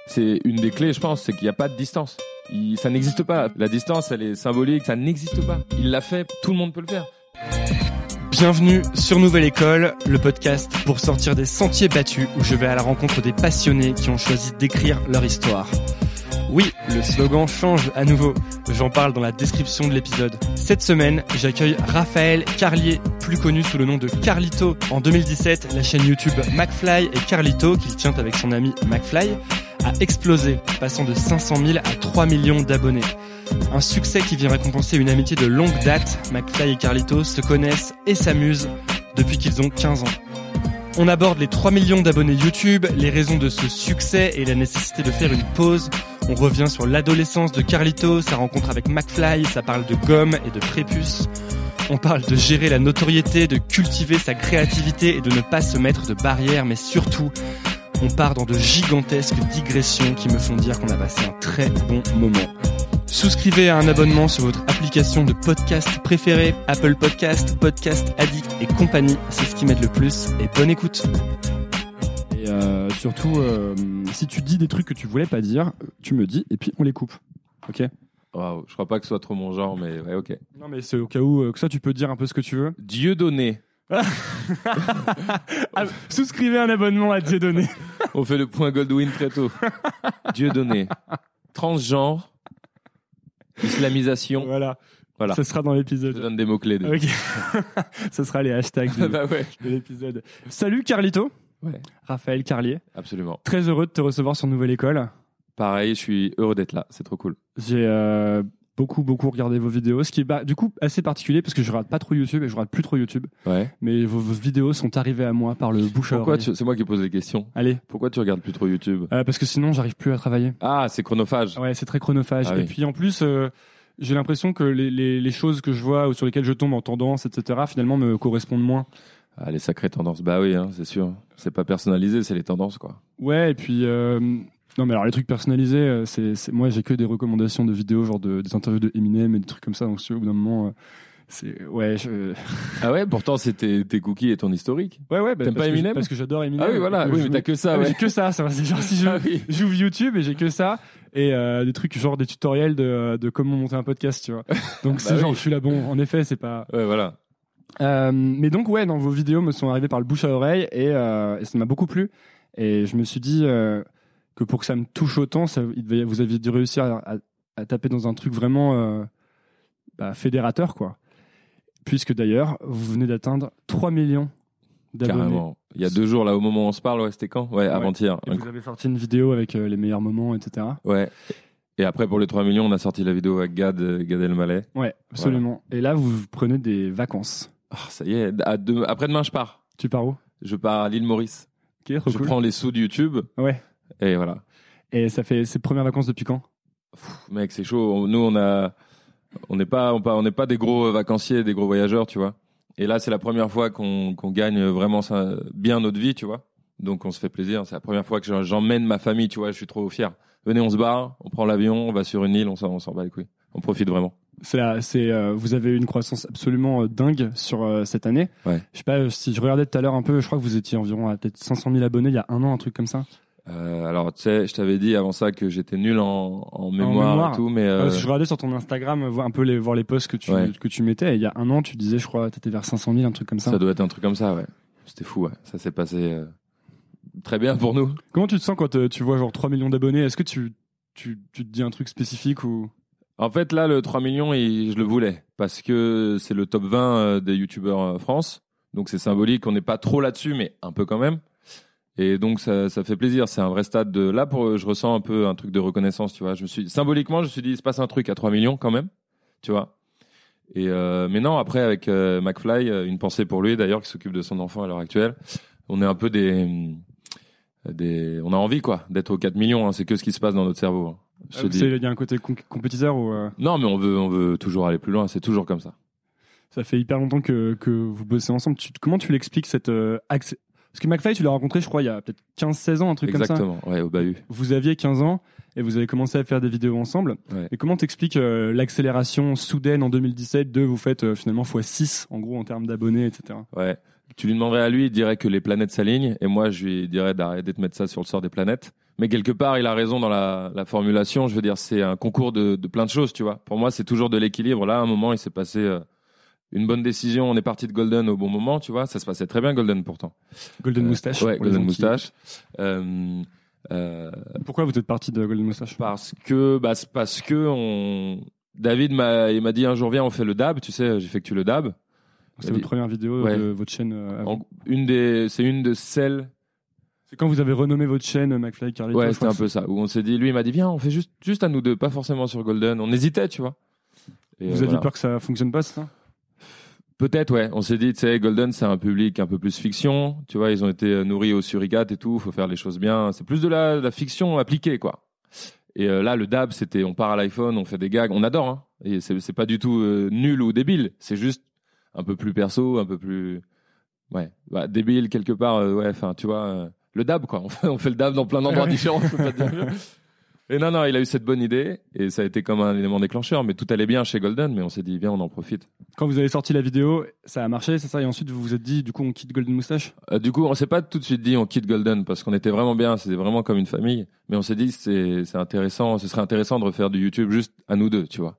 c'est une des clés, je pense, c'est qu'il n'y a pas de distance. Ça n'existe pas. La distance, elle est symbolique, ça n'existe pas. Il l'a fait, tout le monde peut le faire. Bienvenue sur Nouvelle École, le podcast pour sortir des sentiers battus où je vais à la rencontre des passionnés qui ont choisi d'écrire leur histoire. Oui, le slogan change à nouveau. J'en parle dans la description de l'épisode. Cette semaine, j'accueille Raphaël Carlier, plus connu sous le nom de Carlito. En 2017, la chaîne YouTube McFly et Carlito, qu'il tient avec son ami McFly, a explosé, passant de 500 000 à 3 millions d'abonnés. Un succès qui vient récompenser une amitié de longue date. McFly et Carlito se connaissent et s'amusent depuis qu'ils ont 15 ans. On aborde les 3 millions d'abonnés YouTube, les raisons de ce succès et la nécessité de faire une pause. On revient sur l'adolescence de Carlito, sa rencontre avec McFly, ça parle de gomme et de prépuce. On parle de gérer la notoriété, de cultiver sa créativité et de ne pas se mettre de barrières, mais surtout, on part dans de gigantesques digressions qui me font dire qu'on a passé un très bon moment. Souscrivez à un abonnement sur votre application de podcast préférée, Apple Podcast, Podcast Addict et compagnie, c'est ce qui m'aide le plus, et bonne écoute. Et surtout, si tu dis des trucs que tu voulais pas dire, tu me dis et puis on les coupe. Ok ? Waouh, je crois pas que ce soit trop mon genre, mais ouais, ok. Non mais c'est au cas où que ça tu peux dire un peu ce que tu veux. Dieudonné. Souscrivez un abonnement à Dieudonné. On fait le point Goldwyn très tôt. Dieudonné. Transgenre. Islamisation. Voilà. Voilà. Ça sera dans Je l'épisode. donne des mots-clés. Ok. Ça sera les hashtags Bah ouais. de l'épisode. Salut Carlito. Ouais. Raphaël Carlier. Absolument. Très heureux de te recevoir sur Nouvelle École. Pareil, je suis heureux d'être là. C'est trop cool. J'ai beaucoup regardé vos vidéos, ce qui est du coup assez particulier parce que je regarde pas trop YouTube et je regarde plus trop YouTube. Ouais. Mais vos vidéos sont arrivées à moi par le bouche à Pourquoi oreille. c'est moi qui pose les questions. Allez. Pourquoi tu regardes plus trop YouTube? Parce que sinon j'arrive plus à travailler. Ah, c'est chronophage. Ouais, c'est très chronophage. Ah Et oui. puis en plus, j'ai l'impression que les choses que je vois ou sur lesquelles je tombe en tendance, etc., finalement me correspondent moins. Ah, les sacrées tendances. Bah oui, hein, c'est sûr. C'est pas personnalisé, c'est les tendances, quoi. Ouais, et puis non mais alors les trucs personnalisés, c'est moi j'ai que des recommandations de vidéos, genre des interviews de Eminem et des trucs comme ça. Donc si au bout d'un moment, c'est ouais. Ah ouais, pourtant c'était tes cookies et ton historique. Ouais, bah, T'aimes pas Eminem parce que j'adore Eminem. Ah oui, voilà. Oui, mais t'as que ça. Ouais. J'ai que ça. C'est genre si Ah oui. j'ouvre YouTube et j'ai que ça et des trucs genre des tutoriels de comment monter un podcast, tu vois. Donc c'est Bah genre oui. je suis là bon. En effet, c'est pas. Ouais, voilà. Mais donc ouais, dans vos vidéos me sont arrivées par le bouche à oreille et ça m'a beaucoup plu. Et je me suis dit que pour que ça me touche autant, vous aviez dû réussir à taper dans un truc vraiment fédérateur, quoi. Puisque d'ailleurs, vous venez d'atteindre 3 millions d'abonnés. Carrément. Il y a 2 jours, là, au moment où on se parle, ouais, c'était quand? Ouais, avant-hier. Et vous avez sorti une vidéo avec les meilleurs moments, etc. Ouais. Et après, pour les 3 millions, on a sorti la vidéo avec Gad Elmaleh. Ouais, absolument. Voilà. Et là, vous prenez des vacances. Ah, ça y est. Après-demain, je pars. Tu pars où? Je pars à l'île Maurice. Ok, trop Je cool. prends les sous de YouTube. Ouais. Et voilà. Et ça fait ces premières vacances depuis quand? Mec, c'est chaud. Nous, on n'est pas des gros vacanciers, des gros voyageurs, tu vois. Et là, c'est la première fois qu'on gagne vraiment bien notre vie, tu vois. Donc, on se fait plaisir. C'est la première fois que j'emmène ma famille, tu vois. Je suis trop fier. Venez, on se barre, on prend l'avion, on va sur une île, on s'en bat les couilles. On profite vraiment. Vous avez eu une croissance absolument dingue sur cette année. Ouais. Je sais pas si je regardais tout à l'heure un peu, je crois que vous étiez environ à peut-être 500 000 abonnés il y a un an, un truc comme ça. Alors, tu sais, je t'avais dit avant ça que j'étais nul en mémoire et tout, mais Je regardais sur ton Instagram, voir les posts que tu mettais. Et il y a un an, tu disais, je crois, t'étais vers 500 000, un truc comme ça. Ça doit être un truc comme ça, ouais. C'était fou, ouais. Ça s'est passé très bien pour nous. Comment tu te sens quand tu vois genre 3 millions d'abonnés? Est-ce que tu te dis un truc spécifique ou... En fait, là, le 3 millions, je le voulais parce que c'est le top 20 des youtubeurs France. Donc, c'est symbolique. On n'est pas trop là-dessus, mais un peu quand même. Et donc, ça fait plaisir. C'est un vrai stade de... Là, je ressens un peu un truc de reconnaissance, tu vois. Symboliquement, je me suis dit, il se passe un truc à 3 millions quand même, tu vois. Mais non, après, avec McFly, une pensée pour lui, d'ailleurs, qui s'occupe de son enfant à l'heure actuelle. On est un peu on a envie, quoi, d'être aux 4 millions. Hein. C'est que ce qui se passe dans notre cerveau. Hein. Il y a un côté compétiteur ou Non, mais on veut toujours aller plus loin. C'est toujours comme ça. Ça fait hyper longtemps que vous bossez ensemble. Comment tu l'expliques cette accès? Parce que McFly, tu l'as rencontré, je crois, il y a peut-être 15-16 ans, un truc Exactement. comme ça. Ouais, au bahut. Vous aviez 15 ans et vous avez commencé à faire des vidéos ensemble. Ouais. Et comment t'expliques l'accélération soudaine en 2017 de vous faites finalement x6 en gros en termes d'abonnés, etc. Ouais. Tu lui demanderais à lui, il dirait que les planètes s'alignent, et moi je lui dirais d'arrêter de mettre ça sur le sort des planètes, Mais quelque part, il a raison dans la formulation. Je veux dire, c'est un concours de plein de choses, tu vois. Pour moi, c'est toujours de l'équilibre. Là, à un moment, il s'est passé une bonne décision. On est parti de Golden au bon moment, tu vois. Ça se passait très bien, Golden, pourtant. Golden Moustache. Ouais, Golden Moustache. Pourquoi vous êtes parti de Golden Moustache? Parce que David il m'a dit un jour, viens, on fait le dab. Tu sais, j'effectue le dab. C'est votre première vidéo de votre chaîne. C'est une de celles. C'est quand vous avez renommé votre chaîne McFly Carlito. Ouais, c'était un peu ça. Où on s'est dit, lui, il m'a dit, viens, on fait juste à nous deux, pas forcément sur Golden. On hésitait, tu vois. Et vous aviez peur que ça fonctionne pas, c'est ça? Peut-être, ouais. On s'est dit, tu sais, Golden, c'est un public un peu plus fiction. Tu vois, ils ont été nourris au suricate et tout. Faut faire les choses bien. C'est plus de la fiction appliquée, quoi. Et là, le dab, c'était, on part à l'iPhone, on fait des gags. On adore, hein. Et c'est pas du tout nul ou débile. C'est juste un peu plus perso, un peu plus, ouais, débile quelque part. Ouais, enfin, tu vois. Le dab, quoi. On fait le dab dans plein d'endroits différents, je peux pas te dire mieux. Et non, il a eu cette bonne idée, et ça a été comme un élément déclencheur, mais tout allait bien chez Golden, mais on s'est dit, viens, on en profite. Quand vous avez sorti la vidéo, ça a marché, c'est ça? Et ensuite, vous vous êtes dit, du coup, on quitte Golden Moustache? Du coup, on s'est pas tout de suite dit, on quitte Golden, parce qu'on était vraiment bien, c'était vraiment comme une famille, mais on s'est dit, c'est intéressant, ce serait intéressant de refaire du YouTube juste à nous deux, tu vois.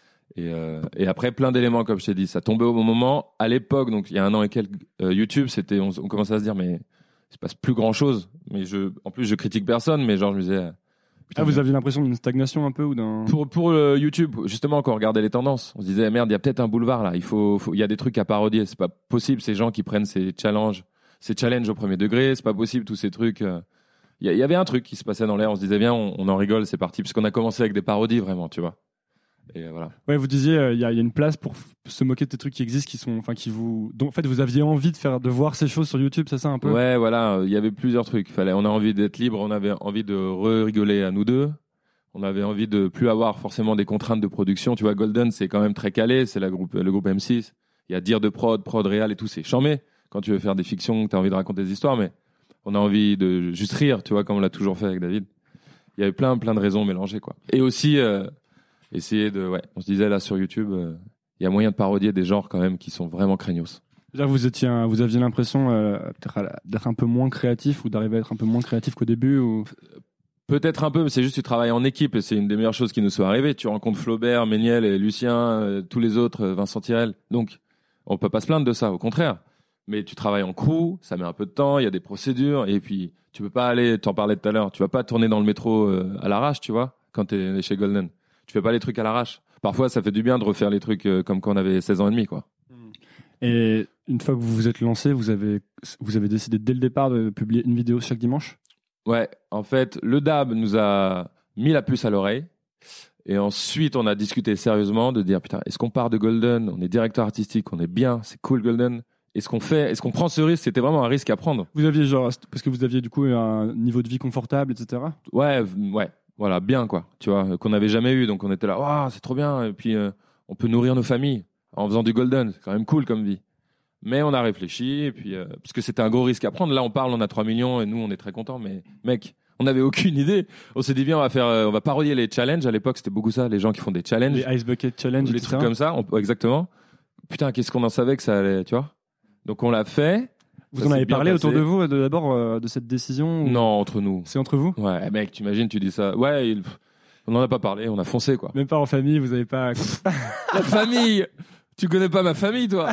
Et après, plein d'éléments, comme je t'ai dit, ça tombait au bon moment. À l'époque, donc il y a un an et quelques, YouTube, c'était, on commençait à se dire, mais il se passe plus grand chose. Mais en plus, je critique personne, mais genre, je me disais. Putain, vous aviez l'impression d'une stagnation un peu ou d'un. Pour YouTube, justement, quand on regardait les tendances, on se disait, merde, il y a peut-être un boulevard là. Il y a des trucs à parodier. C'est pas possible, ces gens qui prennent ces challenges au premier degré. C'est pas possible, tous ces trucs. Il y avait un truc qui se passait dans l'air. On se disait, viens, on en rigole, c'est parti. Parce qu'on a commencé avec des parodies, vraiment, tu vois. Et voilà. Ouais, vous disiez, il y a une place pour se moquer de ces trucs qui existent, dont en fait vous aviez envie de voir ces choses sur YouTube, c'est ça un peu? Ouais, voilà, il y avait plusieurs trucs. On a envie d'être libre, on avait envie de rigoler à nous deux. On avait envie de plus avoir forcément des contraintes de production. Tu vois, Golden, c'est quand même très calé, c'est le groupe M6. Il y a dire de prod réal et tout, c'est charmé. Quand tu veux faire des fictions, tu as envie de raconter des histoires, mais on a envie de juste rire, tu vois, comme on l'a toujours fait avec David. Il y avait plein de raisons mélangées, quoi. Et aussi, essayer on se disait là sur YouTube, il y a moyen de parodier des genres quand même qui sont vraiment craignos. Vous aviez l'impression peut-être d'être un peu moins créatif ou d'arriver à être un peu moins créatif qu'au début ou... Peut-être un peu, mais c'est juste que tu travailles en équipe et c'est une des meilleures choses qui nous soit arrivées. Tu rencontres Flaubert, Méniel et Lucien, tous les autres, Vincent Tirel. Donc, on peut pas se plaindre de ça, au contraire. Mais tu travailles en crew, ça met un peu de temps, il y a des procédures et puis tu peux pas aller, t'en parlais tout à l'heure, tu vas pas tourner dans le métro à l'arrache, tu vois, quand t'es chez Golden. Tu fais pas les trucs à l'arrache. Parfois, ça fait du bien de refaire les trucs comme quand on avait 16 ans et demi, quoi. Et une fois que vous vous êtes lancé, vous avez décidé dès le départ de publier une vidéo chaque dimanche? Ouais, en fait, le DAB nous a mis la puce à l'oreille. Et ensuite, on a discuté sérieusement de dire, putain, est-ce qu'on part de Golden? On est directeur artistique, on est bien, c'est cool Golden. Est-ce qu'on prend ce risque? C'était vraiment un risque à prendre. Vous aviez parce que vous aviez du coup un niveau de vie confortable, etc. Ouais. Voilà, bien, quoi. Tu vois, qu'on n'avait jamais eu. Donc, on était là, waouh, c'est trop bien. Et puis, on peut nourrir nos familles en faisant du Golden. C'est quand même cool comme vie. Mais on a réfléchi, et puis, parce que c'était un gros risque à prendre. Là, on a 3 millions, et nous, on est très contents. Mais, mec, on n'avait aucune idée. On s'est dit, viens, on va parodier les challenges. À l'époque, c'était beaucoup ça, les gens qui font des challenges. Les Ice Bucket Challenge, les trucs comme ça. Exactement. Putain, qu'est-ce qu'on en savait que ça allait, tu vois. Donc, on l'a fait. Vous en avez parlé autour de vous, d'abord, de cette décision ou... Non, entre nous. C'est entre vous? Ouais, mec, t'imagines, tu dis ça. Ouais, on n'en a pas parlé, on a foncé, quoi. Même pas en famille, vous avez pas... La famille! Tu connais pas ma famille, toi?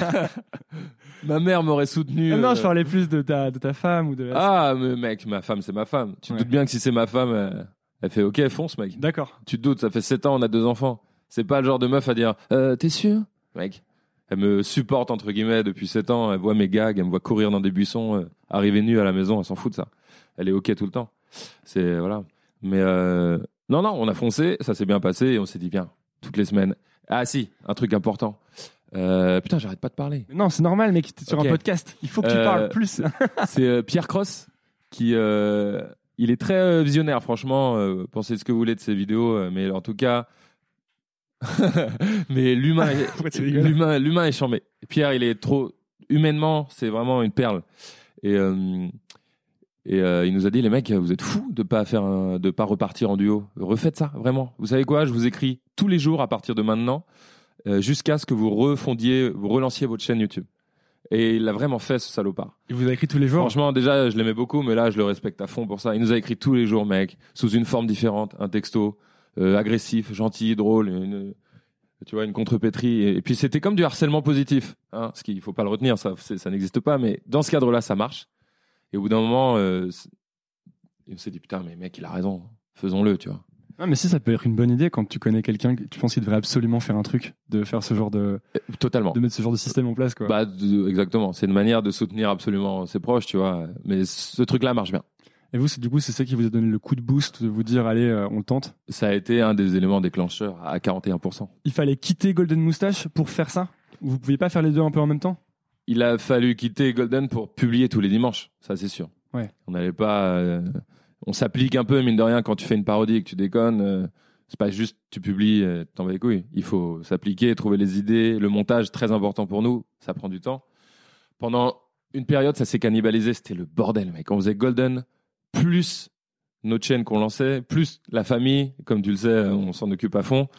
Ma mère m'aurait soutenu. Non, je parlais plus de ta femme ou de Ah, mais mec, ma femme, c'est ma femme. Tu te doutes bien que si c'est ma femme, elle fait OK, fonce, mec. D'accord. Tu te doutes, ça fait 7 ans, on a 2 enfants. C'est pas le genre de meuf à dire t'es sûr? Mec. Elle me supporte, entre guillemets, depuis 7 ans. Elle voit mes gags, elle me voit courir dans des buissons, arriver nue à la maison, elle s'en fout de ça. Elle est OK tout le temps. C'est, voilà. Mais, non, on a foncé, ça s'est bien passé et on s'est dit, viens, toutes les semaines. Ah, si, un truc important. Putain, j'arrête pas de parler. Non, c'est normal, mec, t'es sur un podcast. Il faut que tu parles plus. C'est Pierre Cross qui, il est très visionnaire, franchement. Pensez ce que vous voulez de ses vidéos, mais en tout cas, mais l'humain est charmé. Pierre, il est trop humainement, c'est vraiment une perle. Et il nous a dit, les mecs, vous êtes fous de pas repartir en duo. Refaites ça, vraiment. Vous savez quoi? Je vous écris tous les jours à partir de maintenant, jusqu'à ce que vous relanciez votre chaîne YouTube. Et il l'a vraiment fait, ce salopard. Il vous a écrit tous les jours? Franchement, déjà, je l'aimais beaucoup, mais là, je le respecte à fond pour ça. Il nous a écrit tous les jours, mec, sous une forme différente, un texto agressif, gentil, drôle, une contrepétrie. Et puis, c'était comme du harcèlement positif, hein, ce qu'il faut pas le retenir, ça n'existe pas, mais dans ce cadre-là, ça marche. Et au bout d'un moment, on s'est dit, putain, mais mec, il a raison, faisons-le, tu vois. Ah, mais si, ça peut être une bonne idée quand tu connais quelqu'un, tu penses qu'il devrait absolument faire un truc, de faire ce genre Totalement. de mettre ce genre de système en place, quoi. Exactement. C'est une manière de soutenir absolument ses proches, tu vois. Mais ce truc-là marche bien. Et vous, c'est ça qui vous a donné le coup de boost de vous dire, allez, on le tente? Ça a été un des éléments déclencheurs à 41%. Il fallait quitter Golden Moustache pour faire ça? Vous pouviez pas faire les deux un peu en même temps? Il a fallu quitter Golden pour publier tous les dimanches, ça c'est sûr. Ouais. On n'allait pas. On s'applique un peu, mine de rien, quand tu fais une parodie et que tu déconnes. C'est pas juste tu publies, t'en vas les couilles. Il faut s'appliquer, trouver les idées. Le montage, très important pour nous, ça prend du temps. Pendant une période, ça s'est cannibalisé, c'était le bordel, mec. On faisait Golden, plus notre chaîne qu'on lançait, plus la famille, comme tu le sais, on s'en occupe à fond.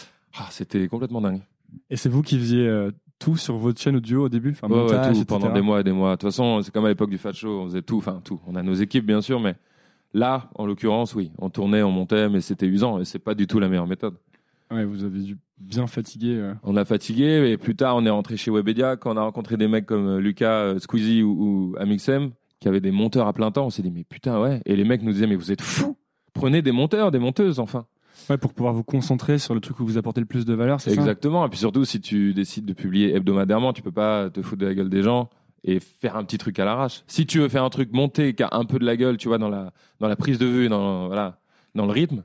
C'était complètement dingue. Et c'est vous qui faisiez tout sur votre chaîne audio au début, enfin, montage, tout, etc. pendant des mois et des mois. De toute façon, c'est comme à l'époque du Fat Show, on faisait tout. On a nos équipes, bien sûr, mais là, en l'occurrence, oui, on tournait, on montait, mais c'était usant et c'est pas du tout la meilleure méthode. Ouais, vous avez dû bien fatiguer. On a fatigué et plus tard, on est rentré chez Webedia. Quand on a rencontré des mecs comme Lucas, Squeezie ou Amixem, qui avaient des monteurs à plein temps, on s'est dit, mais putain, ouais. Et les mecs nous disaient, mais vous êtes fous, prenez des monteurs, des monteuses, enfin. Ouais, pour pouvoir vous concentrer sur le truc où vous apportez le plus de valeur, c'est ça? Exactement. Et puis surtout, si tu décides de publier hebdomadairement, tu peux pas te foutre de la gueule des gens et faire un petit truc à l'arrache. Si tu veux faire un truc monté qui a un peu de la gueule, tu vois, dans la prise de vue, dans le rythme,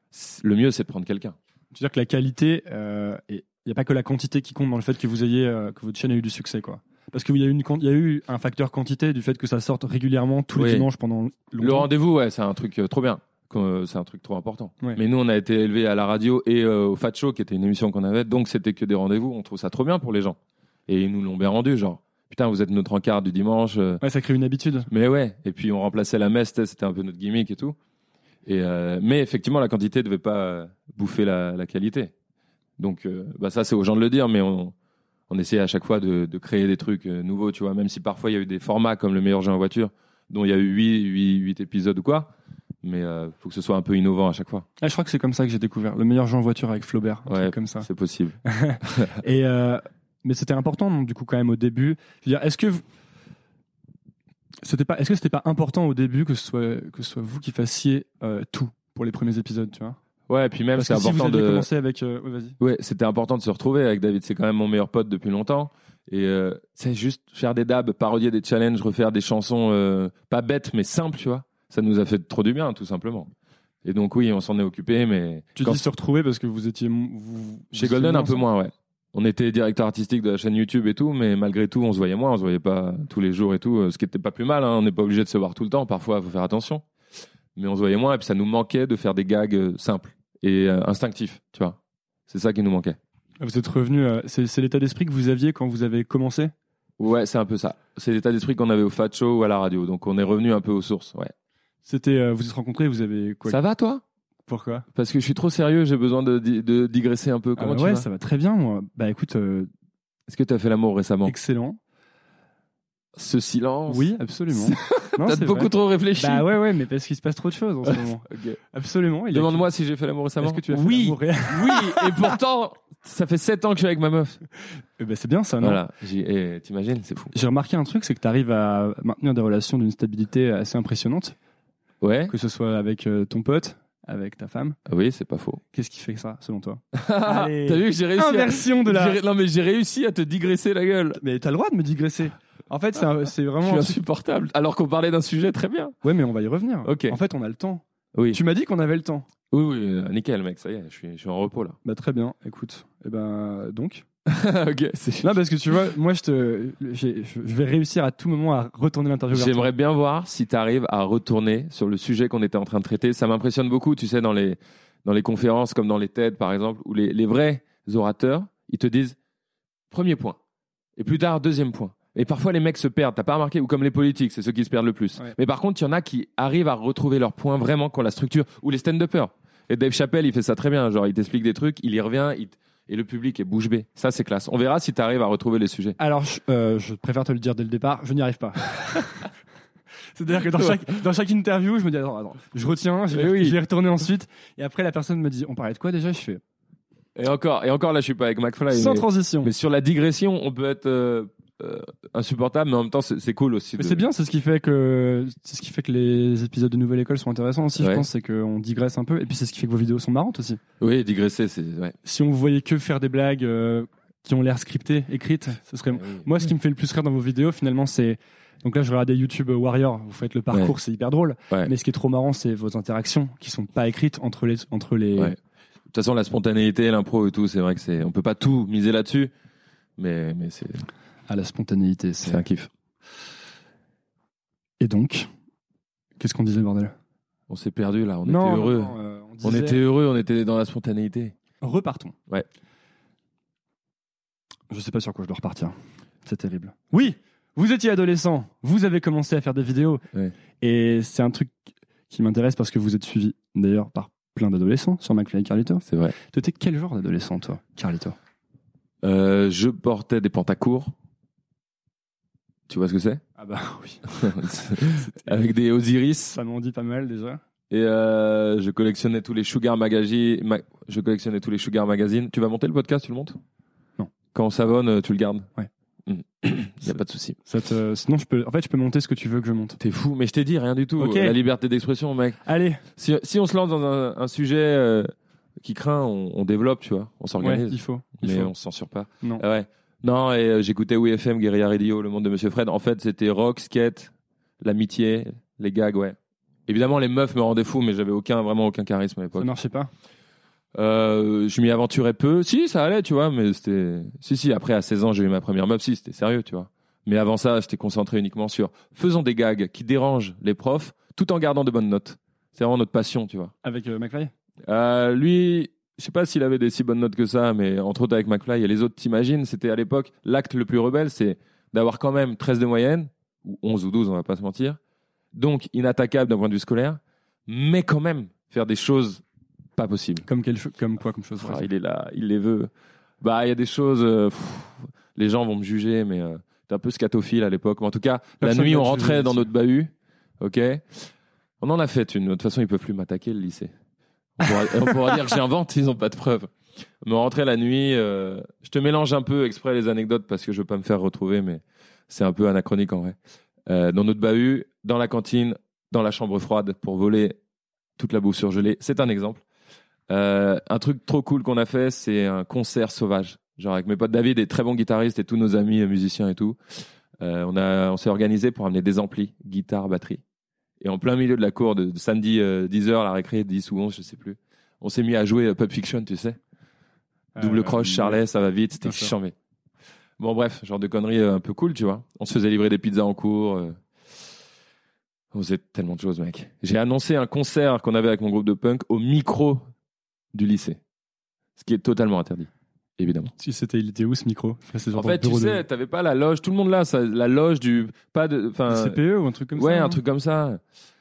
le mieux, c'est de prendre quelqu'un. Tu veux dire que la qualité, il n'y a pas que la quantité qui compte dans le fait que vous ayez, que votre chaîne a eu du succès, quoi. Parce qu'il y a eu un facteur quantité du fait que ça sorte régulièrement tous les dimanches pendant longtemps. Le rendez-vous, ouais, c'est un truc trop bien. C'est un truc trop important. Ouais. Mais nous, on a été élevés à la radio et au Fat Show, qui était une émission qu'on avait, donc c'était que des rendez-vous. On trouve ça trop bien pour les gens. Et ils nous l'ont bien rendu, genre, putain, vous êtes notre encart du dimanche. Ouais, ça crée une habitude. Mais ouais, et puis on remplaçait la messe, c'était un peu notre gimmick et tout. Mais effectivement, la quantité devait pas bouffer la qualité. Donc, ça, c'est aux gens de le dire, mais on essayait à chaque fois de créer des trucs nouveaux, tu vois, même si parfois il y a eu des formats comme Le meilleur jeu en voiture, dont il y a eu 8 épisodes ou quoi. Mais faut que ce soit un peu innovant à chaque fois. Je crois que c'est comme ça que j'ai découvert Le meilleur jeu en voiture avec Flaubert. Ouais, comme ça. C'est possible. Mais c'était important, donc, du coup, quand même, au début. Je veux dire, est-ce que c'était pas important au début que ce soit vous qui fassiez tout pour les premiers épisodes, tu vois? Ouais, et puis même, parce c'est que important si vous aviez commencé avec. Vas-y. Ouais, c'était important de se retrouver avec David. C'est quand même mon meilleur pote depuis longtemps. Et c'est juste faire des dabs, parodier des challenges, refaire des chansons pas bêtes, mais simples, tu vois. Ça nous a fait trop du bien, tout simplement. Et donc, oui, on s'en est occupé, mais. Tu dis se retrouver parce que vous étiez. Chez Golden, un peu moins, ouais. On était directeur artistique de la chaîne YouTube et tout, mais malgré tout, on se voyait moins, on se voyait pas tous les jours et tout, ce qui était pas plus mal, hein. On n'est pas obligé de se voir tout le temps, parfois, il faut faire attention. Mais on se voyait moins, et puis ça nous manquait de faire des gags simples et instinctifs, tu vois. C'est ça qui nous manquait. Vous êtes revenu, c'est l'état d'esprit que vous aviez quand vous avez commencé? Ouais, c'est un peu ça. C'est l'état d'esprit qu'on avait au Fat Show ou à la radio, donc on est revenu un peu aux sources, ouais. C'était, vous êtes rencontrés, vous avez quoi? Ça va, toi? Pourquoi? Parce que je suis trop sérieux, j'ai besoin de digresser un peu. Comment tu vas? Ouais, ça va très bien, moi. Bah écoute. Est-ce que tu as fait l'amour récemment? Excellent. Ce silence? Oui, absolument. T'as beaucoup trop réfléchi. Bah ouais, mais parce qu'il se passe trop de choses en ce moment. Okay. Absolument. Demande-moi si j'ai fait l'amour récemment. Est-ce que tu as fait l'amour Oui, et pourtant, ça fait 7 ans que je suis avec ma meuf. Bah c'est bien ça, non? Voilà. T'imagines, c'est fou. J'ai remarqué un truc, c'est que tu arrives à maintenir des relations d'une stabilité assez impressionnante. Ouais. Que ce soit avec ton pote, avec ta femme. Oui, c'est pas faux. Qu'est-ce qui fait ça, selon toi? T'as vu que j'ai réussi Inversion de la... Non, mais j'ai réussi à te digresser la gueule. Mais t'as le droit de me digresser. En fait, c'est vraiment... Je suis insupportable. Alors qu'on parlait d'un sujet très bien. Ouais, mais on va y revenir. Ok. En fait, on a le temps. Oui. Tu m'as dit qu'on avait le temps. Oui, nickel, mec. Ça y est, je suis en repos, là. Bah, très bien. Écoute. Et ben, donc... Ok. Non, parce que tu vois, moi, je vais réussir à tout moment à retourner l'interview. J'aimerais bien voir si tu arrives à retourner sur le sujet qu'on était en train de traiter. Ça m'impressionne beaucoup, tu sais, dans les conférences, comme dans les TED, par exemple, où les vrais orateurs, ils te disent premier point. Et plus tard, deuxième point. Et parfois, les mecs se perdent. T'as pas remarqué? Ou comme les politiques, c'est ceux qui se perdent le plus. Ouais. Mais par contre, il y en a qui arrivent à retrouver leur point vraiment, qui ont la structure. Ou les stand-uppers. Et Dave Chappelle, il fait ça très bien. Genre, il t'explique des trucs, il y revient, et le public est bouche bée. Ça, c'est classe. On verra si tu arrives à retrouver les sujets. Alors, je préfère te le dire dès le départ, je n'y arrive pas. C'est-à-dire que dans chaque interview, je me dis attends, je retiens, je vais y retourner ensuite, et après la personne me dit on parlait de quoi déjà, je fais Et encore là, je suis pas avec McFly. sans transition. Mais sur la digression, on peut être insupportable, mais en même temps, c'est cool aussi. Mais c'est bien, c'est ce qui fait que les épisodes de Nouvelle École sont intéressants aussi. Ouais. Je pense c'est qu'on digresse un peu, et puis c'est ce qui fait que vos vidéos sont marrantes aussi. Oui, digresser, c'est ouais. Si on vous voyait que faire des blagues qui ont l'air scriptées, écrites, ce serait. Oui. Moi, ce qui me fait le plus rire dans vos vidéos, finalement, c'est donc là, je regardais YouTube Warrior. Vous faites le parcours, Ouais. c'est hyper drôle. Ouais. Mais ce qui est trop marrant, c'est vos interactions qui sont pas écrites entre les. Ouais. De toute façon, la spontanéité, l'impro et tout, c'est vrai que on peut pas tout miser là-dessus, mais c'est Ah, la spontanéité, c'est un kiff. Et donc, qu'est-ce qu'on disait, bordel? On s'est perdu là, on Non, était heureux. on disait, On était heureux, on était dans la spontanéité. repartons. Ouais. Je sais pas sur quoi je dois repartir. C'est terrible. Oui, vous étiez adolescent, vous avez commencé à faire des vidéos. Ouais. Et c'est un truc qui m'intéresse parce que vous êtes suivi d'ailleurs par plein d'adolescents sur McFly et Carlito. C'est vrai. Toi, t'es quel genre d'adolescent, toi, Carlito? Je portais des pantacourts. Tu vois ce que c'est? Ah bah oui. Avec des Osiris. Ça m'en dit pas mal déjà. Et je collectionnais tous les Sugar Magazine. Je collectionnais tous les Sugar Magazine. Tu vas monter le podcast, tu le montes? Non. Quand on savonne, tu le gardes? Ouais. Il y a pas de souci. Sinon, je peux monter ce que tu veux que je monte. T'es fou, mais je t'ai dit rien du tout. Ok. La liberté d'expression, mec. Allez. Si on se lance dans un sujet qui craint, on développe, tu vois. On Ouais, s'organise. il faut. Mais on se censure pas. Non. Ah ouais. Non, et j'écoutais WeFM, Guérilla Radio, Le Monde de Monsieur Fred. En fait, c'était rock, skate, l'amitié, les gags, ouais. Évidemment, les meufs me rendaient fou, mais j'avais vraiment aucun charisme à Ça l'époque. marchait pas. Je m'y aventurais peu. Si, ça allait, tu vois, mais c'était. Si, après, à 16 ans, j'ai eu ma première meuf. Si, c'était sérieux, tu vois. Mais avant ça, j'étais concentré uniquement sur faisons des gags qui dérangent les profs tout en gardant de bonnes notes. C'est vraiment notre passion, tu vois. Avec McFly. Lui, je sais pas s'il avait des si bonnes notes que ça, mais entre autres avec McFly et les autres, t'imagines, c'était à l'époque l'acte le plus rebelle, c'est d'avoir quand même 13 de moyenne, ou 11 ou 12, on va pas se mentir. Donc inattaquable d'un point de vue scolaire, mais quand même faire des choses pas possibles. Comme quoi comme chose. Il est là, il les veut. Bah, il y a des choses, les gens vont me juger, mais t'es un peu scatophile à l'époque. Mais en tout cas, Personne la nuit, va on te rentrait juger dans là-dessus. notre bahut, ok. On en a fait une. De toute façon, ils peuvent plus m'attaquer, le lycée. On pourra dire que j'invente, ils ont pas de preuves. Mais on rentrait la nuit. Je te mélange un peu exprès les anecdotes parce que je veux pas me faire retrouver, mais c'est un peu anachronique en vrai. Dans notre bahut, dans la cantine, dans la chambre froide pour voler toute la bouffe surgelée. C'est un exemple. Un truc trop cool qu'on a fait, c'est un concert sauvage. Genre avec mes potes David, des très bons guitaristes et tous nos amis musiciens et tout. On s'est organisé pour amener des amplis, guitare, batterie. Et en plein milieu de la cour de samedi 10h, la récré, 10 ou 11, je sais plus. On s'est mis à jouer Pulp Fiction, tu sais. Double croche, Charlet, ça va vite, c'était Bien sûr. charmé. Bon, bref, genre de conneries un peu cool, tu vois. On se faisait livrer des pizzas en cours. On faisait tellement de choses, mec. J'ai annoncé un concert qu'on avait avec mon groupe de punk au micro du lycée. Ce qui est totalement interdit, évidemment. Il était où ce micro? C'est genre En dans le fait, tu bureau sais, t'avais pas la loge. Tout le monde là, la loge du. Pas de. du Enfin. CPE ou un truc comme ça? Ouais, un non truc comme ça.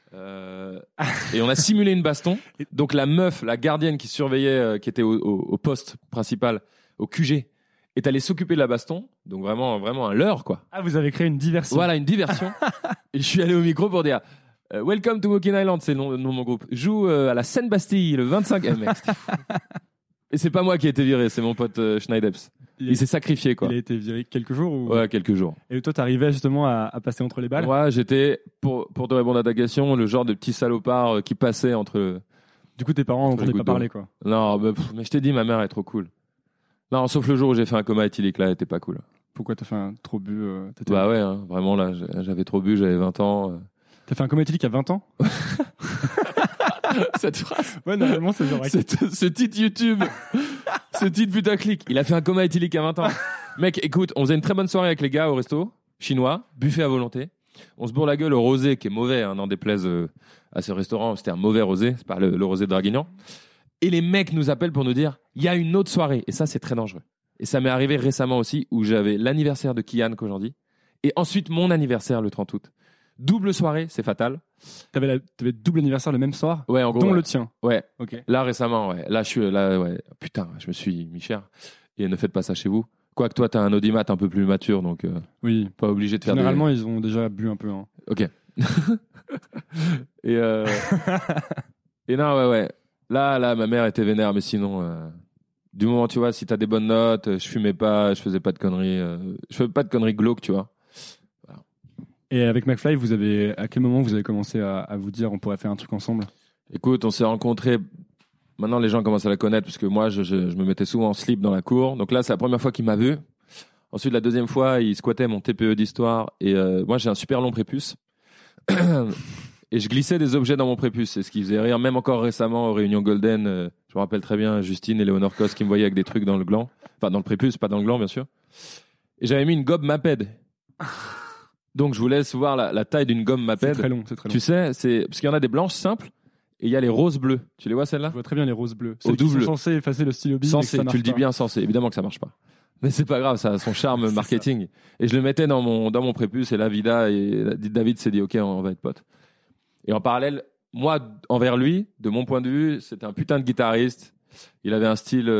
Et on a simulé une baston. Donc la meuf, la gardienne qui surveillait, qui était au poste principal, au QG, est allée s'occuper de la baston. Donc vraiment un leurre, quoi. Ah, vous avez créé une diversion. Voilà, une diversion. Et je suis allé au micro pour dire Welcome to Walking Island, c'est le nom de mon groupe. Joue à la Seine-Bastille le 25. Eh, mec, c'était fou. Et c'est pas moi qui ai été viré, c'est mon pote Schneideps. Il s'est sacrifié, quoi. Il a été viré quelques jours ou... Ouais, quelques jours. Et toi, t'arrivais justement à passer entre les balles? Moi, j'étais, pour te répondre à ta question, le genre de petit salopard qui passait entre. Du coup, tes parents Entre n'entendaient les pas gouttes d'eau. parler, quoi. Non, mais je t'ai dit, ma mère est trop cool. Non, sauf le jour où j'ai fait un coma éthylique, là, elle était pas cool. Pourquoi t'as fait un trop bu Bah ouais, hein, vraiment, là, j'avais trop bu, j'avais 20 ans. T'as fait un coma éthylique à 20 ans? Cette phrase. Ouais, normalement, c'est genre... Ce titre YouTube. Ce titre putaclic. Il a fait un coma éthylique à 20 ans. Mec, écoute, on faisait une très bonne soirée avec les gars au resto, chinois, buffet à volonté. On se bourre la gueule au rosé, qui est mauvais, hein, n'en déplaise à ce restaurant. C'était un mauvais rosé, c'est pas le rosé de Draguignan. Et les mecs nous appellent pour nous dire, il y a une autre soirée. Et ça, c'est très dangereux. Et ça m'est arrivé récemment aussi, où j'avais l'anniversaire de Kian qu'aujourd'hui, et ensuite mon anniversaire le 30 août. Double soirée, c'est fatal. T'avais double anniversaire le même soir, Ouais, en gros. dont ouais. le tien. Ouais. Ok. Là, récemment, ouais. Là, je suis là, ouais. Putain, je me suis mis cher. et ne faites pas ça chez vous. Quoique toi, t'as un audimat un peu plus mature, donc Oui. pas obligé de faire Généralement, ils ont déjà bu un peu. Hein. Ok. et non, ouais. Là, ma mère était vénère, mais sinon, du moment, tu vois, si t'as des bonnes notes, je fumais pas, je faisais pas de conneries, je faisais pas de conneries glauques, tu vois. Voilà. Et avec McFly, à quel moment vous avez commencé à vous dire on pourrait faire un truc ensemble? Écoute, on s'est rencontrés. Maintenant, les gens commencent à la connaître parce que moi, je me mettais souvent en slip dans la cour. Donc là, c'est la première fois qu'il m'a vu. Ensuite, la deuxième fois, il squattait mon TPE d'histoire. Et moi, j'ai un super long prépuce. Et je glissais des objets dans mon prépuce. C'est ce qui faisait rire, même encore récemment aux réunions Golden. Je me rappelle très bien Justine et Léonore Cos qui me voyaient avec des trucs dans le gland. Enfin, dans le prépuce, pas dans le gland, bien sûr. Et j'avais mis une gomme Maped. Donc, je vous laisse voir la taille d'une gomme Maped. C'est très long. Tu sais, parce qu'il y en a des blanches simples. Et il y a les roses bleues. Tu les vois celles-là? Je vois très bien les roses bleues. Au Celles qui double. sont censées effacer le stylo bille. Censé, tu le dis bien censé. Évidemment que ça marche pas. Mais c'est pas grave, ça a son charme marketing. Et je le mettais dans mon prépuce et là, Vida et David s'est dit, OK, on va être potes. Et en parallèle, moi, envers lui, de mon point de vue, c'était un putain de guitariste. Il avait un style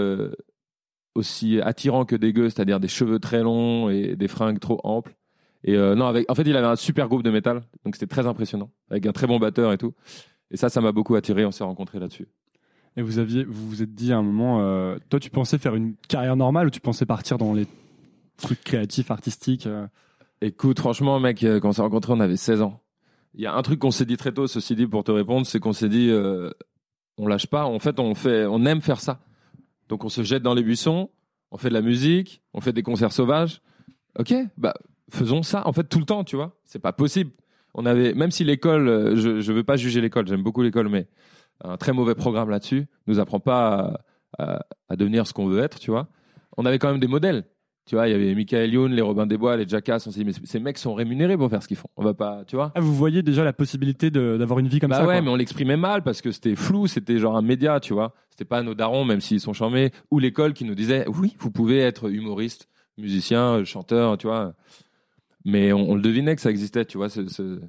aussi attirant que dégueu, c'est-à-dire des cheveux très longs et des fringues trop amples. Et en fait, il avait un super groupe de métal. Donc c'était très impressionnant. Avec un très bon batteur et tout. Et ça m'a beaucoup attiré. On s'est rencontrés là-dessus. Et vous vous êtes dit à un moment, toi, tu pensais faire une carrière normale ou tu pensais partir dans les trucs créatifs, artistiques Écoute, franchement, mec, quand on s'est rencontrés, on avait 16 ans. Il y a un truc qu'on s'est dit très tôt, ceci dit, pour te répondre, c'est qu'on s'est dit, on lâche pas. En fait, on aime faire ça. Donc, on se jette dans les buissons, on fait de la musique, on fait des concerts sauvages. Ok, bah, faisons ça, en fait, tout le temps, tu vois. C'est pas possible. Même si l'école, je veux pas juger l'école, j'aime beaucoup l'école, mais un très mauvais programme là-dessus, nous apprend pas à devenir ce qu'on veut être, tu vois. On avait quand même des modèles. Tu vois, il y avait Michael Youn, les Robin des Bois, les Jackass. On s'est dit, mais ces mecs sont rémunérés pour faire ce qu'ils font. On va pas, tu vois. Ah, vous voyez déjà la possibilité d'avoir une vie comme ça? Bah ouais, quoi. mais on l'exprimait mal parce que c'était flou, c'était genre un média, tu vois. C'était pas nos darons, même s'ils sont charmés, ou l'école qui nous disait, oui, vous pouvez être humoriste, musicien, chanteur, tu vois. Mais on le devinait que ça existait, tu vois,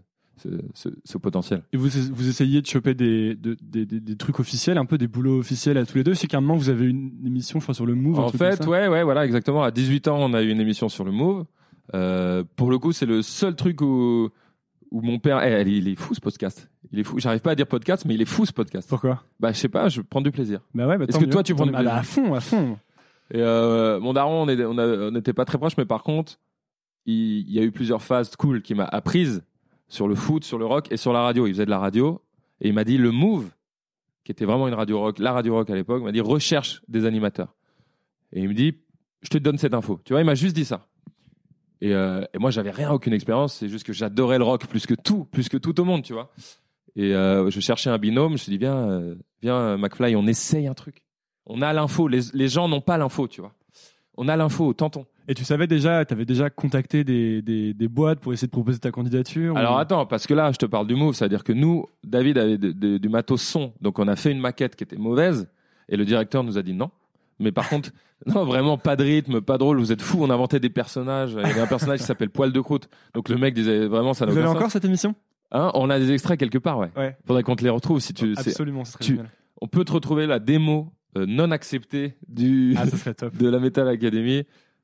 ce potentiel. Et vous essayez de choper des trucs officiels, un peu des boulots officiels à tous les deux. Je sais qu'à un moment, vous avez une émission, je crois, sur le Move. En fait, ouais, voilà, exactement. À 18 ans, on a eu une émission sur le Move. Pour le coup, c'est le seul truc où mon père... il est fou, ce podcast. Il est fou. J'arrive pas à dire podcast, mais il est fou, ce podcast. Pourquoi? Bah, je sais pas, je prends du plaisir. Bah ouais, Est-ce que toi, tu prends du plaisir? À fond. Et mon daron, on n'était pas très proches, mais par contre, il y a eu plusieurs phases cool qui m'a apprises sur le foot, sur le rock et sur la radio. Il faisait de la radio et il m'a dit le Move, qui était vraiment une radio rock, la radio rock à l'époque, m'a dit recherche des animateurs. Et il me dit je te donne cette info. Tu vois, il m'a juste dit ça. Et moi, j'avais aucune expérience. C'est juste que j'adorais le rock plus que tout au monde, tu vois. Et je cherchais un binôme. Je me suis dit viens McFly, on essaye un truc. On a l'info. Les gens n'ont pas l'info, tu vois. On a l'info, tentons. Et tu savais déjà, tu avais déjà contacté des boîtes pour essayer de proposer ta candidature? Alors attends, parce que là, je te parle du Move, c'est-à-dire que nous, David avait du matos son, donc on a fait une maquette qui était mauvaise, et le directeur nous a dit non. Mais par contre, non, vraiment pas de rythme, pas drôle, vous êtes fous, on inventait des personnages. Il y avait un personnage qui s'appelle Poil de croûte, donc le mec disait vraiment ça n'a Vous aucun avez sens. encore cette émission? Hein, on a des extraits quelque part, ouais. Faudrait qu'on te les retrouve si tu. Absolument, ce serait génial. On peut te retrouver la démo non acceptée ça serait top. de la Metal Academy.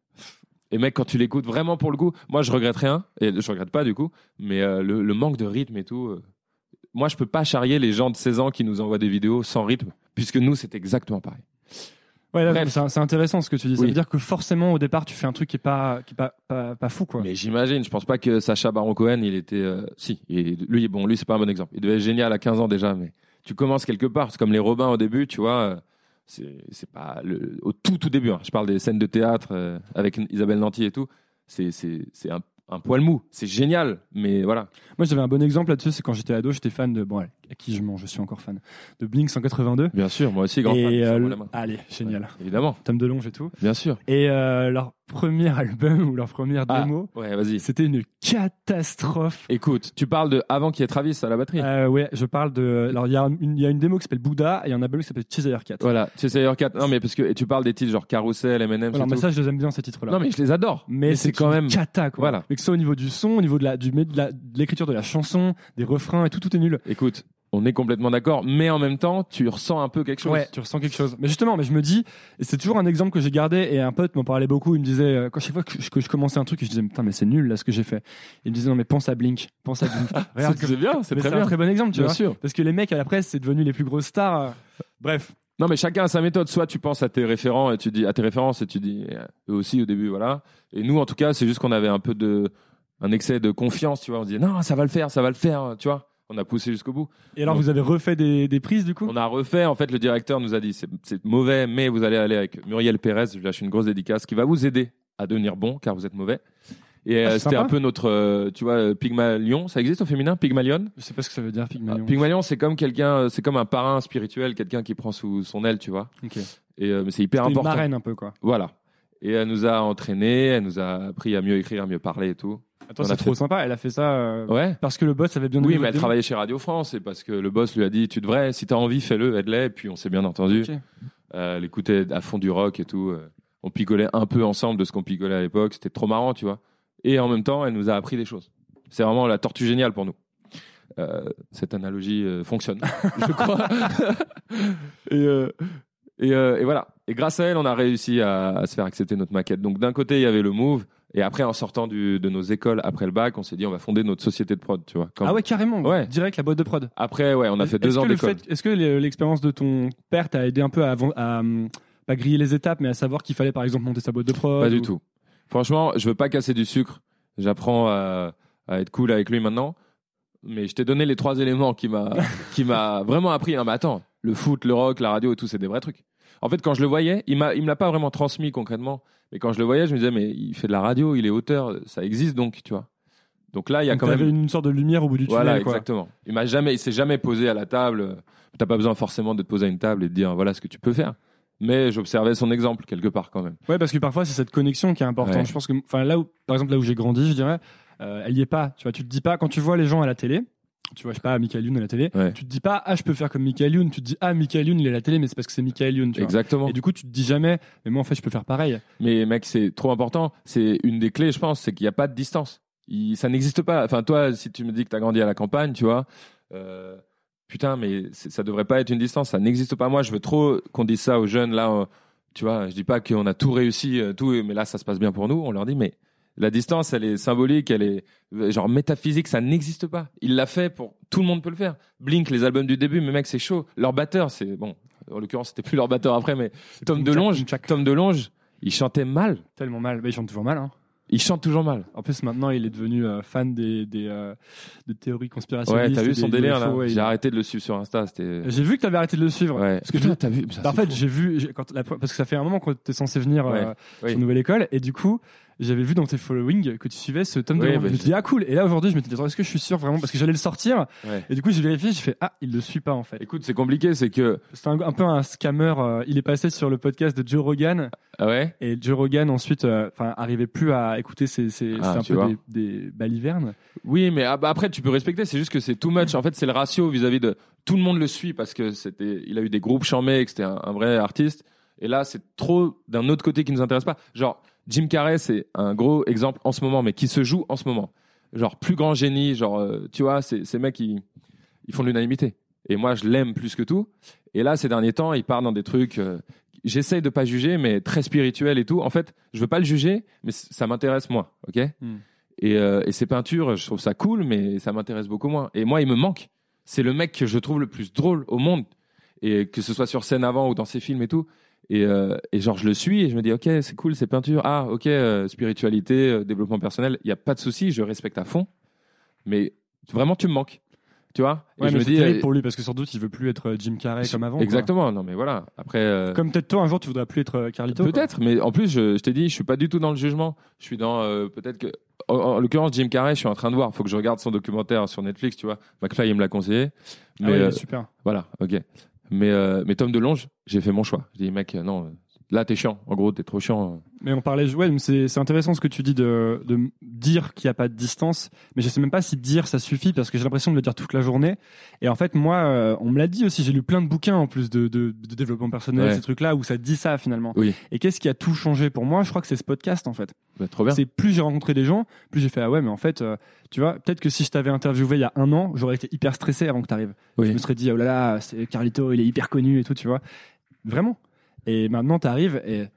Et mec, quand tu l'écoutes vraiment pour le coup, moi je regrette rien, et je regrette pas du coup, mais le manque de rythme et tout, moi je peux pas charrier les gens de 16 ans qui nous envoient des vidéos sans rythme, puisque nous c'est exactement pareil. Ouais, là, c'est intéressent ce que tu dis. Ça Oui. veut dire que forcément au départ tu fais un truc qui est pas fou quoi. Mais j'imagine, je pense pas que Sacha Baron Cohen, il était, lui c'est pas un bon exemple. Il devait être génial à 15 ans déjà, mais tu commences quelque part, c'est comme les Robins au début, tu vois. C'est pas au tout début, hein. Je parle des scènes de théâtre avec Isabelle Nanty et tout, c'est un poil mou, c'est génial, mais voilà. Moi j'avais un bon exemple là-dessus, c'est quand j'étais ado, j'étais fan de à qui je mens, je suis encore fan de Blink 182. Bien sûr, moi aussi grand fan. Allez, génial. Ouais, évidemment. Tom DeLonge et tout. Bien sûr. Et leur premier album ou leur première démo, ouais, vas-y. C'était une catastrophe. Écoute, tu parles de avant qu'il y ait Travis à la batterie. Ouais, je parle de. Alors il y a une démo qui s'appelle Bouddha et il y a un album qui s'appelle Cheshire Cat. Voilà, Cheshire Cat. Non mais parce que tu parles des titres genre Carousel, M&M. Alors mais ça je les aime bien ces titres-là. Non mais je les adore. Mais c'est quand même cata quoi. Voilà. Mais que ce soit au niveau du son, au niveau de l'écriture de la chanson, des refrains et tout est nul. Écoute, on est complètement d'accord, mais en même temps, tu ressens un peu quelque chose. Ouais, tu ressens quelque chose. Mais justement, je me dis, et c'est toujours un exemple que j'ai gardé, et un pote m'en parlait beaucoup, il me disait, chaque fois que je commençais un truc, je disais, putain, mais c'est nul là ce que j'ai fait. Il me disait, non, mais pense à Blink. Regarde, c'est bien, c'est très bien. C'est un très bon exemple, tu Bien vois. sûr. Parce que les mecs à la presse, c'est devenu les plus grosses stars. Bref. Non, mais chacun a sa méthode. Soit tu penses à tes références et tu dis, eux aussi au début, voilà. Et nous, en tout cas, c'est juste qu'on avait un excès de confiance, tu vois. On se disait, non, ça va le faire, tu vois. On a poussé jusqu'au bout. Et alors, vous avez refait des prises, du coup? On a refait. En fait, le directeur nous a dit, c'est mauvais, mais vous allez aller avec Muriel Pérez. Je lui lâche une grosse dédicace qui va vous aider à devenir bon, car vous êtes mauvais. Et c'était sympa. un peu notre, tu vois, Pygmalion. Ça existe au féminin, Pygmalion? Je sais pas ce que ça veut dire, Pygmalion. Pygmalion, c'est comme c'est comme un parrain spirituel, quelqu'un qui prend sous son aile, tu vois. Ok. Et mais c'est hyper C'était une important. marraine un peu, quoi. Voilà. Et elle nous a entraînés, elle nous a appris à mieux écrire, à mieux parler et tout. Attends, On c'est a trop fait- sympa. Elle a fait ça Ouais. parce que le boss avait bien aimé Oui, votre mais elle démo. travaillait chez Radio France et parce que le boss lui a dit tu devrais, si t'as envie, fais-le, aide-les. Et puis on s'est bien entendu. Ok. Elle écoutait à fond du rock et tout. On piccolait un peu ensemble de ce qu'on picolait à l'époque. C'était trop marrant, tu vois. Et en même temps, elle nous a appris des choses. C'est vraiment la tortue géniale pour nous. Cette analogie fonctionne, je crois. Et voilà. Et grâce à elle, on a réussi à se faire accepter notre maquette. Donc d'un côté, il y avait le move. Et après, en sortant de nos écoles après le bac, on s'est dit on va fonder notre société de prod, tu vois. Ah ouais, carrément. Ouais. Direct la boîte de prod. Après, ouais, on a fait 2 ans d'école. Est-ce que l'expérience de ton père t'a aidé un peu à pas griller les étapes, mais à savoir qu'il fallait par exemple monter sa boîte de prod? Pas du tout. Franchement, je veux pas casser du sucre. J'apprends à être cool avec lui maintenant. Mais je t'ai donné les 3 éléments qui m'a vraiment appris. Non, mais attends, le foot, le rock, la radio et tout, c'est des vrais trucs. En fait, quand je le voyais, il me l'a pas vraiment transmis concrètement. Mais quand je le voyais, je me disais, mais il fait de la radio, il est auteur, ça existe donc, tu vois. Donc là, il y a Donc quand même une sorte de lumière au bout du tunnel. Voilà, quoi. exactement. Il s'est jamais posé à la table. T'as pas besoin forcément de te poser à une table et de dire voilà ce que tu peux faire. Mais j'observais son exemple quelque part quand même. Ouais, parce que parfois c'est cette connexion qui est importante. Ouais. Je pense que, enfin par exemple là où j'ai grandi, je dirais, elle y est pas. Tu vois, tu te dis pas quand tu vois les gens à la télé. Tu vois, je sais pas, Michael Youn à la télé. Ouais. Tu te dis pas je peux faire comme Michael Youn. Tu te dis Michael Youn il est à la télé, mais c'est parce que c'est Michael Youn. Tu vois. Exactement. Et du coup, tu te dis jamais, mais moi en fait je peux faire pareil. Mais mec, c'est trop important. C'est une des clés, je pense, c'est qu'il n'y a pas de distance. Ça n'existe pas. Enfin, toi, si tu me dis que tu as grandi à la campagne, tu vois, putain, mais ça devrait pas être une distance. Ça n'existe pas. Moi, je veux trop qu'on dise ça aux jeunes. Là, tu vois, je dis pas qu'on a tout réussi, mais là, ça se passe bien pour nous. On leur dit, mais la distance, elle est symbolique, elle est genre métaphysique, ça n'existe pas. Il l'a fait pour tout le monde peut le faire. Blink, les albums du début, mais mec, c'est chaud. Leur batteur, c'est bon. En l'occurrence, c'était plus leur batteur après, mais Tom DeLonge, il chantait mal. Tellement mal. Bah, il chante toujours mal. Hein. Il chante toujours mal. En plus, maintenant, il est devenu fan des théories conspirationnistes. Ouais, t'as vu son délire là. UFO, J'ai arrêté de le suivre sur Insta. J'ai vu que t'avais arrêté de le suivre. Ouais. Parce que t'as vu. En fait, j'ai vu parce que ça fait un moment que t'es censé venir Oui. sur Nouvelle École, et du coup, j'avais vu dans tes followings que tu suivais ce Tom DeLonge. Je me suis dit cool. Et là aujourd'hui, je me suis dit est-ce que je suis sûr vraiment parce que j'allais le sortir. Ouais. Et du coup, j'ai vérifié, j'ai fait il le suit pas en fait. Écoute, c'est compliqué, c'est que C'est un peu un scammer. Il est passé sur le podcast de Joe Rogan. ah ouais. Et Joe Rogan ensuite, arrivait plus à écouter c'est un tu peu vois. des balivernes. Oui, mais après tu peux respecter. C'est juste que c'est too much. En fait, c'est le ratio vis-à-vis de tout le monde le suit parce que il a eu des groupes chambés, que c'était un vrai artiste. Et là, c'est trop d'un autre côté qui nous intéresse pas. Genre Jim Carrey, c'est un gros exemple en ce moment, mais qui se joue en ce moment. Genre plus grand génie, genre tu vois, ces mecs ils font de l'unanimité. Et moi, je l'aime plus que tout. Et là, ces derniers temps, il part dans des trucs. J'essaye de pas juger, mais très spirituel et tout. En fait, je veux pas le juger, mais ça m'intéresse moins, ok. Et ses peintures, je trouve ça cool, mais ça m'intéresse beaucoup moins. Et moi, il me manque. C'est le mec que je trouve le plus drôle au monde, et que ce soit sur scène avant ou dans ses films et tout. Et genre, je le suis et je me dis, ok, c'est cool ces peintures. Ah, ok, spiritualité, développement personnel, il y a pas de souci, je respecte à fond. Mais vraiment, tu me manques. Tu vois. Ouais, et mais je me c'est dis terrible pour lui parce que sans doute il veut plus être Jim Carrey comme avant. Exactement. Quoi. Non, mais voilà. Après. Comme peut-être toi un jour tu voudrais plus être Carlito. Peut-être, mais en plus je t'ai dit, je suis pas du tout dans le jugement. Je suis dans peut-être que, en l'occurrence Jim Carrey, je suis en train de voir. Faut que je regarde son documentaire sur Netflix, tu vois. McFly il me l'a conseillé. Mais il est super. voilà, ok. Mais Tom DeLonge, j'ai fait mon choix. Je dis mec, non, là t'es chiant. En gros, t'es trop chiant. Mais on parlait, ouais, mais c'est intéressant ce que tu dis de dire qu'il n'y a pas de distance, mais je sais même pas si dire ça suffit parce que j'ai l'impression de le dire toute la journée. Et en fait, moi, on me l'a dit aussi, j'ai lu plein de bouquins en plus de développement personnel, ces trucs-là où ça dit ça finalement. Oui. Et qu'est-ce qui a tout changé pour moi? Je crois que c'est ce podcast en fait. Bah, trop bien. C'est plus j'ai rencontré des gens, plus j'ai fait ah ouais, mais en fait, tu vois, peut-être que si je t'avais interviewé il y a 1 an, j'aurais été hyper stressé avant que t'arrives. Oui. Je me serais dit oh là là, c'est Carlito, il est hyper connu et tout, tu vois. Vraiment. Et maintenant, t'arrives et.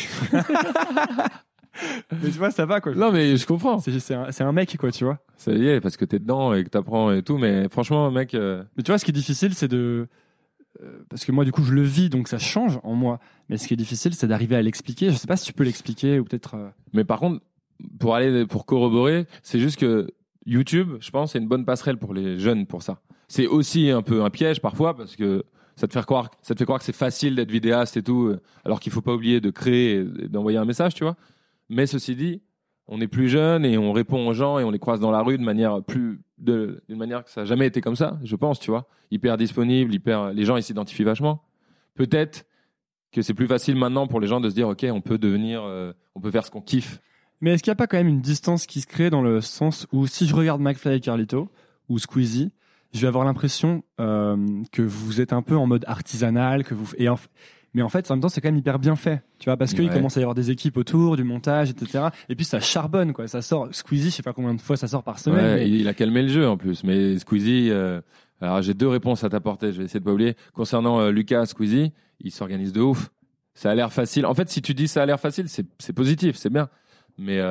Mais tu vois, ça va quoi. Non, mais je comprends. C'est un mec quoi, tu vois. Ça y est, parce que t'es dedans et que t'apprends et tout. Mais franchement, mec. Mais tu vois, ce qui est difficile, c'est de. Parce que moi, du coup, je le vis, donc ça change en moi. Mais ce qui est difficile, c'est d'arriver à l'expliquer. Je sais pas si tu peux l'expliquer ou peut-être. Mais par contre, pour corroborer, c'est juste que YouTube, je pense, c'est une bonne passerelle pour les jeunes pour ça. C'est aussi un peu un piège parfois parce que ça te fait croire que c'est facile d'être vidéaste et tout, alors qu'il faut pas oublier de créer et d'envoyer un message, tu vois. Mais ceci dit, on est plus jeune et on répond aux gens et on les croise dans la rue d'une manière d'une manière que ça n'a jamais été comme ça, je pense, tu vois. Hyper disponible, les gens ils s'identifient vachement. Peut-être que c'est plus facile maintenant pour les gens de se dire, ok, on peut faire ce qu'on kiffe. Mais est-ce qu'il n'y a pas quand même une distance qui se crée dans le sens où si je regarde McFly et Carlito ou Squeezie, je vais avoir l'impression que vous êtes un peu en mode artisanal, mais en fait, en même temps, c'est quand même hyper bien fait, tu vois, parce qu'il commence à y avoir des équipes autour, du montage, etc. Et puis ça charbonne, quoi. Ça sort. Squeezie, je sais pas combien de fois ça sort par semaine. Ouais, mais... Il a calmé le jeu en plus. Mais Squeezie, alors j'ai 2 réponses à t'apporter. Je vais essayer de pas oublier. Concernant Lucas, Squeezie, il s'organise de ouf. Ça a l'air facile. En fait, si tu dis ça a l'air facile, c'est positif, c'est bien. Mais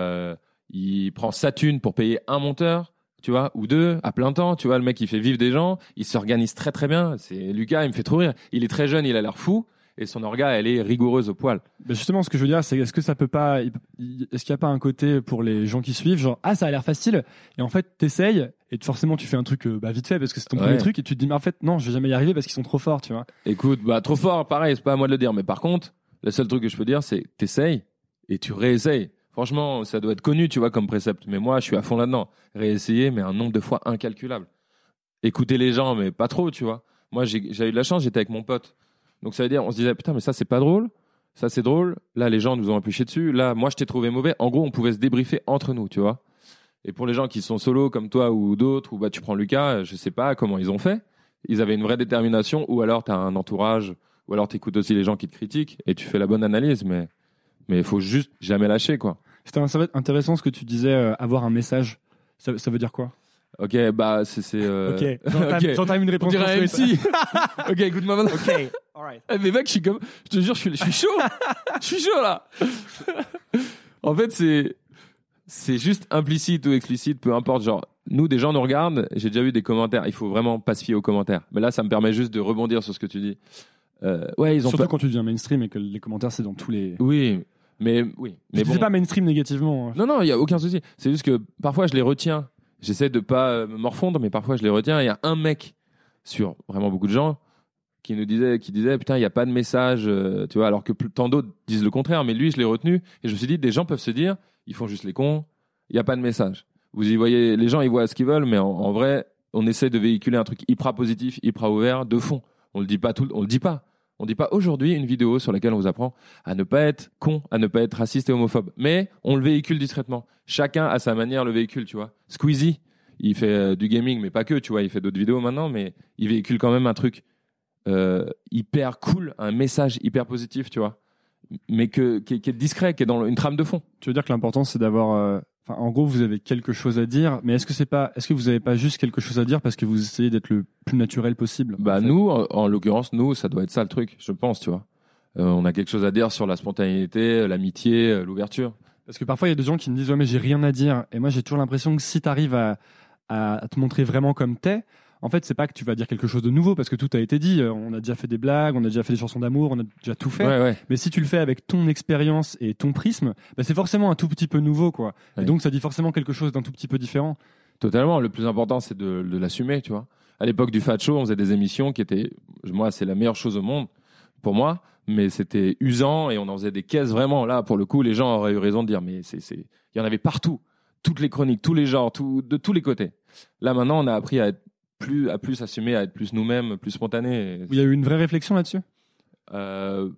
il prend sa thune pour payer un monteur. Tu vois, ou 2 à plein temps, tu vois, le mec il fait vivre des gens, il s'organise très très bien. C'est Lucas, il me fait trop rire. Il est très jeune, il a l'air fou et son orga, elle est rigoureuse au poil. Mais justement, ce que je veux dire, c'est est-ce que ça peut pas, est-ce qu'il n'y a pas un côté pour les gens qui suivent, genre ça a l'air facile et en fait t'essayes et forcément tu fais un truc vite fait parce que c'est ton premier truc et tu te dis mais en fait non, je vais jamais y arriver parce qu'ils sont trop forts, tu vois. Écoute, trop fort, pareil, c'est pas à moi de le dire, mais par contre, le seul truc que je peux dire, c'est t'essayes et tu réessayes. Franchement, ça doit être connu, tu vois, comme précepte. Mais moi, je suis à fond là-dedans. Réessayer, mais un nombre de fois incalculable. Écouter les gens, mais pas trop, tu vois. Moi, j'ai eu de la chance, j'étais avec mon pote. Donc, ça veut dire, on se disait, putain, mais ça, c'est pas drôle. Ça, c'est drôle. Là, les gens nous ont appuyé dessus. Là, moi, je t'ai trouvé mauvais. En gros, on pouvait se débriefer entre nous, tu vois. Et pour les gens qui sont solo, comme toi ou d'autres, ou tu prends Lucas, je sais pas comment ils ont fait. Ils avaient une vraie détermination, ou alors tu as un entourage, ou alors tu écoutes aussi les gens qui te critiquent et tu fais la bonne analyse, mais il faut juste jamais lâcher, quoi. C'était intéressant ce que tu disais, avoir un message. Ça veut dire quoi? Ok, c'est. Ok, j'entame une réponse. On dirait un MC. Ok, écoute-moi maintenant. Ok, alright. Mais mec, je te jure, je suis chaud. Je suis chaud là. En fait, c'est juste implicite ou explicite, peu importe. Genre, nous, des gens nous regardent. J'ai déjà eu des commentaires. Il faut vraiment pas se fier aux commentaires. Mais là, ça me permet juste de rebondir sur ce que tu dis. Surtout quand tu deviens mainstream et que les commentaires, c'est dans tous les. Oui. Mais je disais pas mainstream négativement. Non, il y a aucun souci. C'est juste que parfois je les retiens. J'essaie de pas me morfondre, mais parfois je les retiens. Il y a un mec sur vraiment beaucoup de gens qui disait putain, il y a pas de message, tu vois, alors que tant d'autres disent le contraire. Mais lui, je l'ai retenu et je me suis dit, des gens peuvent se dire, ils font juste les cons. Il y a pas de message. Vous y voyez, les gens ils voient ce qu'ils veulent, mais en vrai, on essaie de véhiculer un truc hyper positif, hyper ouvert, de fond. On le dit pas. On dit pas aujourd'hui une vidéo sur laquelle on vous apprend à ne pas être con, à ne pas être raciste et homophobe. Mais on le véhicule discrètement. Chacun à sa manière le véhicule, tu vois. Squeezie, il fait du gaming, mais pas que, tu vois. Il fait d'autres vidéos maintenant, mais il véhicule quand même un truc hyper cool, un message hyper positif, tu vois. Mais qui est discret, qui est dans une trame de fond. Tu veux dire que l'important, c'est d'avoir... en gros, vous avez quelque chose à dire, mais est-ce que vous n'avez pas juste quelque chose à dire parce que vous essayez d'être le plus naturel possible? Nous, en l'occurrence, ça doit être ça le truc, je pense, tu vois. On a quelque chose à dire sur la spontanéité, l'amitié, l'ouverture. Parce que parfois, il y a des gens qui me disent « Ouais, mais j'ai rien à dire. » Et moi, j'ai toujours l'impression que si tu arrives à te montrer vraiment comme t'es, en fait, c'est pas que tu vas dire quelque chose de nouveau parce que tout a été dit. On a déjà fait des blagues, on a déjà fait des chansons d'amour, on a déjà tout fait. Ouais. Mais si tu le fais avec ton expérience et ton prisme, c'est forcément un tout petit peu nouveau, quoi. Ouais. Et donc, ça dit forcément quelque chose d'un tout petit peu différent. Totalement. Le plus important, c'est de l'assumer, tu vois. À l'époque du Fat Show, on faisait des émissions qui étaient, moi, c'est la meilleure chose au monde pour moi, mais c'était usant et on en faisait des caisses vraiment. Là, pour le coup, les gens auraient eu raison de dire, mais il y en avait partout, toutes les chroniques, tous les genres, de tous les côtés. Là, maintenant, on a appris à plus assumer, à être plus nous-mêmes, plus spontané. Il y a eu une vraie réflexion là-dessus?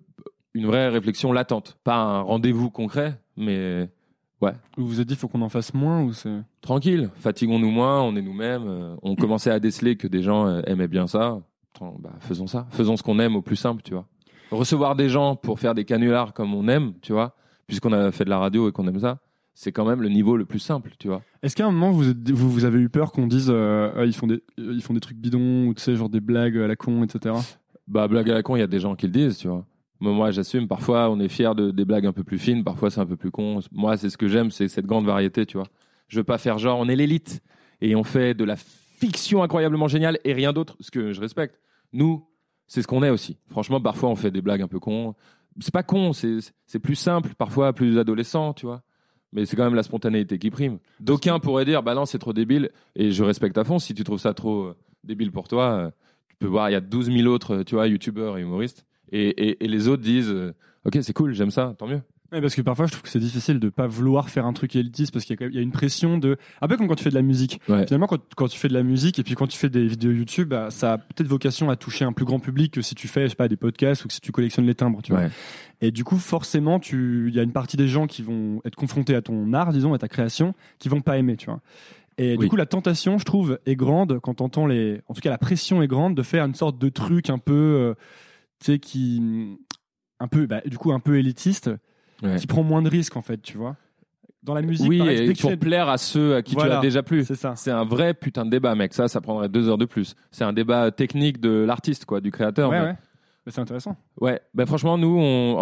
une vraie réflexion latente, pas un rendez-vous concret, mais ouais. Vous vous êtes dit, faut qu'on en fasse moins ou c'est... Tranquille, fatiguons-nous moins, on est nous-mêmes. On commençait à déceler que des gens aimaient bien ça. Faisons ça, faisons ce qu'on aime au plus simple, tu vois. Recevoir des gens pour faire des canulars comme on aime, tu vois, puisqu'on a fait de la radio et qu'on aime ça, c'est quand même le niveau le plus simple, tu vois. Est-ce qu'à un moment vous avez eu peur qu'on dise ils font des trucs bidons ou tu sais genre des blagues à la con, etc. Blague à la con, il y a des gens qui le disent, tu vois. Moi, j'assume. Parfois, on est fier des blagues un peu plus fines. Parfois, c'est un peu plus con. Moi, c'est ce que j'aime, c'est cette grande variété, tu vois. Je veux pas faire genre, on est l'élite et on fait de la fiction incroyablement géniale et rien d'autre, ce que je respecte. Nous, c'est ce qu'on est aussi. Franchement, parfois, on fait des blagues un peu cons. C'est pas con, c'est plus simple, parfois plus adolescent, tu vois. Mais c'est quand même la spontanéité qui prime. D'aucuns pourraient dire, bah non, c'est trop débile. Et je respecte à fond. Si tu trouves ça trop débile pour toi, tu peux voir, il y a 12 000 autres, tu vois, youtubeurs et humoristes. Et les autres disent, ok, c'est cool, j'aime ça, tant mieux. Ouais, parce que parfois je trouve que c'est difficile de pas vouloir faire un truc élitiste parce qu'il y a une pression de un peu comme quand tu fais de la musique. Ouais. Finalement quand tu fais de la musique et puis quand tu fais des vidéos YouTube, bah, ça a peut-être vocation à toucher un plus grand public que si tu fais je sais pas des podcasts ou que si tu collectionnes les timbres, tu vois. Ouais. Et du coup forcément il y a une partie des gens qui vont être confrontés à ton art, disons, à ta création, qui vont pas aimer, tu vois. Et du coup la tentation, je trouve, est grande quand t'entends en tout cas la pression est grande de faire une sorte de truc un peu tu sais qui un peu du coup un peu élitiste. Ouais. Qui prend moins de risques en fait, tu vois. Dans la musique, oui, pareil, et pour plaire à ceux à qui tu as déjà plu. C'est ça. C'est un vrai putain de débat, mec. Ça prendrait 2 heures de plus. C'est un débat technique de l'artiste, quoi, du créateur. Ouais, mais... ouais. Mais c'est intéressant. Ouais. Franchement, nous,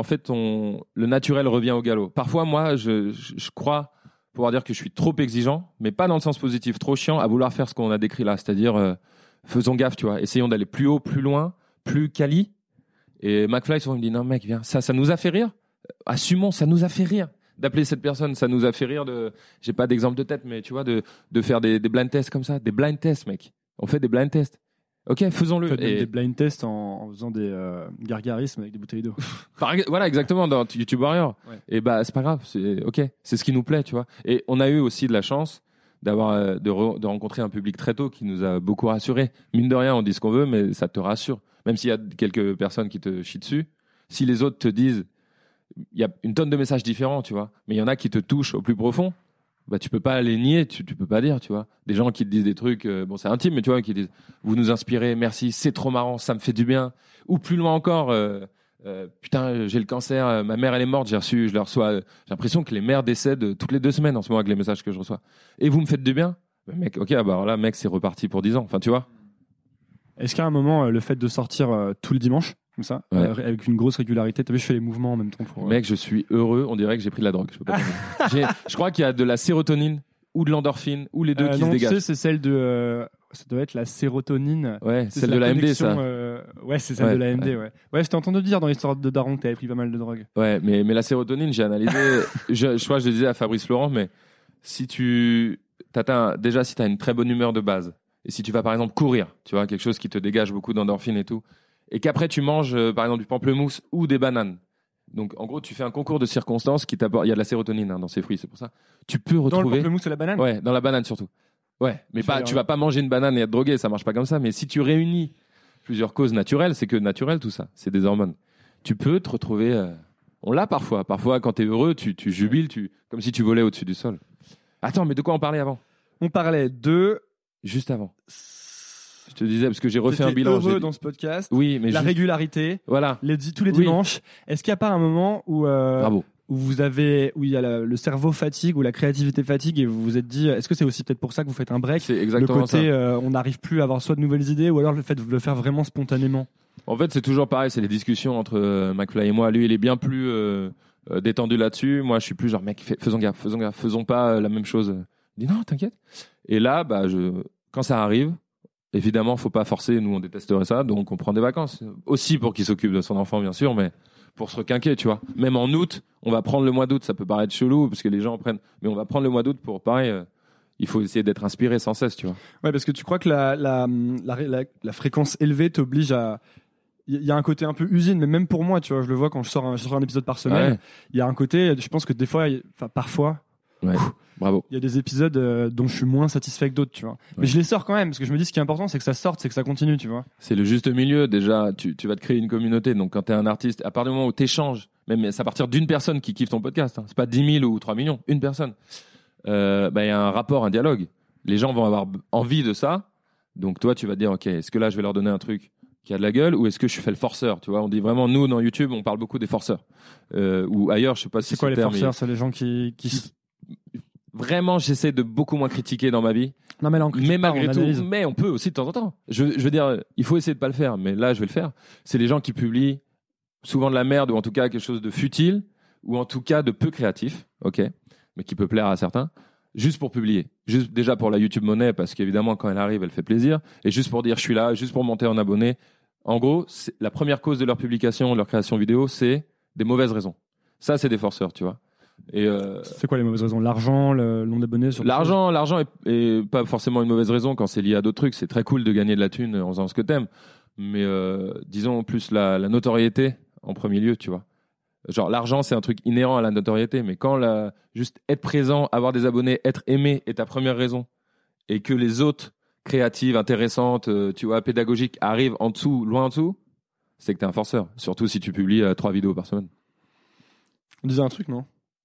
le naturel revient au galop. Parfois, moi, je crois pouvoir dire que je suis trop exigeant, mais pas dans le sens positif, trop chiant à vouloir faire ce qu'on a décrit là. C'est-à-dire, faisons gaffe, tu vois. Essayons d'aller plus haut, plus loin, plus quali. Et McFly, souvent, il me dit, non, mec, viens, ça nous a fait rire. Assumons, ça nous a fait rire d'appeler cette personne, ça nous a fait rire j'ai pas d'exemple de tête, mais tu vois, de faire des blind tests comme ça, des blind tests, mec. On fait des blind tests. Ok, faisons-le. Faites des blind tests en faisant des gargarismes avec des bouteilles d'eau. Voilà, exactement, dans YouTube Warrior. Ouais. Et c'est pas grave, c'est ce qui nous plaît, tu vois. Et on a eu aussi de la chance d'avoir de rencontrer un public très tôt qui nous a beaucoup rassurés. Mine de rien, on dit ce qu'on veut, mais ça te rassure. Même s'il y a quelques personnes qui te chient dessus, si les autres te disent il y a une tonne de messages différents, tu vois. Mais il y en a qui te touchent au plus profond. Tu peux pas les nier, tu peux pas dire, tu vois. Des gens qui te disent des trucs, c'est intime, mais tu vois, qui disent, vous nous inspirez, merci, c'est trop marrant, ça me fait du bien. Ou plus loin encore, putain, j'ai le cancer, ma mère elle est morte, je les reçois. J'ai l'impression que les mères décèdent toutes les 2 semaines en ce moment avec les messages que je reçois. Et vous me faites du bien, mec. Ok, alors là, mec, c'est reparti pour 10 ans. Enfin, tu vois. Est-ce qu'à un moment, le fait de sortir tout le dimanche, comme ça, ouais. Avec une grosse régularité, t'as vu, je fais les mouvements en même temps pour. Mec, je suis heureux. On dirait que j'ai pris de la drogue. Je peux pas je crois qu'il y a de la sérotonine ou de l'endorphine ou les deux qui se dégagent. Tu sais, c'est celle de. Ça doit être la sérotonine. Ouais, celle de l'AMD, ça. Ouais, c'est celle de l'AMD, ouais. Ouais, je t'ai entendu dire dans l'histoire de Daron que t'avais pris pas mal de drogue. Ouais, mais la sérotonine, j'ai analysé. je crois que je le disais à Fabrice Laurent, mais si tu t'atteins, déjà, si t'as une très bonne humeur de base, et si tu vas par exemple courir, tu vois, quelque chose qui te dégage beaucoup d'endorphine et tout, et qu'après tu manges par exemple du pamplemousse ou des bananes. Donc en gros, tu fais un concours de circonstances qui t'apporte. Il y a de la sérotonine dans ces fruits, c'est pour ça. Tu peux retrouver. Dans le pamplemousse et la banane. Ouais, dans la banane surtout. Ouais, mais tu vas pas manger une banane et être drogué, ça marche pas comme ça. Mais si tu réunis plusieurs causes naturelles, c'est que naturel tout ça, c'est des hormones. Tu peux te retrouver. On l'a parfois. Parfois, quand t'es heureux, tu jubiles, comme si tu volais au-dessus du sol. Attends, mais de quoi on parlait avant ? On parlait de. Juste avant. Je te disais, parce que j'ai refait un bilan. Heureux dans ce podcast. Oui, mais la régularité. Voilà. Tous les dimanches. Est-ce qu'il n'y a pas un moment où. Bravo. Où il y a le cerveau fatigue, ou la créativité fatigue, et vous vous êtes dit, est-ce que c'est aussi peut-être pour ça que vous faites un break ? C'est exactement le côté, ça. On n'arrive plus à avoir soit de nouvelles idées, ou alors le fait de le faire vraiment spontanément. En fait, c'est toujours pareil, c'est les discussions entre McFly et moi. Lui, il est bien plus détendu là-dessus. Moi, je suis plus genre, mec, faisons gaffe, faisons pas la même chose. Il dit non, t'inquiète. Et là, quand ça arrive, évidemment, faut pas forcer. Nous, on détesterait ça, donc on prend des vacances. Aussi pour qu'il s'occupe de son enfant, bien sûr, mais pour se requinquer, tu vois. Même en août, on va prendre le mois d'août. Ça peut paraître chelou parce que les gens en prennent, mais on va prendre le mois d'août pour pareil. Il faut essayer d'être inspiré sans cesse, tu vois. Ouais, parce que tu crois que la fréquence élevée t'oblige à. Il y a un côté un peu usine, mais même pour moi, tu vois, je le vois quand je sors un épisode par semaine. Il y a un côté, je pense que des fois, parfois, Ouais. Bravo. Il y a des épisodes dont je suis moins satisfait que d'autres, tu vois. Mais je les sors quand même, parce que je me dis ce qui est important, c'est que ça sorte, c'est que ça continue, tu vois. C'est le juste milieu. Déjà, tu vas te créer une communauté. Donc, quand tu es un artiste, à partir du moment où tu échanges, même c'est à partir d'une personne qui kiffe ton podcast, hein, c'est pas 10 000 ou 3 millions, une personne, y a un rapport, un dialogue. Les gens vont avoir envie de ça. Donc, toi, tu vas te dire, OK, est-ce que là, je vais leur donner un truc qui a de la gueule ou est-ce que je fais le forceur, tu vois? On dit vraiment, nous, dans YouTube, on parle beaucoup des forceurs. Ou ailleurs, je sais pas si c'est quoi les forceurs? C'est les gens qui... Vraiment, j'essaie de beaucoup moins critiquer dans ma vie. Non, mais là, on critique mais pas, malgré on tout, analyse. mais on peut aussi de temps en temps. Je veux dire, il faut essayer de pas le faire, mais là, je vais le faire. C'est les gens qui publient souvent de la merde ou en tout cas quelque chose de futile ou en tout cas de peu créatif, ok, mais qui peut plaire à certains, juste pour publier. Juste déjà pour la YouTube monnaie, parce qu'évidemment, quand elle arrive, elle fait plaisir. Et juste pour dire, je suis là, juste pour monter en abonnés. En gros, la première cause de leur publication, de leur création vidéo, c'est des mauvaises raisons. Ça, c'est des forceurs, tu vois. Et c'est quoi les mauvaises raisons? L'argent, le nombre d'abonnés sur l'argent est pas forcément une mauvaise raison quand c'est lié à d'autres trucs. C'est très cool de gagner de la thune en faisant ce que t'aimes. Mais disons plus la notoriété en premier lieu, tu vois. Genre l'argent, c'est un truc inhérent à la notoriété. Mais quand juste être présent, avoir des abonnés, être aimé est ta première raison et que les autres créatives, intéressantes, tu vois, pédagogiques arrivent en dessous, loin en dessous, c'est que t'es un forceur. Surtout si tu publies 3 vidéos par semaine. On disait un truc, non?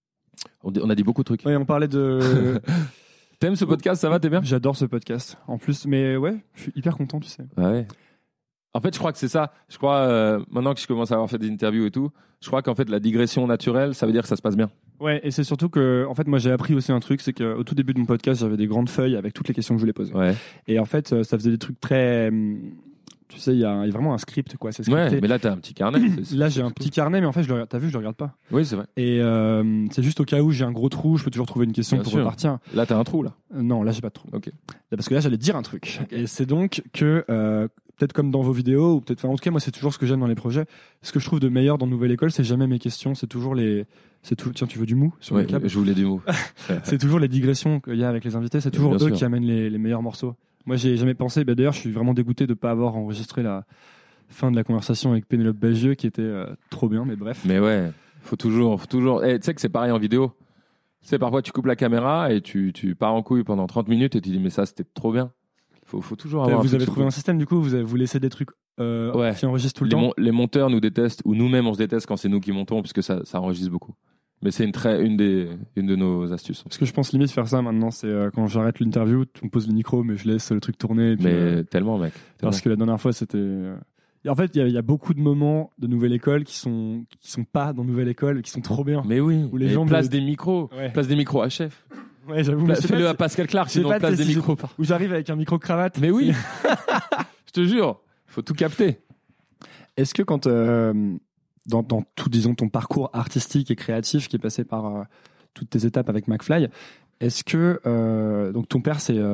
On a dit beaucoup de trucs. Oui, on parlait de... T'aimes ce podcast, ça va, t'es bien? J'adore ce podcast. En plus, mais ouais, je suis hyper content, tu sais. Ouais. En fait, je crois que c'est ça. Je crois, maintenant que je commence à avoir fait des interviews et tout, je crois qu'en fait, la digression naturelle, ça veut dire que ça se passe bien. Ouais, et c'est surtout que, en fait, moi, j'ai appris aussi un truc, c'est qu'au tout début de mon podcast, j'avais des grandes feuilles avec toutes les questions que je voulais poser. Ouais. Et en fait, ça faisait des trucs très... Tu sais, il y a vraiment un script, quoi. C'est scripté. Ouais, mais là, t'as un petit carnet. Là, j'ai un petit carnet, mais en fait, t'as vu, je le regarde pas. Oui, c'est vrai. Et c'est juste au cas où j'ai un gros trou, je peux toujours trouver une question Bien pour sûr. repartir. Là, t'as un trou, là. Non, là, j'ai pas de trou. Ok. Parce que là, j'allais dire un truc. Ok. Et c'est donc que, peut-être comme dans vos vidéos, ou peut-être, enfin, en tout cas, moi, c'est toujours ce que j'aime dans les projets. Ce que je trouve de meilleur dans Nouvelle École, c'est jamais mes questions, c'est toujours tiens, tu veux du mou sur Ouais, le câble? je voulais du mot. C'est toujours les digressions qu'il y a avec les invités, c'est toujours Bien eux sûr. qui amènent les meilleurs morceaux. Moi, j'ai jamais pensé, d'ailleurs, je suis vraiment dégoûté de ne pas avoir enregistré la fin de la conversation avec Pénélope Bagieux, qui était trop bien, mais bref. Mais ouais, faut toujours. Tu sais que c'est pareil en vidéo. Tu sais, parfois, tu coupes la caméra et tu pars en couille pendant 30 minutes et tu dis, mais ça, c'était trop bien. Faut toujours avoir. Vous avez trouvé un système, du coup, vous laissez des trucs Ouais. qui enregistrent tout le temps? Les monteurs nous détestent, ou nous-mêmes, on se déteste quand c'est nous qui montons, puisque ça enregistre beaucoup. Mais c'est une de nos astuces. Parce que je pense limite faire ça maintenant, c'est quand j'arrête l'interview, on pose le micro, mais je laisse le truc tourner. Et puis, Mais tellement, mec. parce que la dernière fois, c'était. Et en fait, il y a beaucoup de moments de Nouvelle École qui sont pas dans Nouvelle École, qui sont trop bien. Mais oui. Où les Et gens place me- des micros. Ouais. Place des micros à chef. Ouais, j'avoue. mais je sais Fais-le pas à si- Pascal Clark, je sais sinon pas place si des je- micros. Où j'arrive avec un micro cravate. Mais oui. Je te jure. Faut tout capter. Est-ce que quand dans tout, disons, ton parcours artistique et créatif qui est passé par toutes tes étapes avec McFly, est-ce que donc ton père c'est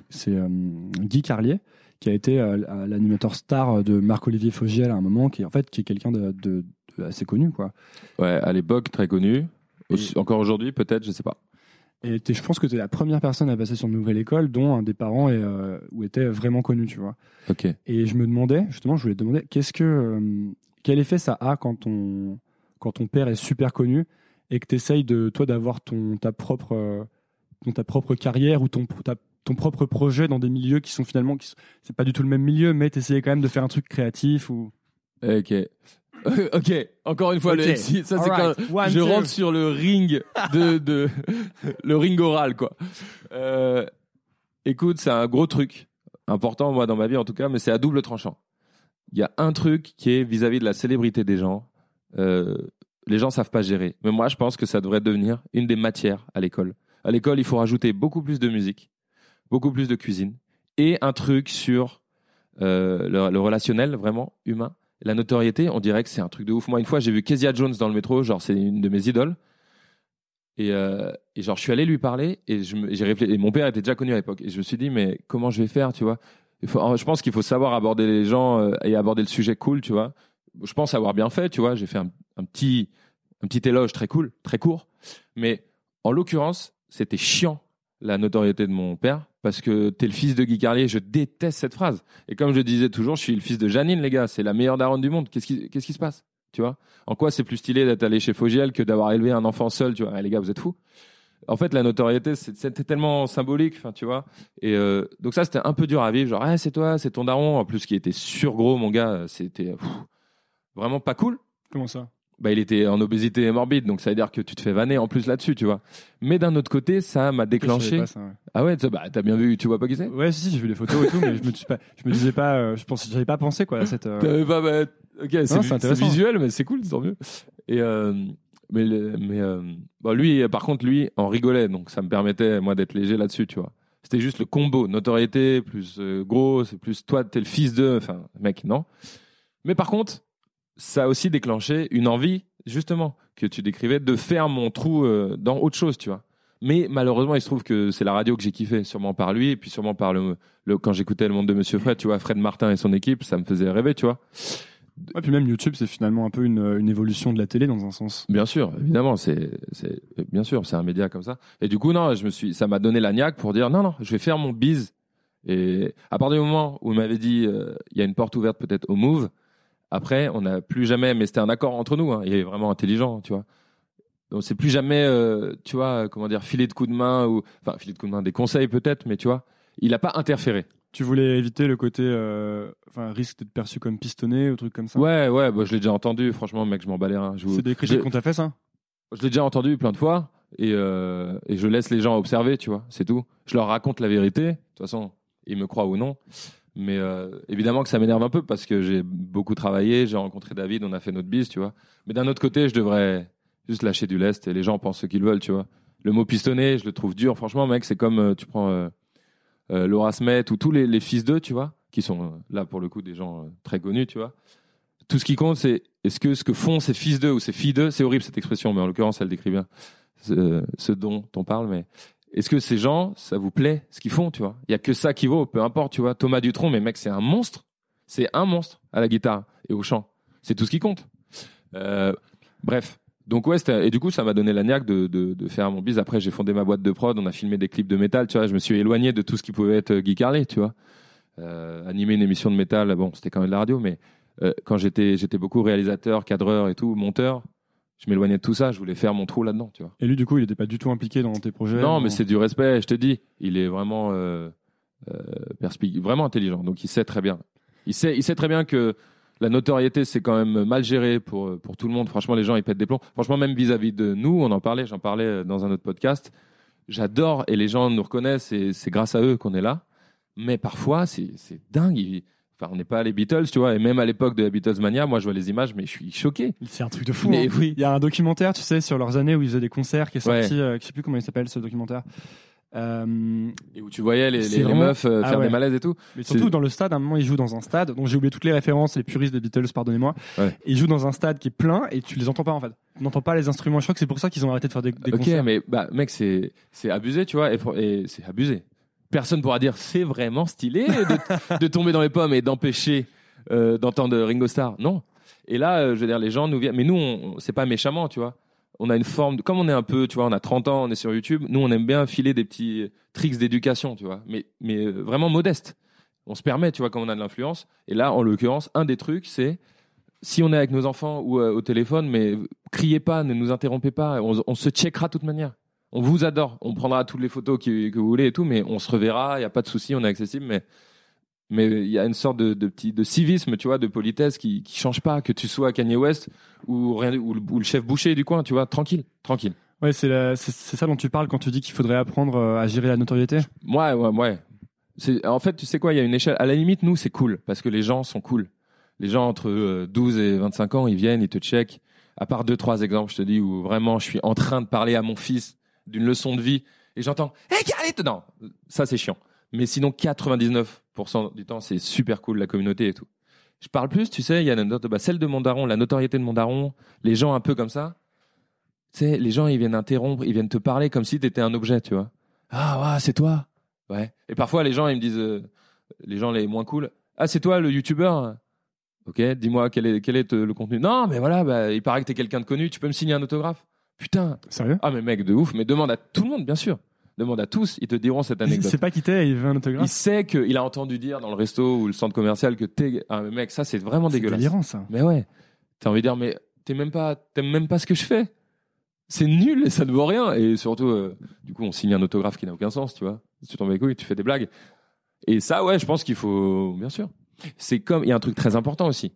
Guy Carlier, qui a été l'animateur star de Marc-Olivier Fogiel à un moment, qui est quelqu'un de assez connu, quoi. Ouais, à l'époque, très connu. Encore aujourd'hui, peut-être, je sais pas. Et je pense que tu es la première personne à passer sur Nouvelle École dont un des parents était vraiment connu, tu vois. Ok. Et je me demandais, justement, je voulais te demander, quel effet ça a quand ton père est super connu et que tu essayes d'avoir ta propre carrière ou ton propre projet dans des milieux qui sont finalement, c'est pas du tout le même milieu, mais tu essayais quand même de faire un truc créatif ou... Ok. Ok. Encore une fois, Ok. le MC. Ça, c'est Alright. quand One, je two. rentre sur le ring le ring oral, quoi. Écoute, c'est un gros truc. Important, moi, dans ma vie, en tout cas, mais c'est à double tranchant. Il y a un truc qui est vis-à-vis de la célébrité des gens. Les gens savent pas gérer. Mais moi, je pense que ça devrait devenir une des matières à l'école. À l'école, il faut rajouter beaucoup plus de musique, beaucoup plus de cuisine et un truc sur le relationnel vraiment humain. La notoriété, on dirait que c'est un truc de ouf. Moi, une fois, j'ai vu Kezia Jones dans le métro, genre c'est une de mes idoles. Et genre, je suis allé lui parler et j'ai réfléchi. Et mon père était déjà connu à l'époque. Et je me suis dit, mais comment je vais faire, tu vois? Je pense qu'il faut savoir aborder les gens et aborder le sujet cool, tu vois. Je pense avoir bien fait, tu vois. J'ai fait un petit éloge très cool, très court. Mais en l'occurrence, c'était chiant, la notoriété de mon père, parce que t'es le fils de Guy Carlier. Je déteste cette phrase. Et comme je disais toujours, je suis le fils de Janine, les gars. C'est la meilleure daronne du monde. Qu'est-ce qui se passe, tu vois? En quoi c'est plus stylé d'être allé chez Fogiel que d'avoir élevé un enfant seul, tu vois? Les gars, vous êtes fous. En fait, la notoriété, c'était tellement symbolique, enfin, tu vois. Et donc ça, c'était un peu dur à vivre. Genre, c'est toi, c'est ton daron. En plus, qui était surgros, mon gars, c'était vraiment pas cool. Comment ça? Bah, il était en obésité morbide, donc ça veut dire que tu te fais vanner en plus là-dessus, tu vois. Mais d'un autre côté, ça m'a déclenché. Je savais pas ça, ouais. Ah ouais, t'as bien vu, tu vois pas qui c'est? Ouais, si, j'ai vu les photos et tout, mais je me disais pas, j'avais pas pensé quoi à cette. T'avais pas, ok, c'est intéressant. visuel, mais c'est cool, tant mieux. Et bon, lui, par contre, lui, en rigolait, donc ça me permettait moi d'être léger là-dessus, tu vois. C'était juste le combo, notoriété plus gros, c'est plus toi, t'es le fils de, enfin, mec, non. Mais par contre, ça a aussi déclenché une envie, justement, que tu décrivais, de faire mon trou dans autre chose, tu vois. Mais malheureusement, il se trouve que c'est la radio que j'ai kiffé, sûrement par lui, et puis sûrement par quand j'écoutais Le Monde de Monsieur Fred, tu vois, Fred Martin et son équipe, ça me faisait rêver, tu vois. Ouais, puis même YouTube, c'est finalement un peu une évolution de la télé dans un sens. Bien sûr, évidemment, bien sûr, c'est un média comme ça. Et du coup, non, ça m'a donné la niaque pour dire non, je vais faire mon bise. Et à partir du moment où il m'avait dit, il y a une porte ouverte peut-être au Move. Après, on n'a plus jamais, mais c'était un accord entre nous. Hein, il est vraiment intelligent, tu vois. On s'est plus jamais, tu vois, comment dire, filer de coups de main filer de coups de main, des conseils peut-être, mais tu vois, il n'a pas interféré. Tu voulais éviter le côté, risque d'être perçu comme pistonné ou truc comme ça. Ouais, bah, je l'ai déjà entendu. Franchement, mec, je m'en bats les reins. C'est des critiques qu'on t'a fait, ça? Je l'ai déjà entendu plein de fois et je laisse les gens observer, tu vois, c'est tout. Je leur raconte la vérité. De toute façon, ils me croient ou non. Mais évidemment que ça m'énerve un peu parce que j'ai beaucoup travaillé, j'ai rencontré David, on a fait notre bise, tu vois. Mais d'un autre côté, je devrais juste lâcher du lest et les gens pensent ce qu'ils veulent, tu vois. Le mot pistonné, je le trouve dur. Franchement, mec, c'est comme tu prends Laura Smet ou tous les fils d'eux, tu vois, qui sont là pour le coup des gens très connus, tu vois. Tout ce qui compte, c'est est-ce que ce que font ces fils d'eux ou ces filles d'eux, c'est horrible cette expression, mais en l'occurrence, elle décrit bien ce dont on parle, mais est-ce que ces gens, ça vous plaît, ce qu'ils font, tu vois? Il y a que ça qui vaut, peu importe, tu vois. Thomas Dutronc, mais mec, c'est un monstre. C'est un monstre à la guitare et au chant. C'est tout ce qui compte. Bref. Donc ouais, et du coup, ça m'a donné la niaque de faire mon bise. Après, j'ai fondé ma boîte de prod, on a filmé des clips de métal, tu vois. Je me suis éloigné de tout ce qui pouvait être Guy Carlet, tu vois. Animer une émission de métal, bon, c'était quand même de la radio, mais quand j'étais beaucoup réalisateur, cadreur et tout, monteur, je m'éloignais de tout ça, je voulais faire mon trou là-dedans, tu vois. Et lui, du coup, il n'était pas du tout impliqué dans tes projets? Non, mais c'est du respect, je te dis. Il est vraiment vraiment intelligent, donc il sait très bien. Il sait très bien que la notoriété, c'est quand même mal géré pour tout le monde. Franchement, les gens, ils pètent des plombs. Franchement, même vis-à-vis de nous, j'en parlais dans un autre podcast. J'adore, et les gens nous reconnaissent, et c'est grâce à eux qu'on est là. Mais parfois, c'est dingue. Enfin, on n'est pas les Beatles, tu vois, et même à l'époque de la Beatlesmania, moi je vois les images, mais je suis choqué. C'est un truc de fou. Mais hein. oui. Il y a un documentaire, tu sais, sur leurs années où ils faisaient des concerts qui est sorti, je sais plus comment il s'appelle ce documentaire. Et où tu voyais les meufs faire des malaises et tout. Mais surtout dans le stade, à un moment ils jouent dans un stade, donc j'ai oublié toutes les références, les puristes des Beatles, pardonnez-moi. Ouais. Ils jouent dans un stade qui est plein et tu les entends pas en fait. Tu n'entends pas les instruments. Je crois que c'est pour ça qu'ils ont arrêté de faire des concerts. Ok, mais bah, mec, c'est abusé, tu vois, et c'est abusé. Personne pourra dire c'est vraiment stylé de tomber dans les pommes et d'empêcher d'entendre Ringo Starr. Non. Et là, je veux dire, les gens nous viennent. Mais nous, c'est pas méchamment, tu vois. On a une forme. Comme on est un peu, tu vois, on a 30 ans, on est sur YouTube. Nous, on aime bien filer des petits tricks d'éducation, tu vois. Mais vraiment modeste. On se permet, tu vois, comme on a de l'influence. Et là, en l'occurrence, un des trucs, c'est si on est avec nos enfants ou au téléphone, mais criez pas, ne nous interrompez pas. On se checkera de toute manière. On vous adore. On prendra toutes les photos que vous voulez et tout, mais on se reverra. Il y a pas de souci, on est accessible, mais il y a une sorte de civisme, tu vois, de politesse qui change pas, que tu sois Kanye West ou le chef boucher du coin, tu vois, tranquille. Ouais, c'est ça dont tu parles quand tu dis qu'il faudrait apprendre à gérer la notoriété. Ouais. En fait, tu sais quoi, il y a une échelle. À la limite, nous, c'est cool parce que les gens sont cool. Les gens entre 12 et 25 ans, ils viennent, ils te checkent. À part 2-3 exemples, je te dis, où vraiment, je suis en train de parler à mon fils d'une leçon de vie et j'entends « Hey, Carlette !» Non, ça, c'est chiant. Mais sinon, 99% du temps, c'est super cool, la communauté et tout. Je parle plus, tu sais, il y a celle de mon daron, la notoriété de mon daron, les gens un peu comme ça. Tu sais, les gens, ils viennent interrompre, ils viennent te parler comme si tu étais un objet, tu vois. Ah, ouais, c'est toi. Ouais. Et parfois, les gens, ils me disent, les gens les moins cool, ah, c'est toi le youtubeur. Ok, dis-moi quel est le contenu. Non, mais voilà, il paraît que t'es quelqu'un de connu, tu peux me signer un autographe. Putain. Sérieux? Ah, mais mec, de ouf. Mais demande à tout le monde, bien sûr. Demande à tous, ils te diront cette anecdote. Il sait pas qui t'es, il veut un autographe. Il sait qu'il a entendu dire dans le resto ou le centre commercial que t'es. Ah, mais mec, ça, c'est vraiment dégueulasse. C'est délirant, ça. Mais ouais. T'as envie de dire, mais t'aimes même pas ce que je fais. C'est nul et ça ne vaut rien. Et surtout, du coup, on signe un autographe qui n'a aucun sens, tu vois. Si tu tombes avec couilles, tu fais des blagues. Et ça, ouais, je pense qu'il faut, bien sûr. C'est comme, il y a un truc très important aussi.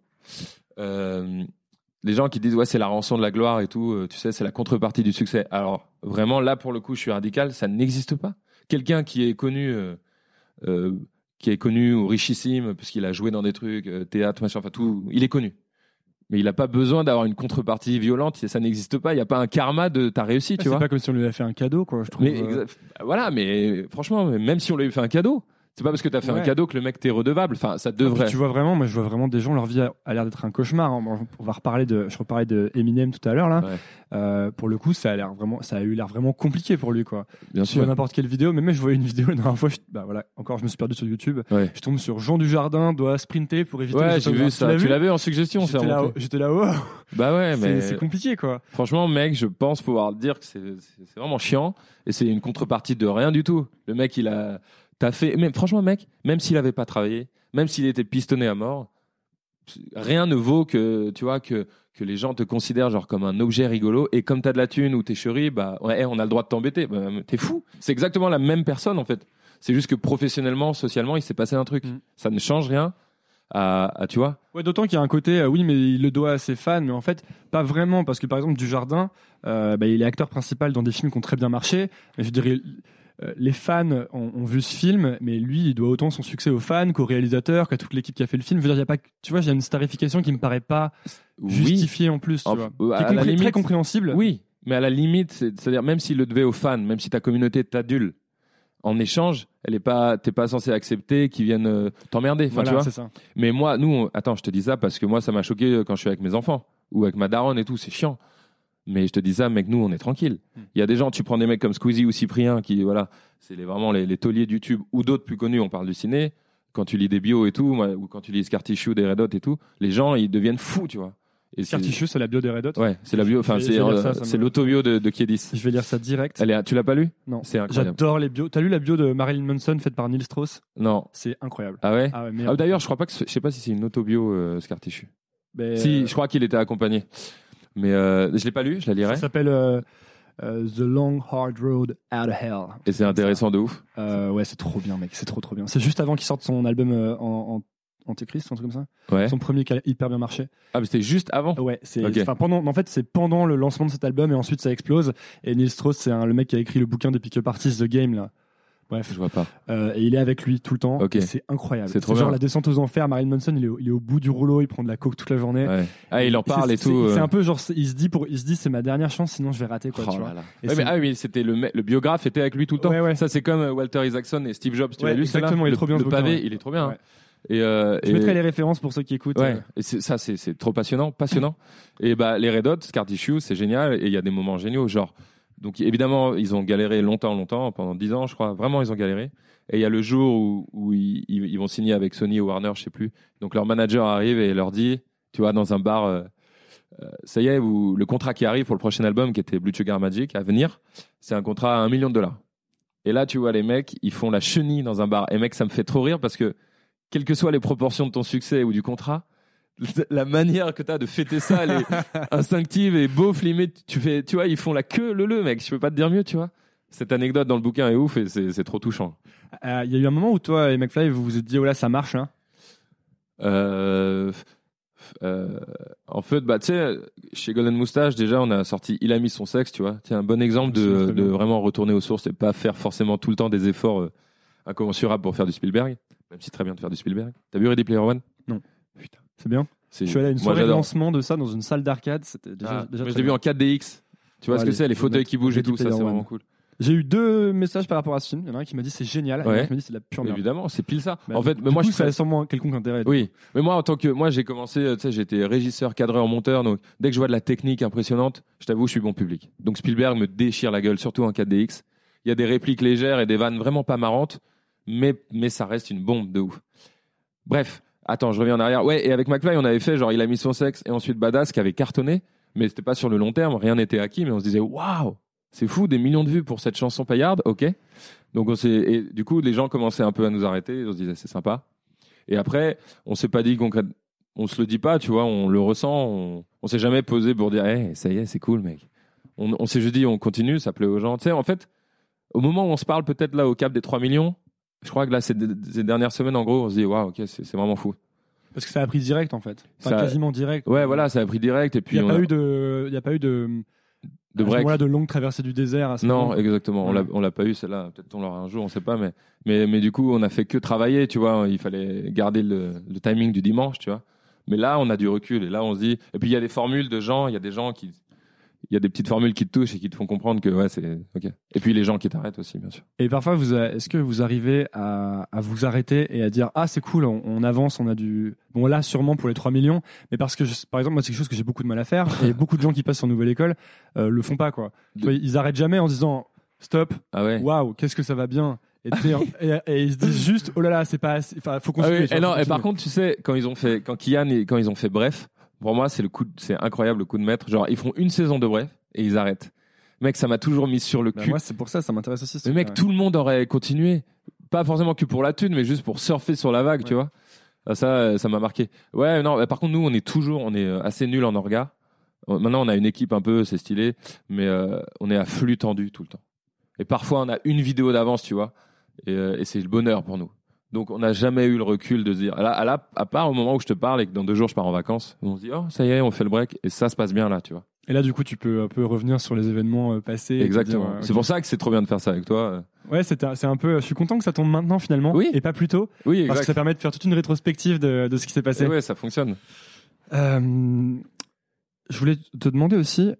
Les gens qui disent, ouais, c'est la rançon de la gloire et tout, tu sais, c'est la contrepartie du succès. Alors, vraiment, là, pour le coup, je suis radical, ça n'existe pas. Quelqu'un qui est connu ou richissime, puisqu'il a joué dans des trucs, théâtre, machin, enfin tout, il est connu. Mais il n'a pas besoin d'avoir une contrepartie violente, ça n'existe pas. Il n'y a pas un karma de ta réussite, tu vois. C'est pas comme si on lui avait fait un cadeau, quoi, je trouve. Mais voilà, mais franchement, même si on lui avait fait un cadeau, c'est pas parce que tu as fait un cadeau que le mec t'est redevable. Enfin, ça devrait. Tu vois vraiment, moi je vois vraiment des gens, leur vie a l'air d'être un cauchemar. Hein. On va reparler je reparlais de Eminem tout à l'heure là. Ouais. Pour le coup, ça a eu l'air vraiment compliqué pour lui, quoi. Bien sûr. N'importe quelle vidéo, mais même je voyais une vidéo la dernière fois. Je me suis perdu sur YouTube. Ouais. Je tombe sur Jean Dujardin doit sprinter pour éviter. Ouais, j'ai vu ça. Tu l'avais en suggestion. J'étais là-haut. Bah ouais, mais c'est compliqué, quoi. Franchement, mec, je pense pouvoir dire que c'est vraiment chiant et c'est une contrepartie de rien du tout. Le mec, il a T'as fait, mais franchement, mec, même s'il avait pas travaillé, même s'il était pistonné à mort, rien ne vaut que, tu vois, que les gens te considèrent genre comme un objet rigolo. Et comme t'as de la thune ou t'es chéri, bah, ouais, on a le droit de t'embêter. Bah, t'es fou. C'est exactement la même personne, en fait. C'est juste que professionnellement, socialement, il s'est passé un truc. Ça ne change rien. Tu vois. Ouais, d'autant qu'il y a un côté, oui, mais il le doit à ses fans, mais en fait, pas vraiment, parce que par exemple, Dujardin, il est acteur principal dans des films qui ont très bien marché. Mais je dirais, les fans ont vu ce film, mais lui, il doit autant son succès aux fans qu'au réalisateur, qu'à toute l'équipe qui a fait le film. Je veux dire, il y a pas, tu vois, il y a une starification qui me paraît pas justifiée en plus, tu vois. Qui est très compréhensible. Oui, mais à la limite, c'est-à-dire même s'il le devait aux fans, même si ta communauté t'adule, en échange, t'es pas censé accepter qu'ils viennent t'emmerder. Enfin, voilà, tu vois. C'est ça. Mais moi, attends, je te dis ça parce que moi, ça m'a choqué quand je suis avec mes enfants ou avec ma daronne et tout. C'est chiant. Mais je te dis ça, mec, nous, on est tranquille. Il y a des gens, tu prends des mecs comme Squeezie ou Cyprien qui, voilà, c'est vraiment les tauliers de YouTube ou d'autres plus connus. On parle du ciné. Quand tu lis des bios et tout, ou quand tu lis Scar Tissue des Red Hot et tout, les gens, ils deviennent fous, tu vois. Scar Tissue, c'est la bio des Red Hot. Ouais, c'est la bio. Enfin, c'est l'autobio de Kiedis. Je vais lire ça direct. Tu l'as pas lu? Non. C'est incroyable. J'adore les bios. T'as lu la bio de Marilyn Manson faite par Neil Strauss? Non. C'est incroyable. Ah ouais? D'ailleurs, je sais pas si c'est une autobio Scar Tissue. Si, je crois qu'il était accompagné. Mais je l'ai pas lu, je la lirai. Ça s'appelle The Long Hard Road Out of Hell. Et c'est intéressant de ouf. Ouais, c'est trop bien, mec. C'est trop bien. C'est juste avant qu'il sorte son album en Antéchrist, un truc comme ça. Ouais. Son premier qui a hyper bien marché. Ah, mais c'était juste avant. Ouais, c'est en fait c'est pendant le lancement de cet album et ensuite ça explose. Et Neil Strauss, c'est le mec qui a écrit le bouquin des Pick-up Artists, The Game là. Bref, je vois pas. Et il est avec lui tout le temps. Okay. C'est incroyable. C'est trop genre bien. La descente aux enfers. Marilyn Manson, il est au bout du rouleau, il prend de la coke toute la journée. Ouais. Ah, il en parle et tout. C'est un peu genre, il se dit c'est ma dernière chance, sinon je vais rater quoi. Oh tu vois. Mais c'était le biographe était avec lui tout le temps. Ouais. Ça c'est comme Walter Isaacson et Steve Jobs. Tu l'as lu? Exactement. Il est trop bien. Le pavé, il est trop bien. Ouais. Je mettrai les références pour ceux qui écoutent. Ouais. Et c'est trop passionnant. Et les Red Hot, Scar Tissue, c'est génial. Et il y a des moments géniaux, genre. Donc évidemment, ils ont galéré longtemps, pendant 10 ans, je crois. Vraiment, ils ont galéré. Et il y a le jour où ils vont signer avec Sony ou Warner, je sais plus. Donc leur manager arrive et leur dit, tu vois, dans un bar, ça y est, le contrat qui arrive pour le prochain album, qui était Blue Sugar Magic, à venir, c'est un contrat à $1 million. Et là, tu vois, les mecs, ils font la chenille dans un bar. Et mec, ça me fait trop rire parce que, quelles que soient les proportions de ton succès ou du contrat, la manière que tu as de fêter ça, elle est instinctive et beauf, limite. Tu vois, ils font la queue le mec. Je peux pas te dire mieux, tu vois. Cette anecdote dans le bouquin est ouf et c'est trop touchant. Il y a eu un moment où toi et McFly, vous vous êtes dit, oh là, ça marche, hein. En fait, tu sais, chez Golden Moustache, déjà, on a sorti Il a mis son sexe, tu vois. C'est un bon exemple de vraiment retourner aux sources et pas faire forcément tout le temps des efforts incommensurables pour faire du Spielberg, même si c'est très bien de faire du Spielberg. T'as vu Ready Player One? Non. Putain. C'est bien. Je suis allé à une soirée de lancement de ça dans une salle d'arcade. C'était déjà je l'ai vu en 4DX. Tu vois ce que c'est, les fauteuils qui bougent et tout, ça c'est vraiment cool. J'ai eu 2 messages par rapport à ce film. Il y en a un qui m'a dit c'est génial, et un qui m'a dit c'est de la pure merde. Évidemment, c'est pile ça. En fait, moi ça a sûrement quelconque intérêt. Oui, mais moi j'ai commencé, tu sais, j'étais régisseur, cadreur, monteur, donc dès que je vois de la technique impressionnante, je t'avoue, je suis bon public. Donc Spielberg me déchire la gueule, surtout en 4DX. Il y a des répliques légères et des vannes vraiment pas marrantes, mais ça reste une bombe de ouf. Bref, attends, je reviens en arrière. Ouais, et avec McFly, on avait fait genre Il a mis son sexe et ensuite Badass qui avait cartonné, mais c'était pas sur le long terme, rien n'était acquis, mais on se disait waouh. C'est fou, des millions de vues pour cette chanson paillarde, ok. Donc et du coup, les gens commençaient un peu à nous arrêter, on se disait c'est sympa. Et après, on s'est pas dit on se le dit pas, tu vois, on le ressent, on s'est jamais posé pour dire, hey, ça y est, c'est cool, mec. on s'est juste dit, on continue, ça plaît aux gens. Tu sais, en fait, au moment où on se parle, peut-être là, au cap des 3 millions, je crois que là, ces dernières semaines, en gros, on se dit, waouh, ok, c'est vraiment fou. Parce que ça a pris direct, en fait. Enfin, Ça- quasiment direct. Ouais, voilà, ça a pris direct. Et puis, Il n'y on a a- pas eu de de break. de longue traversée du désert. À ce Non, moment. exactement. Ouais. On l'a pas eu celle-là. Peut-être on l'aura un jour, on sait pas. Mais du coup, on a fait que travailler, tu vois. Il fallait garder le timing du dimanche, tu vois. Mais là, on a du recul. Et là, on se dit. Et puis, il y a des formules de gens. Il y a des gens qui. Il y a des petites formules qui te touchent et qui te font comprendre que ouais, c'est ok. Et puis les gens qui t'arrêtent aussi, bien sûr. Et parfois, est-ce que vous arrivez à vous arrêter et à dire ah c'est cool, on avance, on a du bon là sûrement pour les 3 millions, mais parce que par exemple moi c'est quelque chose que j'ai beaucoup de mal à faire et beaucoup de gens qui passent sur Nouvelle École le font pas quoi. Tu vois, ils arrêtent jamais en se disant stop, Ah ouais. waouh qu'est-ce que ça va bien et ils se disent juste oh là là c'est pas assez, enfin faut Ah continuer. oui, tu vois, et non, faut et par continuer. contre, tu sais, quand Kian et quand ils ont fait Bref, pour moi, c'est incroyable le coup de maître. Genre, ils font une saison de Bref et ils arrêtent. Mec, ça m'a toujours mis sur le Bah, cul. moi c'est pour ça m'intéresse aussi. Mais mec, tout le monde aurait continué. Pas forcément que pour la thune, mais juste pour surfer sur la vague, Ouais. tu vois. Ah, ça m'a marqué. Ouais, non, par contre, nous, on est assez nuls en orga. Maintenant, on a une équipe un peu, c'est stylé, mais on est à flux tendu tout le temps. Et parfois, on a une vidéo d'avance, tu vois. Et c'est le bonheur pour nous. Donc, on n'a jamais eu le recul de se dire, à part au moment où je te parle et que dans 2 jours, je pars en vacances, on se dit, oh, ça y est, on fait le break et ça se passe bien là, tu vois. Et là du coup tu peux un peu revenir sur les événements passés. et te Exactement. dire, C'est ok. pour ça que c'est trop bien de faire ça avec toi. Ouais c'est un peu. Je suis content que ça tombe maintenant finalement. Oui. Et pas plus tôt. Oui, Parce que ça exact. permet de faire toute une rétrospective de ce qui s'est passé. Et ouais, ça fonctionne. Je voulais te demander aussi,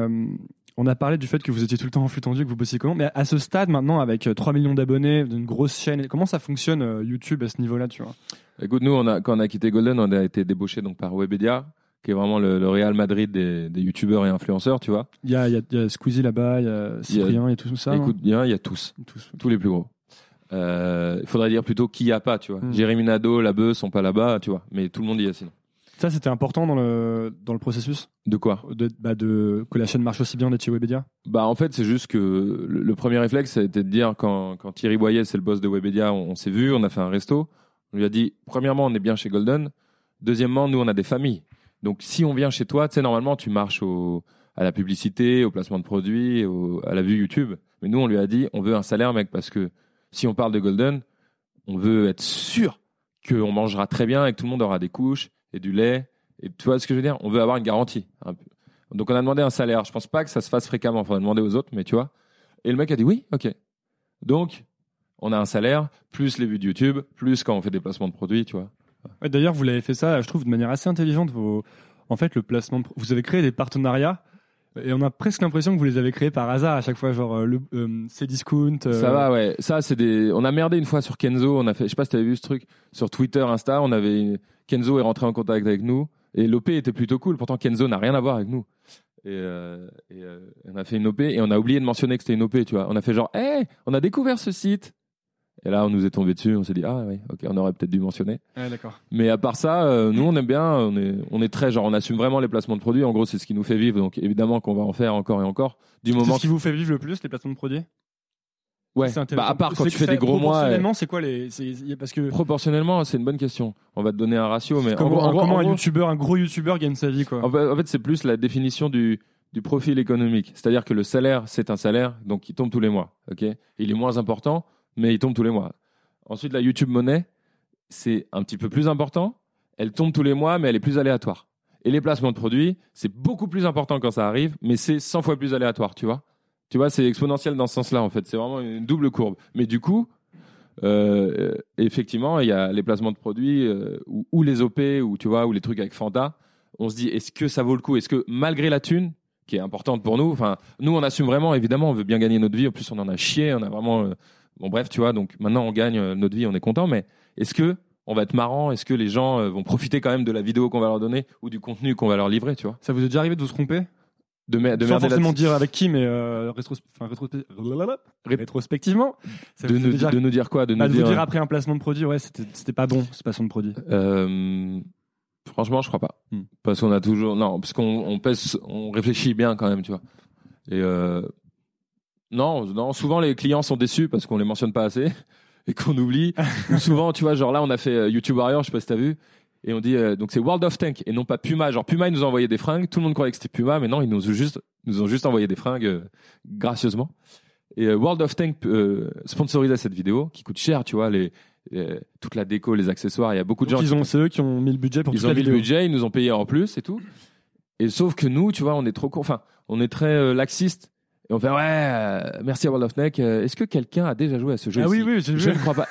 on a parlé du fait que vous étiez tout le temps en flux tendu, que vous bossiez comment, mais à ce stade maintenant, avec 3 millions d'abonnés, d'une grosse chaîne, comment ça fonctionne YouTube à ce niveau-là, tu vois? Écoute, nous, quand on a quitté Golden, on a été débauché donc par Webedia, qui est vraiment le Real Madrid des youtubeurs et influenceurs, tu vois. Il y a Squeezie là-bas, il y a Cyprien et tout ça. Écoute, il y a tous les plus gros. Il faudrait dire plutôt qui y a pas, tu vois. Jérémy Nadeau, Labeu sont pas là-bas, tu vois. Mais tout le monde y est sinon. Ça, c'était important dans le processus De quoi? que la chaîne marche aussi bien d'être chez Webedia. Bah en fait, c'est juste que le premier réflexe, c'était de dire quand Thierry Boyer, c'est le boss de Webedia, on s'est vu, on a fait un resto. On lui a dit, premièrement, on est bien chez Golden. Deuxièmement, nous, on a des familles. Donc, si on vient chez toi, tu sais, normalement, tu marches à la publicité, au placement de produits, à la vue YouTube. Mais nous, on lui a dit, on veut un salaire, mec, parce que si on parle de Golden, on veut être sûr qu'on mangera très bien et que tout le monde aura des couches et du lait. Et tu vois ce que je veux dire? On veut avoir une garantie. Donc, on a demandé un salaire. Je pense pas que ça se fasse fréquemment. Il faudrait demander aux autres, mais tu vois. Et le mec a dit oui, ok. Donc, on a un salaire, plus les vues de YouTube, plus quand on fait des placements de produits, tu vois. Ouais, d'ailleurs, vous l'avez fait ça, je trouve, de manière assez intelligente. En fait, le placement vous avez créé des partenariats et on a presque l'impression que vous les avez créés par hasard à chaque fois, genre Cdiscount. Ça va, ouais. Ça, on a merdé une fois sur Kenzo. On a fait, je sais pas si t'avais vu ce truc sur Twitter, Insta. Kenzo est rentré en contact avec nous et l'OP était plutôt cool. Pourtant, Kenzo n'a rien à voir avec nous. Et on a fait une OP et on a oublié de mentionner que c'était une OP, tu vois. On a fait genre, on a découvert ce site. Et là, on nous est tombé dessus. On s'est dit, ah oui, ok, on aurait peut-être dû mentionner. Ouais, d'accord. Mais à part ça, nous, on aime bien. On est très genre, on assume vraiment les placements de produits. En gros, c'est ce qui nous fait vivre. Donc, évidemment, qu'on va en faire encore et encore. Du C'est moment ce qui vous fait vivre le plus, les placements de produits? ouais. C'est intéressant. Bah, à part quand C'est tu fais que des gros mois. Proportionnellement, c'est quoi parce que Proportionnellement, c'est une bonne question. On va te donner un ratio, mais comment un gros youtubeur gagne sa vie, quoi? En fait, c'est plus la définition du profil économique. C'est-à-dire que le salaire, c'est un salaire, donc il tombe tous les mois. Ok, il est moins important, mais il tombe tous les mois. Ensuite, la YouTube Money, c'est un petit peu plus important. Elle tombe tous les mois, mais elle est plus aléatoire. Et les placements de produits, c'est beaucoup plus important quand ça arrive, mais c'est 100 fois plus aléatoire, tu vois. Tu vois, c'est exponentiel dans ce sens-là, en fait. C'est vraiment une double courbe. Mais du coup, effectivement, il y a les placements de produits ou les OP, ou tu vois, ou les trucs avec Fanta. On se dit, est-ce que ça vaut le coup? Est-ce que malgré la thune, qui est importante pour nous, enfin, nous, on assume vraiment, évidemment, on veut bien gagner notre vie. En plus, on en a chié, on a vraiment... Bon, bref, tu vois, donc maintenant, on gagne notre vie, on est content, mais est-ce que on va être marrant? Est-ce que les gens vont profiter quand même de la vidéo qu'on va leur donner ou du contenu qu'on va leur livrer, tu vois? Ça vous est déjà arrivé de vous tromper? De Sans merder forcément dire avec qui, mais rétrospectivement. Ça vous est déjà- de nous dire quoi? De Bah, nous de vous dire... dire après un placement de produit, ouais, c'était pas bon, ce placement de produit. Franchement, je crois pas. Parce qu'on a toujours... Non, parce on réfléchit bien quand même, tu vois. Et non, souvent les clients sont déçus parce qu'on les mentionne pas assez et qu'on oublie. Ou souvent, tu vois, genre là, on a fait YouTube Warrior, je sais pas si t'as vu. Et on dit, donc c'est World of Tank et non pas Puma. Genre Puma, ils nous ont envoyé des fringues. Tout le monde croyait que c'était Puma, mais non, ils nous ont juste envoyé des fringues gracieusement. Et World of Tank sponsorisait cette vidéo qui coûte cher, tu vois, toute la déco, les accessoires. Il y a beaucoup de gens. C'est eux qui ont mis le budget pour toute la vidéo. Ils ont mis le budget, ils nous ont payé en plus et tout. Et sauf que nous, tu vois, on est trop enfin, on est très laxiste. Et on fait merci à World of Tank. Est-ce que quelqu'un a déjà joué à ce jeu? Ah ici? oui, j'ai vu. Je ne crois pas.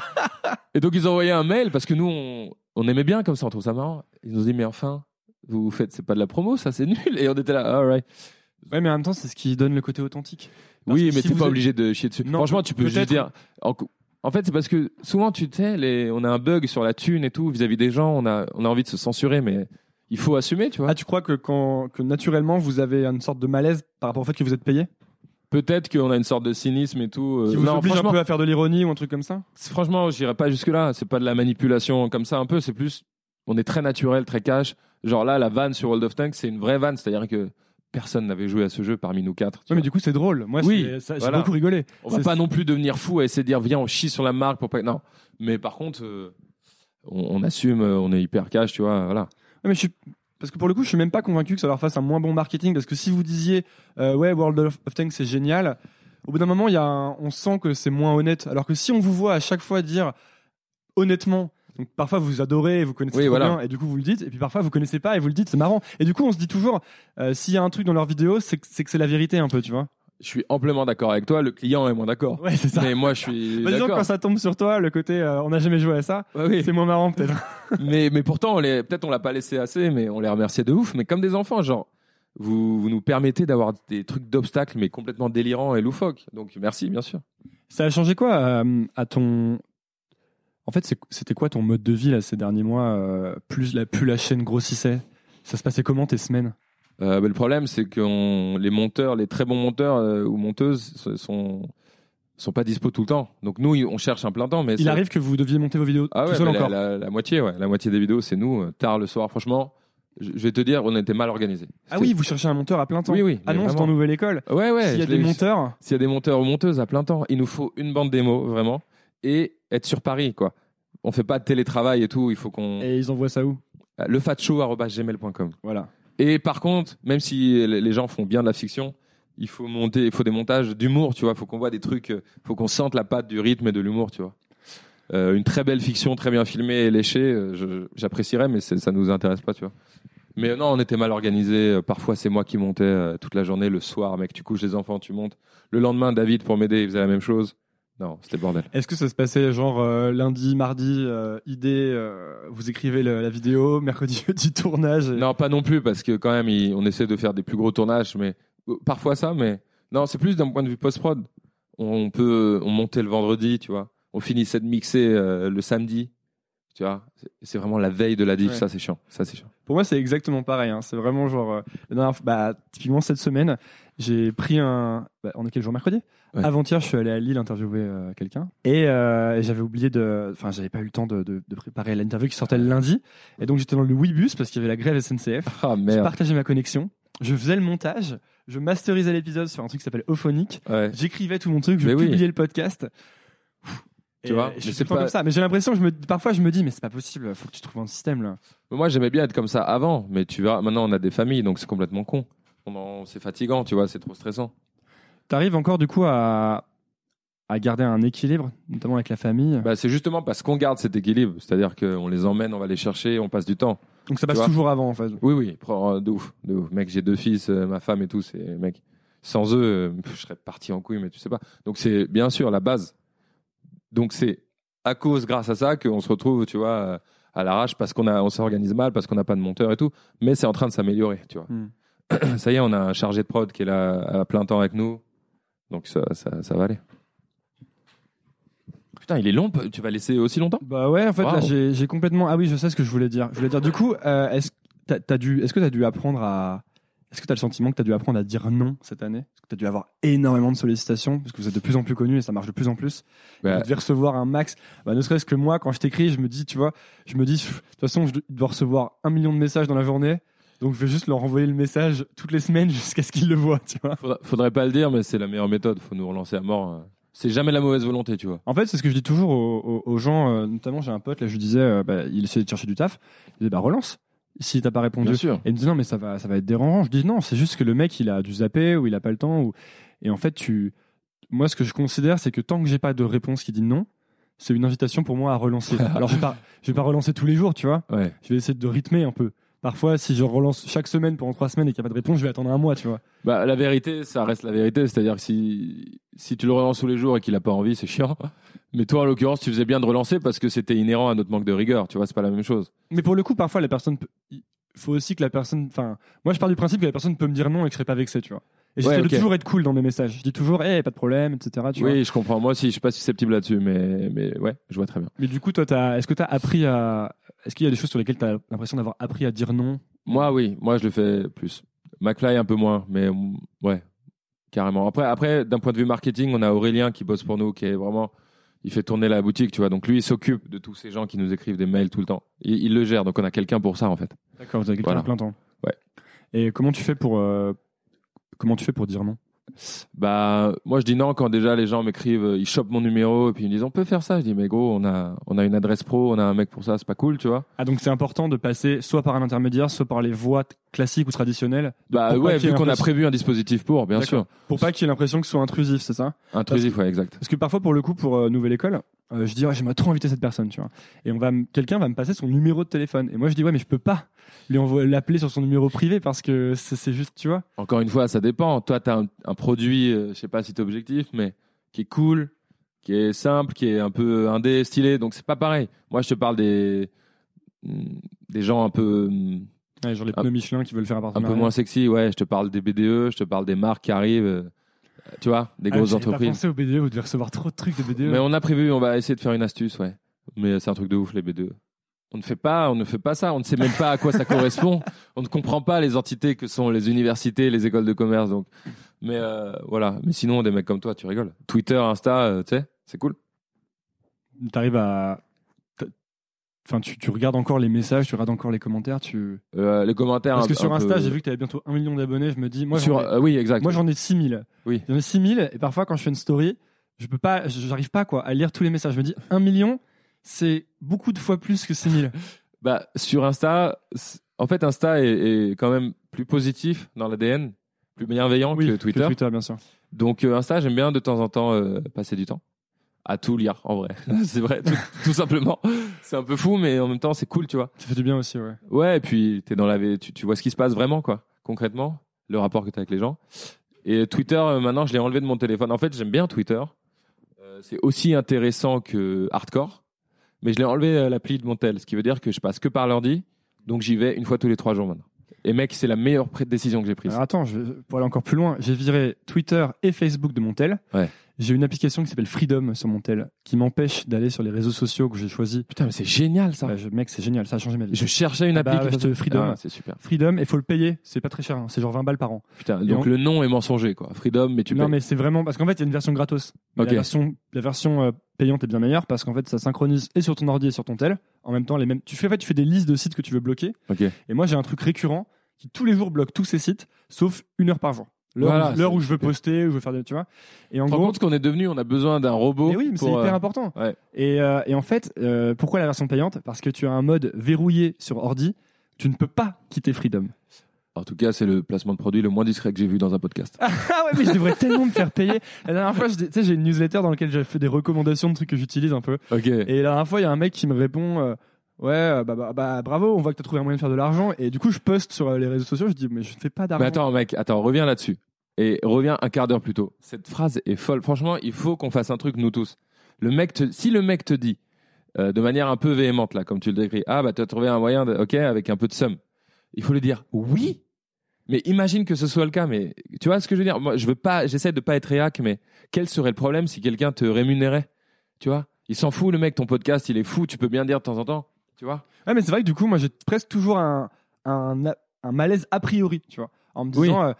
Et donc ils ont envoyé un mail parce que nous on aimait bien comme ça, on trouve ça marrant. Ils nous ont dit mais enfin, vous faites, c'est pas de la promo, ça c'est nul. Et on était là, alright. Ouais, mais en même temps c'est ce qui donne le côté authentique. Oui, mais t'es pas obligé de chier dessus. Non, franchement, tu peux juste dire. En fait, c'est parce que souvent, tu sais, on a un bug sur la thune et tout vis-à-vis des gens. On a envie de se censurer, mais il faut assumer, tu vois. Ah, tu crois que naturellement vous avez une sorte de malaise par rapport au fait que vous êtes payé? Peut-être qu'on a une sorte de cynisme et tout. Qui vous oblige un peu à faire de l'ironie ou un truc comme ça? Franchement, j'irais pas jusque-là. C'est pas de la manipulation comme ça un peu. C'est plus, on est très naturel, très cash. Genre là, la vanne sur World of Tanks, c'est une vraie vanne. C'est-à-dire que personne n'avait joué à ce jeu parmi nous 4. Ouais, mais du coup, c'est drôle. Moi, oui, j'ai beaucoup rigolé. On va pas non plus devenir fou à essayer de dire, viens, on chie sur la marque pour pas. Non. Mais par contre, on assume, on est hyper cash, tu vois. Voilà. Ouais, mais parce que pour le coup, je suis même pas convaincu que ça leur fasse un moins bon marketing. Parce que si vous disiez, ouais, World of Tanks, c'est génial, au bout d'un moment, on sent que c'est moins honnête. Alors que si on vous voit à chaque fois dire honnêtement, donc parfois vous adorez, vous connaissez trop bien, et du coup vous le dites, et puis parfois vous connaissez pas et vous le dites, c'est marrant. Et du coup, on se dit toujours, s'il y a un truc dans leur vidéo, c'est que c'est la vérité un peu, tu vois. Je suis amplement d'accord avec toi. Le client est moins d'accord. Ouais, c'est ça. Mais moi, je suis d'accord. Disons, quand ça tombe sur toi, le côté on n'a jamais joué à ça, c'est moins marrant peut-être. mais pourtant, peut-être on l'a pas laissé assez, mais on les remerciait de ouf. Mais comme des enfants, genre, vous nous permettez d'avoir des trucs d'obstacles, mais complètement délirants et loufoques. Donc merci, bien sûr. Ça a changé quoi à ton... En fait, c'était quoi ton mode de vie là, ces derniers mois plus la chaîne grossissait? Ça se passait comment tes semaines? Le problème, c'est que les monteurs, les très bons monteurs ou monteuses sont pas dispo tout le temps. Donc nous, on cherche un plein temps. Mais il arrive que vous deviez monter vos vidéos tout seul encore. La moitié, ouais. La moitié des vidéos, c'est nous, tard le soir. Franchement, je vais te dire, on était mal organisés. Ah oui, vous cherchez un monteur à plein temps? Oui. Annonce dans Nouvelle École. Ouais. S'il y a des monteurs. S'il y a des monteurs ou monteuses à plein temps, il nous faut une bande démo, vraiment. Et être sur Paris, quoi. On fait pas de télétravail et tout. Il faut qu'on... Et ils envoient ça où? lefatshow@gmail.com. Voilà. Et par contre, même si les gens font bien de la fiction, il faut des montages d'humour, tu vois. Il faut qu'on voit des trucs, faut qu'on sente la patte du rythme et de l'humour, tu vois. Une très belle fiction, très bien filmée et léchée, j'apprécierais, mais ça nous intéresse pas, tu vois. Mais non, on était mal organisés. Parfois, c'est moi qui montais toute la journée. Le soir, mec, tu couches les enfants, tu montes. Le lendemain, David, pour m'aider, il faisait la même chose. Non, c'était le bordel. Est-ce que ça se passait genre lundi, mardi, idée, vous écrivez la vidéo, mercredi, jeudi, tournage Non, pas non plus, parce que quand même, on essaie de faire des plus gros tournages, mais parfois ça, mais non, c'est plus d'un point de vue post-prod. On montait le vendredi, tu vois. On finissait de mixer le samedi, tu vois. C'est vraiment la veille de la diff, ça c'est chiant. Pour moi, c'est exactement pareil. Hein. C'est vraiment genre, typiquement cette semaine, j'ai pris on est quel jour, mercredi? Ouais. Avant-hier, je suis allé à Lille interviewer quelqu'un et j'avais oublié j'avais pas eu le temps de préparer l'interview qui sortait le lundi. Et donc j'étais dans le Ouibus parce qu'il y avait la grève SNCF. Ah merde. Je partageais ma connexion, je faisais le montage, je masterisais l'épisode sur un truc qui s'appelle Euphonic. Ouais. J'écrivais tout mon truc, je publiais le podcast. Tu vois, je suis pas comme ça. Mais j'ai l'impression, parfois je me dis, mais c'est pas possible, faut que tu trouves un système là. Mais moi, j'aimais bien être comme ça avant, mais tu verras, maintenant on a des familles, donc c'est complètement con. C'est fatigant, tu vois, c'est trop stressant. T'arrives encore du coup à garder un équilibre, notamment avec la famille? C'est justement parce qu'on garde cet équilibre, c'est-à-dire qu'on les emmène, on va les chercher, on passe du temps. Donc ça passe toujours avant en fait. Oui, de ouf. Mec, j'ai 2 fils, ma femme et tout, mec, sans eux, je serais parti en couille, mais tu sais pas. Donc c'est bien sûr la base. Donc c'est grâce à ça qu'on se retrouve, tu vois, à l'arrache parce on s'organise mal, parce qu'on n'a pas de monteur et tout, mais c'est en train de s'améliorer, tu vois. Ça y est, on a un chargé de prod qui est là à plein temps avec nous. Donc ça va aller. Putain, il est long, tu vas laisser aussi longtemps? Bah ouais, en fait, là, j'ai complètement... Ah oui, je sais ce que je voulais dire. Du coup, est-ce que t'as dû apprendre à... Est-ce que t'as le sentiment que t'as dû apprendre à dire non cette année? Est-ce que t'as dû avoir énormément de sollicitations? Parce que vous êtes de plus en plus connus et ça marche de plus en plus. Vous devez recevoir un max. Ne serait-ce que moi, quand je t'écris, je me dis, de toute façon, je dois recevoir 1 million de messages dans la journée. Donc, je vais juste leur envoyer le message toutes les semaines jusqu'à ce qu'ils le voient, tu vois. Faudrait pas le dire, mais c'est la meilleure méthode. Faut nous relancer à mort. C'est jamais la mauvaise volonté, tu vois. En fait, c'est ce que je dis toujours aux gens, notamment j'ai un pote, là je lui disais, il essayait de chercher du taf, il disait relance, si t'as pas répondu. Bien sûr. Et il me disait non mais ça va être dérangeant. Je dis non, c'est juste que le mec il a dû zapper ou il a pas le temps. Et en fait, moi ce que je considère c'est que tant que j'ai pas de réponse qui dit non, c'est une invitation pour moi à relancer. Alors je vais pas relancer tous les jours, tu vois. Ouais. Je vais essayer de rythmer un peu. Parfois, si je relance chaque semaine pendant 3 semaines et qu'il n'y a pas de réponse, je vais attendre un mois, tu vois. Bah, la vérité, ça reste la vérité. C'est-à-dire que si tu le relances tous les jours et qu'il a pas envie, c'est chiant. Mais toi, en l'occurrence, tu faisais bien de relancer parce que c'était inhérent à notre manque de rigueur. Tu vois, c'est pas la même chose. Mais pour le coup, parfois, il faut aussi que la personne. Enfin, moi, je pars du principe que la personne peut me dire non et que je serai pas vexé, tu vois. Et j'essaie de toujours être cool dans mes messages. Je dis toujours, pas de problème, etc. Tu vois. Je comprends. Moi aussi, je suis pas susceptible là-dessus, mais ouais, je vois très bien. Mais du coup, toi, est-ce que tu as appris à. Est-ce qu'il y a des choses sur lesquelles tu as l'impression d'avoir appris à dire non? Moi, oui. Moi, je le fais plus. McFly, un peu moins, mais ouais, carrément. Après, d'un point de vue marketing, on a Aurélien qui bosse pour nous, qui est vraiment. Il fait tourner la boutique, tu vois. Donc lui, il s'occupe de tous ces gens qui nous écrivent des mails tout le temps. Il le gère. Donc on a quelqu'un pour ça, en fait. D'accord, vous avez quelqu'un à plein temps. Ouais. Et comment tu fais pour dire non? Bah, moi je dis non quand déjà les gens m'écrivent, ils chopent mon numéro et puis ils me disent on peut faire ça. Je dis mais gros, on a une adresse pro, on a un mec pour ça, c'est pas cool, tu vois. Ah donc c'est important de passer soit par un intermédiaire, soit par les voies classiques ou traditionnelles. Bah ouais, vu qu'on a prévu un dispositif pour, bien sûr. Pour pas qu'il y ait l'impression que ce soit intrusif, c'est ça? Intrusif, ouais, exact. Parce que parfois pour le coup pour Nouvelle École, je dis j'aimerais trop inviter cette personne, tu vois. Et quelqu'un va me passer son numéro de téléphone et moi je dis ouais mais je peux pas l'appeler sur son numéro privé parce que c'est juste, tu vois. Encore une fois, ça dépend. Toi, tu as un produit, je sais pas si tu es objectif, mais qui est cool, qui est simple, qui est un peu indé, stylé. Donc, c'est pas pareil. Moi, je te parle des gens un peu. Ouais, genre les pneus Michelin qui veulent faire un partenariat. Un peu moins sexy, ouais. Je te parle des BDE, je te parle des marques qui arrivent. Tu vois, des grosses entreprises. J'ai pas pensé aux BDE, vous devez recevoir trop de trucs de BDE. Mais on a prévu, on va essayer de faire une astuce, ouais. Mais c'est un truc de ouf, les BDE. On ne fait pas ça. On ne sait même pas à quoi ça correspond. On ne comprend pas les entités que sont les universités, les écoles de commerce. Donc, mais voilà. Mais sinon, des mecs comme toi, tu rigoles. Twitter, Insta, tu sais, c'est cool. T'arrives à, enfin, tu regardes encore les messages, tu regardes encore les commentaires, les commentaires. Parce que sur Insta, j'ai vu que tu avais bientôt 1 million d'abonnés. Je me dis, moi, oui, exact. Moi, j'en ai 6000. Oui. J'en ai 6000 et parfois, quand je fais une story, j'arrive pas à lire tous les messages. Je me dis 1 million. C'est beaucoup de fois plus que 6000. Bah, sur Insta, en fait, Insta est quand même plus positif dans l'ADN, plus bienveillant que Twitter. Que Twitter, bien sûr. Donc, Insta, j'aime bien de temps en temps passer du temps à tout lire, en vrai. C'est vrai, tout simplement. C'est un peu fou, mais en même temps, c'est cool, tu vois. Ça fait du bien aussi, ouais. Ouais, et puis, t'es dans tu vois ce qui se passe vraiment, quoi, concrètement, le rapport que t'as avec les gens. Et Twitter, maintenant, je l'ai enlevé de mon téléphone. En fait, j'aime bien Twitter. C'est aussi intéressant que Hardcore. Mais je l'ai enlevé l'appli de mon tel, ce qui veut dire que je passe que par l'ordi, donc j'y vais une fois tous les 3 jours maintenant. Et mec, c'est la meilleure décision que j'ai prise. Alors attends, pour aller encore plus loin, j'ai viré Twitter et Facebook de mon tel. Ouais. J'ai une application qui s'appelle Freedom sur mon tel, qui m'empêche d'aller sur les réseaux sociaux que j'ai choisis. Putain, mais c'est génial ça. Mec, c'est génial, ça a changé ma vie. Je cherchais une appli qui Freedom. C'est super. Freedom, il faut le payer, c'est pas très cher, hein. C'est genre 20 balles par an. Putain, donc le nom est mensonger quoi. Freedom, mais tu payes. Non, mais c'est vraiment parce qu'en fait, il y a une version gratos. Okay. La version payante est bien meilleure parce qu'en fait, ça synchronise et sur ton ordi et sur ton tel. En même temps, tu fais des listes de sites que tu veux bloquer. Okay. Et moi, j'ai un truc récurrent qui tous les jours bloque tous ces sites, sauf 1 heure par jour. L'heure où je veux poster, où je veux faire tu vois. Et en gros, compte qu'on est devenu, on a besoin d'un robot. Mais oui, mais c'est hyper important. Ouais. Et en fait, pourquoi la version payante? Parce que tu as un mode verrouillé sur ordi. Tu ne peux pas quitter Freedom. En tout cas, c'est le placement de produit le moins discret que j'ai vu dans un podcast. Ah ouais, mais je devrais tellement me faire payer. La dernière fois, j'ai une newsletter dans laquelle j'ai fait des recommandations de trucs que j'utilise un peu. Okay. Et la dernière fois, il y a un mec qui me répond. Ouais, bravo, on voit que tu as trouvé un moyen de faire de l'argent. Et du coup, je poste sur les réseaux sociaux, je dis, mais je ne fais pas d'argent. Mais attends, mec, reviens là-dessus. Et reviens un quart d'heure plus tôt. Cette phrase est folle. Franchement, il faut qu'on fasse un truc, nous tous. Si le mec te dit, de manière un peu véhémente, là, comme tu le décris, ah, bah, tu as trouvé un moyen, ok, avec un peu de somme. Il faut lui dire, oui. Mais imagine que ce soit le cas. Mais tu vois ce que je veux dire? Moi, j'essaie de pas être réac, mais quel serait le problème si quelqu'un te rémunérait? Tu vois? Il s'en fout, le mec, ton podcast, il est fou. Tu peux bien dire de temps en temps. Tu vois? Ouais, mais c'est vrai que du coup, moi, j'ai presque toujours un malaise a priori, tu vois, en me disant,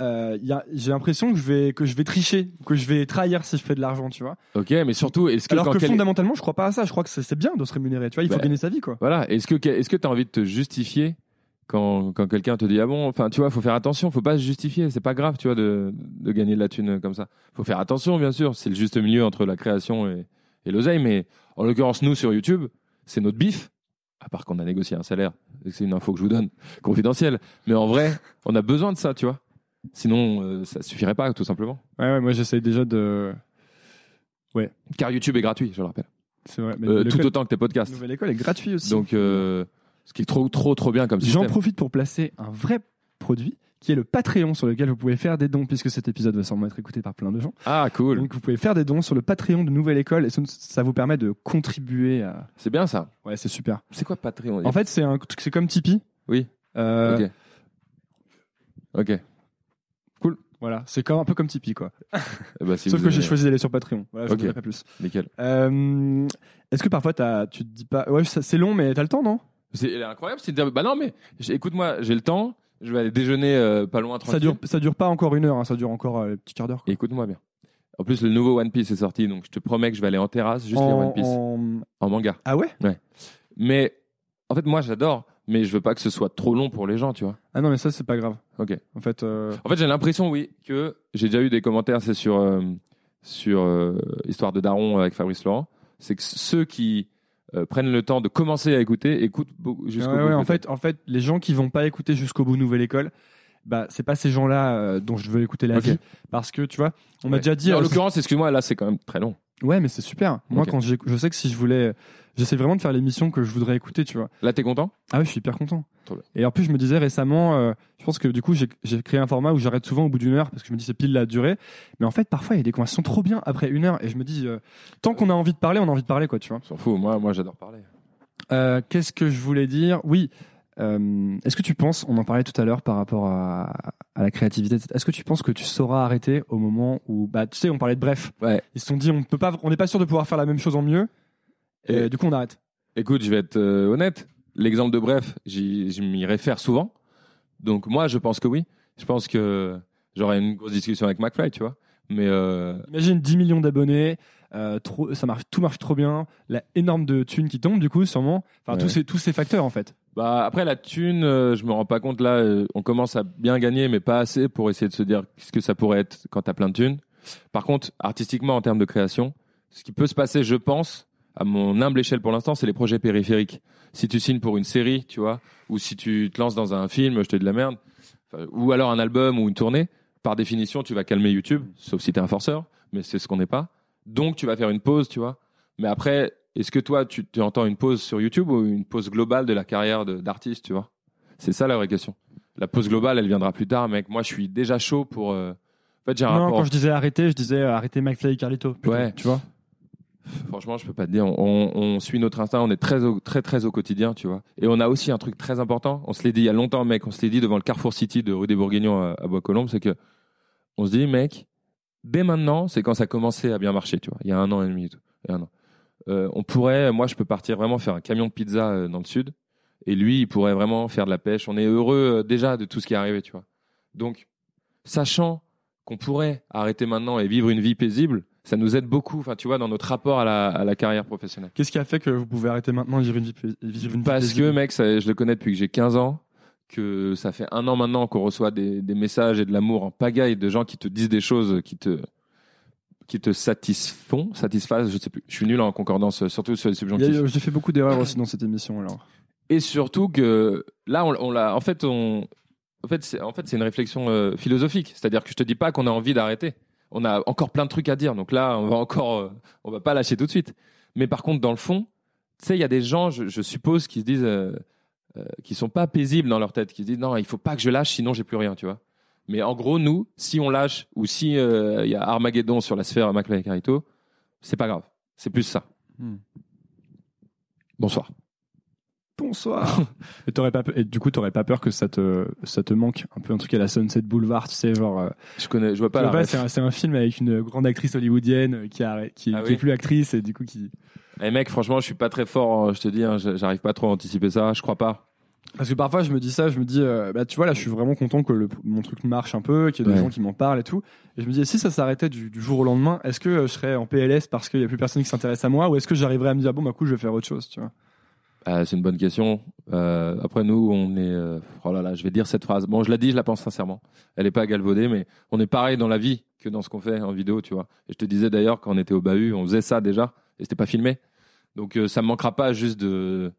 j'ai l'impression que je vais tricher, que je vais trahir si je fais de l'argent, tu vois. Ok, mais surtout, est-ce que alors que fondamentalement, je crois pas à ça. Je crois que c'est bien de se rémunérer, tu vois. Il faut gagner sa vie, quoi. Voilà. Est-ce que t'as envie de te justifier quand quelqu'un te dit ah bon, enfin tu vois, faut faire attention, faut pas se justifier, c'est pas grave, tu vois, de gagner de la thune comme ça. Faut faire attention, bien sûr, c'est le juste milieu entre la création et l'oseille, mais en l'occurrence nous sur YouTube, c'est notre bif. À part qu'on a négocié un salaire, c'est une info que je vous donne, confidentielle. Mais en vrai, on a besoin de ça, tu vois. Sinon, ça suffirait pas, tout simplement. Ouais, moi j'essaye déjà de. Ouais. Car YouTube est gratuit, je le rappelle. C'est vrai. Mais tout autant que tes podcasts. Nouvelle École est gratuit aussi. Donc, ce qui est trop bien comme système. J'en profite pour placer un vrai produit qui est le Patreon sur lequel vous pouvez faire des dons puisque cet épisode va sûrement être écouté par plein de gens. Ah, cool. Donc vous pouvez faire des dons sur le Patreon de Nouvelle École et ça vous permet de contribuer à... C'est bien ça. Ouais, c'est super. C'est quoi Patreon? En fait, c'est comme Tipeee. Oui. Ok. Cool. Voilà, c'est un peu comme Tipeee, quoi. Si Sauf que j'ai choisi d'aller sur Patreon. Voilà, je ne dirai pas plus. Nickel. Est-ce que parfois tu te dis pas... Ouais, c'est long, mais t'as le temps, non? C'est incroyable, c'est de dire, bah non, mais écoute-moi, j'ai le temps, je vais aller déjeuner pas loin, tranquille. Ça dure pas encore 1 heure, hein, ça dure encore un petit quart d'heure. Écoute-moi bien. En plus, le nouveau One Piece est sorti, donc je te promets que je vais aller en terrasse juste lire One Piece. En manga. Ah ouais? Ouais. Mais en fait, moi, j'adore, mais je veux pas que ce soit trop long pour les gens, tu vois. Ah non, mais ça, c'est pas grave. Ok. En fait, j'ai l'impression, oui, que j'ai déjà eu des commentaires, c'est sur Histoire de Daron avec Fabrice Laurent. C'est que ceux qui prennent le temps de commencer à écouter écoutent jusqu'au bout. Ouais, en fait, les gens qui vont pas écouter jusqu'au bout Nouvelle École, bah, c'est pas ces gens-là dont je veux écouter la vie. Parce que, tu vois, on m'a déjà dit. En l'occurrence, excuse-moi, là, c'est quand même très long. Ouais, mais c'est super. Moi, quand je sais que si je voulais. J'essaie vraiment de faire l'émission que je voudrais écouter, tu vois. Là, t'es content? Ah oui, je suis hyper content. Trop bien. Et en plus, je me disais récemment, je pense que du coup, j'ai créé un format où j'arrête souvent au bout d'1 heure parce que je me dis c'est pile la durée. Mais en fait, parfois, il y a des conversations trop bien après 1 heure et je me dis, tant qu'on a envie de parler, on a envie de parler, quoi, tu vois. On s'en fout. Moi, j'adore parler. Qu'est-ce que je voulais dire? Oui. Est-ce que tu penses, on en parlait tout à l'heure par rapport à la créativité, est-ce que tu penses que tu sauras arrêter au moment où, bah, tu sais, on parlait de Bref. Ouais. Ils se sont dit, on n'est pas sûr de pouvoir faire la même chose en mieux. Et du coup, on arrête. Écoute, je vais être honnête. L'exemple de Bref, je m'y réfère souvent. Donc moi, je pense que oui. Je pense que j'aurai une grosse discussion avec McFly, tu vois. Mais imagine 10 millions d'abonnés, tout marche trop bien, la énorme de thunes qui tombe du coup, sûrement. Enfin, tous ces facteurs en fait. Bah après la thune, je me rends pas compte là. On commence à bien gagner, mais pas assez pour essayer de se dire ce que ça pourrait être quand t'as plein de thunes. Par contre, artistiquement, en termes de création, ce qui peut se passer, je pense, à mon humble échelle pour l'instant, c'est les projets périphériques. Si tu signes pour une série, tu vois, ou si tu te lances dans un film, je te dis de la merde, ou alors un album ou une tournée, par définition, tu vas calmer YouTube, sauf si t'es un forceur, mais c'est ce qu'on n'est pas. Donc, tu vas faire une pause, tu vois. Mais après, est-ce que toi, tu entends une pause sur YouTube ou une pause globale de la carrière d'artiste, tu vois? C'est ça la vraie question. La pause globale, elle viendra plus tard, mec. Moi, je suis déjà chaud pour... En fait, j'ai un rapport... quand je disais arrêter, je disais arrêter McFly et Carlito. Plutôt, ouais. Tu vois? Franchement, je peux pas te dire. On suit notre instinct, on est très au quotidien, tu vois. Et on a aussi un truc très important. On se l'est dit il y a longtemps, mec. On se l'est dit devant le Carrefour City de rue des Bourguignons à Bois-Colombes, c'est que on se dit, mec, dès maintenant, c'est quand ça commençait à bien marcher, tu vois. Il y a 1 an et demi et tout. Moi, je peux partir vraiment faire un camion de pizza dans le sud, et lui, il pourrait vraiment faire de la pêche. On est heureux déjà de tout ce qui est arrivé, tu vois. Donc, sachant qu'on pourrait arrêter maintenant et vivre une vie paisible, ça nous aide beaucoup, enfin, tu vois, dans notre rapport à la carrière professionnelle. Qu'est-ce qui a fait que vous pouvez arrêter maintenant et vivre une vie paisible? Parce que, mec, je le connais depuis que j'ai 15 ans, que ça fait 1 an maintenant qu'on reçoit des messages et de l'amour en pagaille de gens qui te disent des choses qui te satisfassent, je sais plus. Je suis nul en concordance, surtout sur les subjonctifs. J'ai fait beaucoup d'erreurs aussi dans cette émission, alors. Et surtout que là, on l'a. En fait, c'est une réflexion philosophique. C'est-à-dire que je te dis pas qu'on a envie d'arrêter. On a encore plein de trucs à dire. Donc là, on va pas lâcher tout de suite. Mais par contre, dans le fond, tu sais, il y a des gens, je suppose, qui se disent, qui sont pas paisibles dans leur tête, qui se disent non, il faut pas que je lâche, sinon j'ai plus rien, tu vois. Mais en gros, nous, si on lâche ou si y a Armageddon sur la sphère McFly et Carlito, c'est pas grave. C'est plus ça. Bonsoir. Et du coup, t'aurais pas peur que ça te manque un peu un truc à la Sunset Boulevard, tu sais, genre. Je vois pas la ref. C'est un film avec une grande actrice hollywoodienne qui est plus actrice et du coup qui. Eh mec, franchement, je suis pas très fort. Je te dis, hein, j'arrive pas trop à anticiper ça. Je crois pas. Parce que parfois, je me dis, tu vois, là, je suis vraiment content que mon truc marche un peu, qu'il y ait des gens qui m'en parlent et tout. Et je me dis, si ça s'arrêtait du jour au lendemain, est-ce que je serais en PLS parce qu'il y a plus personne qui s'intéresse à moi, ou est-ce que j'arriverais à me dire, bon, bah, coup, je vais faire autre chose, tu vois? C'est une bonne question. Après, nous, on est... oh là là, je vais dire cette phrase. Bon, je la dis, je la pense sincèrement. Elle n'est pas galvaudée, mais on est pareil dans la vie que dans ce qu'on fait en vidéo, tu vois. Et je te disais d'ailleurs, quand on était au bahut, on faisait ça déjà, et c'était pas filmé. Donc, ça me manquera pas juste de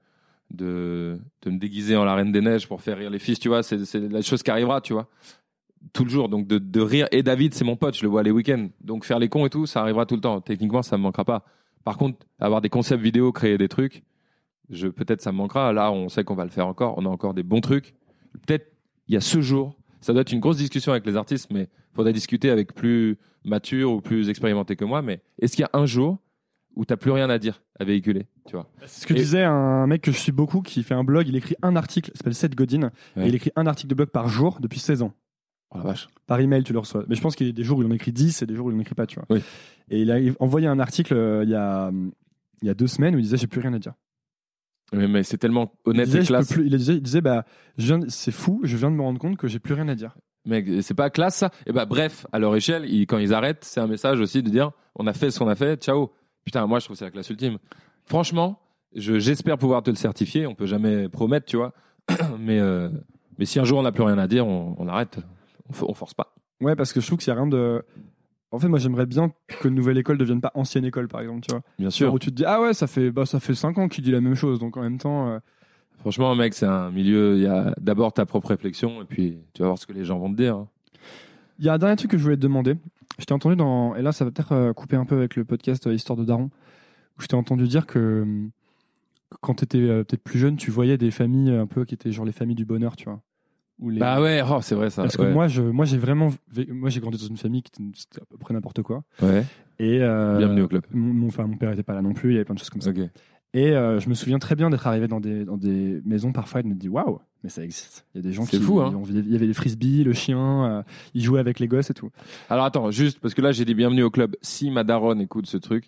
me déguiser en la Reine des Neiges pour faire rire les fils, tu vois. C'est la chose qui arrivera, tu vois. Tout le jour. Donc, de rire. Et David, c'est mon pote, je le vois les week-ends. Donc, faire les cons et tout, ça arrivera tout le temps. Techniquement, ça me manquera pas. Par contre, avoir des concepts vidéo, créer des trucs, peut-être ça me manquera. Là, on sait qu'on va le faire encore. On a encore des bons trucs. Peut-être, il y a ce jour, ça doit être une grosse discussion avec les artistes, mais il faudrait discuter avec plus mature ou plus expérimenté que moi. Mais est-ce qu'il y a un jour où tu n'as plus rien à dire, à véhiculer, tu vois? C'est ce que disait un mec que je suis beaucoup, qui fait un blog. Il écrit un article, il s'appelle Seth Godin, Ouais. et il écrit un article de blog par jour depuis 16 ans. Oh la vache. Par email, tu le reçois. Mais je pense qu'il y a des jours où il en écrit 10 et des jours où il n'en écrit pas, tu vois. Oui. Et il a envoyé un article il y a 2 semaines où il disait j'ai plus rien à dire. Mais c'est tellement honnête Il disait, et classe. il disait bah, c'est fou, je viens de me rendre compte que j'ai plus rien à dire. Mec, c'est pas classe ça. Et bah bref, à leur échelle, quand ils arrêtent, c'est un message aussi de dire on a fait ce qu'on a fait, ciao. Putain, moi je trouve que c'est la classe ultime. Franchement, j'espère pouvoir te le certifier. On peut jamais promettre, tu vois. mais si un jour on n'a plus rien à dire, on arrête. On force pas. Ouais, parce que je trouve qu'il y a rien de. En fait, moi j'aimerais bien que Nouvelle École devienne pas ancienne école, par exemple, tu vois. Bien sûr. Où tu te dis ah ouais, ça fait 5 ans qu'il dit la même chose, donc en même temps. Franchement, mec, c'est un milieu. Il y a d'abord ta propre réflexion et puis tu vas voir ce que les gens vont te dire. Il y a un dernier truc que je voulais te demander. Je t'ai entendu et là ça va peut-être couper un peu avec le podcast Histoire de Daron, où je t'ai entendu dire que quand tu étais peut-être plus jeune, tu voyais des familles un peu qui étaient genre les familles du bonheur, tu vois. Bah ouais, oh, c'est vrai ça. Parce que moi j'ai vraiment, moi j'ai grandi dans une famille qui c'était à peu près n'importe quoi. Ouais. Et bienvenue au club. Mon père était pas là non plus, il y avait plein de choses comme ça. Ok. Et je me souviens très bien d'être arrivé dans des maisons parfois et de me dire waouh, mais ça existe. Il y a des gens C'est fou, hein. Il y avait les frisbees, le chien, ils jouaient avec les gosses et tout. Alors attends, juste parce que là j'ai dit bienvenue au club. Si ma daronne écoute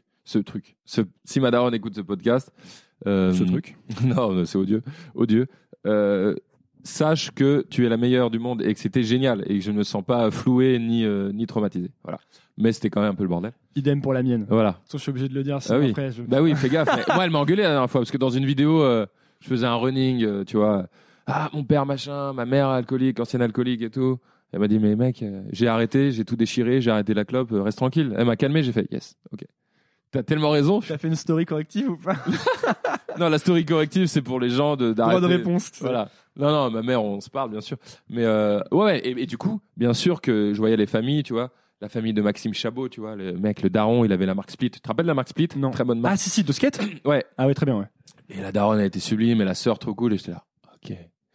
si ma daronne écoute ce podcast, Ce truc. non, c'est odieux. Sache que tu es la meilleure du monde et que c'était génial et que je ne me sens pas floué ni traumatisé. Voilà. Mais c'était quand même un peu le bordel. Idem pour la mienne. Voilà. Je suis obligé de le dire. Sinon oui. après, Bah oui, fais gaffe. Mais moi, elle m'a engueulé la dernière fois parce que dans une vidéo, je faisais un running, tu vois. Ah, mon père machin, ma mère alcoolique, ancienne alcoolique et tout. Elle m'a dit mais mec, j'ai arrêté, j'ai tout déchiré, j'ai arrêté la clope, reste tranquille. Elle m'a calmé, j'ai fait yes, ok. T'as tellement raison. T'as fait une story corrective ou pas? Non, la story corrective, c'est pour les gens d'arrêter. Droit de réponse. Voilà. Non, ma mère, on se parle, bien sûr. Mais ouais, et du coup, bien sûr que je voyais les familles, tu vois. La famille de Maxime Chabot, tu vois. Le mec, le daron, il avait la marque Split. Tu te rappelles la marque Split? Non. Très bonne marque. Ah, si, de skate? Ouais. Ah, ouais, très bien, ouais. Et la daronne, elle était sublime, et la sœur, trop cool. Et j'étais là, ok.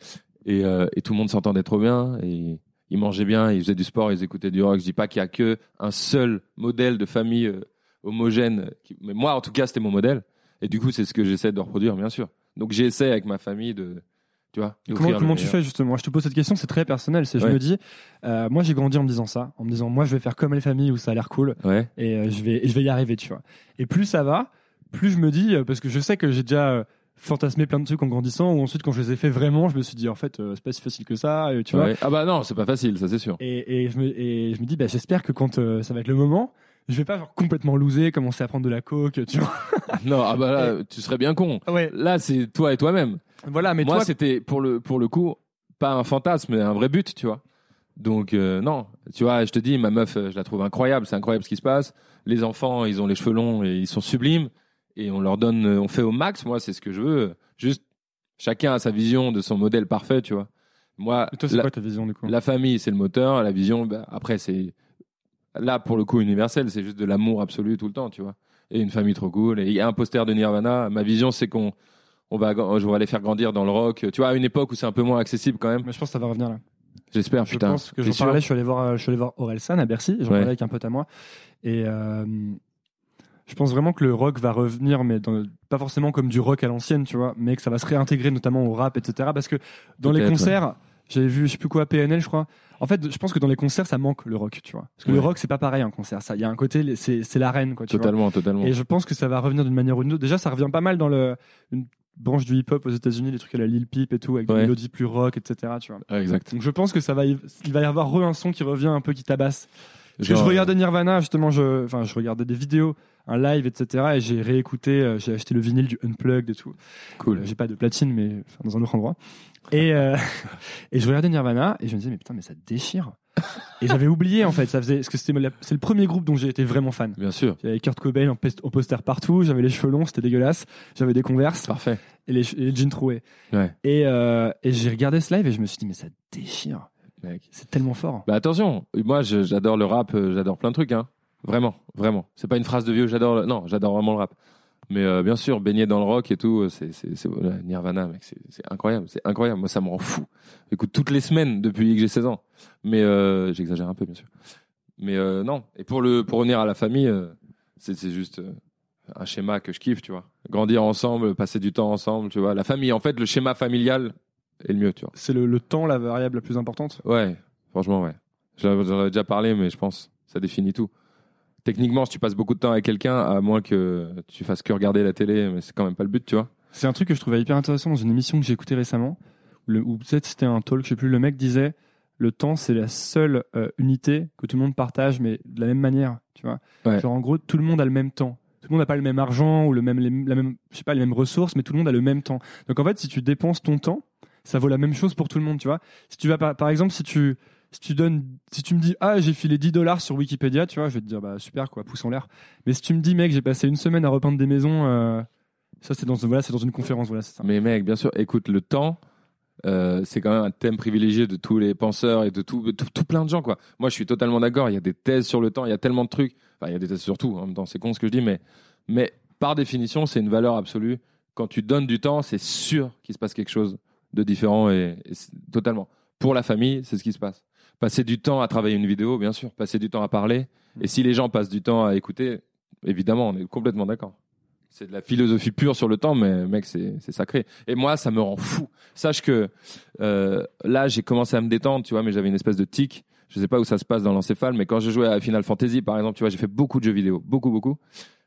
Et tout le monde s'entendait trop bien. Et ils mangeaient bien, ils faisaient du sport, ils écoutaient du rock. Je dis pas qu'il y a que un seul modèle de famille homogène. Mais moi, en tout cas, c'était mon modèle. Et du coup, c'est ce que j'essaie de reproduire, bien sûr. Donc, j'essaie avec ma famille de, tu vois. Comment tu fais justement? Je te pose cette question, c'est très personnel. Je me dis, moi j'ai grandi en me disant ça, en me disant moi je vais faire comme les familles où ça a l'air cool, Ouais. et je vais y arriver, tu vois. Et plus ça va, plus je me dis, parce que je sais que j'ai déjà fantasmé plein de trucs en grandissant, ou ensuite quand je les ai fait vraiment, je me suis dit en fait c'est pas si facile que ça, tu vois. Ah bah non, c'est pas facile, ça c'est sûr. Et je me dis, bah, j'espère que quand ça va être le moment, je vais pas genre complètement loser, commencer à prendre de la coke, tu vois. Non, ah bah là, tu serais bien con. Ouais. Là, c'est toi et toi-même. Voilà, mais moi, toi, c'était pour le coup pas un fantasme, mais un vrai but, tu vois. Donc non, tu vois, je te dis, ma meuf, je la trouve incroyable. C'est incroyable ce qui se passe. Les enfants, ils ont les cheveux longs et ils sont sublimes. Et on leur donne, on fait au max. Moi, c'est ce que je veux. Juste, chacun a sa vision de son modèle parfait, tu vois. Moi, et toi, c'est quoi ta vision du coup? La famille, c'est le moteur. La vision, bah, après, c'est là pour le coup universel. C'est juste de l'amour absolu tout le temps, tu vois. Et une famille trop cool. Et il y a un poster de Nirvana. Ma vision, c'est je vais les faire grandir dans le rock. Tu vois, à une époque où c'est un peu moins accessible quand même. Mais je pense que ça va revenir là. J'espère, Je putain. pense que j'en parlais, je suis allé voir Orelsan à Bercy, j'en parlais avec un pote à moi. Et je pense vraiment que le rock va revenir, mais pas forcément comme du rock à l'ancienne, tu vois, mais que ça va se réintégrer notamment au rap, etc. Parce que dans les concerts, j'avais vu, je sais plus quoi, PNL, je crois. En fait, je pense que dans les concerts, ça manque le rock, tu vois. Parce que le rock, c'est pas pareil un concert. Il y a un côté, c'est l'arène, quoi. Totalement. Et je pense que ça va revenir d'une manière ou d'une autre. Déjà, ça revient pas mal dans une branche du hip-hop aux États-Unis, les trucs à la Lil Peep et tout, avec des mélodies plus rock, etc. Tu vois. Exact. Donc je pense que il va y avoir un son qui revient un peu, qui tabasse. Parce que je regardais Nirvana, justement, je regardais des vidéos, un live, etc. Et j'ai réécouté, j'ai acheté le vinyle du Unplugged et tout. Cool. J'ai pas de platine, mais dans un autre endroit. Et je regardais Nirvana et je me disais, mais putain, mais ça déchire. Et j'avais oublié, en fait, parce que c'est le premier groupe dont j'ai été vraiment fan. Bien sûr. J'avais Kurt Cobain en poster partout, j'avais les cheveux longs, c'était dégueulasse. J'avais des Converse. Parfait. Et les jeans troués. Ouais. Et j'ai regardé ce live et je me suis dit, mais ça déchire. Mec. C'est tellement fort. Bah attention, moi j'adore le rap, j'adore plein de trucs, hein. Vraiment, vraiment. C'est pas une phrase de vieux, non, j'adore vraiment le rap. Mais bien sûr, baigner dans le rock et tout, c'est Nirvana, mec, c'est incroyable, c'est incroyable. Moi, ça me rend fou. J'écoute toutes les semaines depuis que j'ai 16 ans. Mais j'exagère un peu, bien sûr. Mais non. Et pour revenir à la famille, c'est juste un schéma que je kiffe, tu vois. Grandir ensemble, passer du temps ensemble, tu vois. La famille, en fait, le schéma familial est le mieux, tu vois. C'est le temps, la variable la plus importante. Ouais, franchement, ouais. J'en avais déjà parlé, mais je pense que ça définit tout. Techniquement, si tu passes beaucoup de temps avec quelqu'un, à moins que tu fasses que regarder la télé, mais c'est quand même pas le but, tu vois. C'est un truc que je trouvais hyper intéressant dans une émission que j'ai écoutée récemment, où peut-être c'était un talk, je sais plus, le mec disait le temps c'est la seule unité que tout le monde partage, mais de la même manière, tu vois. Ouais. Genre en gros, tout le monde a le même temps. Tout le monde n'a pas le même argent ou la même, je sais pas, les mêmes ressources, mais tout le monde a le même temps. Donc en fait, si tu dépenses ton temps, ça vaut la même chose pour tout le monde, tu vois. Si tu vas par exemple, si tu me dis j'ai filé $10 sur Wikipédia, tu vois, je vais te dire bah super quoi, pouce en l'air. Mais si tu me dis mec, j'ai passé une semaine à repeindre des maisons, ça c'est dans une conférence, voilà, c'est ça. Mais mec, bien sûr, écoute, le temps, c'est quand même un thème privilégié de tous les penseurs et de tout plein de gens, quoi. Moi, je suis totalement d'accord. Il y a des thèses sur le temps, il y a tellement de trucs. Enfin, il y a des thèses sur tout. En même temps, c'est con ce que je dis, mais par définition, c'est une valeur absolue. Quand tu donnes du temps, c'est sûr qu'il se passe quelque chose de différent et totalement. Pour la famille, c'est ce qui se passe. Passer du temps à travailler une vidéo, bien sûr. Passer du temps à parler. Et si les gens passent du temps à écouter, évidemment, on est complètement d'accord. C'est de la philosophie pure sur le temps, mais mec, c'est sacré. Et moi, ça me rend fou. Sache que là, j'ai commencé à me détendre, tu vois, mais j'avais une espèce de tic. Je sais pas où ça se passe dans l'encéphale, mais quand je jouais à Final Fantasy, par exemple, tu vois, j'ai fait beaucoup de jeux vidéo, beaucoup.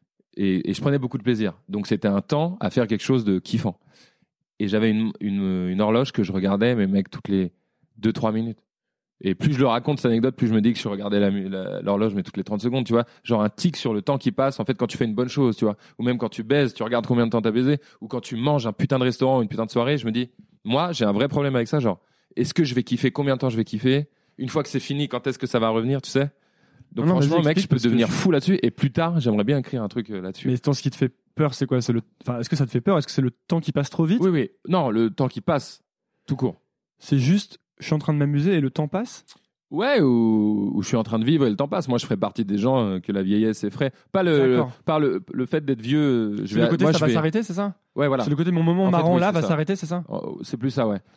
Et je prenais beaucoup de plaisir. Donc, c'était un temps à faire quelque chose de kiffant. Et j'avais une horloge que je regardais, mais mec, toutes les 2-3 minutes. Et plus je le raconte, cette anecdote, plus je me dis que je regardais l'horloge, mais toutes les 30 secondes, tu vois. Genre un tic sur le temps qui passe, en fait, quand tu fais une bonne chose, tu vois. Ou même quand tu baises, tu regardes combien de temps t'as baisé. Ou quand tu manges un putain de restaurant, une putain de soirée, je me dis, moi, j'ai un vrai problème avec ça, genre, est-ce que je vais kiffer? Combien de temps je vais kiffer? Une fois que c'est fini, quand est-ce que ça va revenir, tu sais? Donc non, franchement, mec, je peux devenir que fou là-dessus. Et plus tard, j'aimerais bien écrire un truc là-dessus. Mais ce qui te fait peur, c'est quoi? Est-ce que ça te fait peur? Est-ce que c'est le temps qui passe trop vite? Oui. Non, le temps qui passe, tout court. C'est juste, je suis en train de m'amuser et le temps passe? Ouais, ou je suis en train de vivre et le temps passe. Moi, je ferais partie des gens que la vieillesse effraie. Pas le fait d'être vieux. C'est le côté ça va s'arrêter, c'est ça? Ouais, voilà. C'est le côté mon moment marrant là va s'arrêter, c'est ça? C'est plus ça, ouais.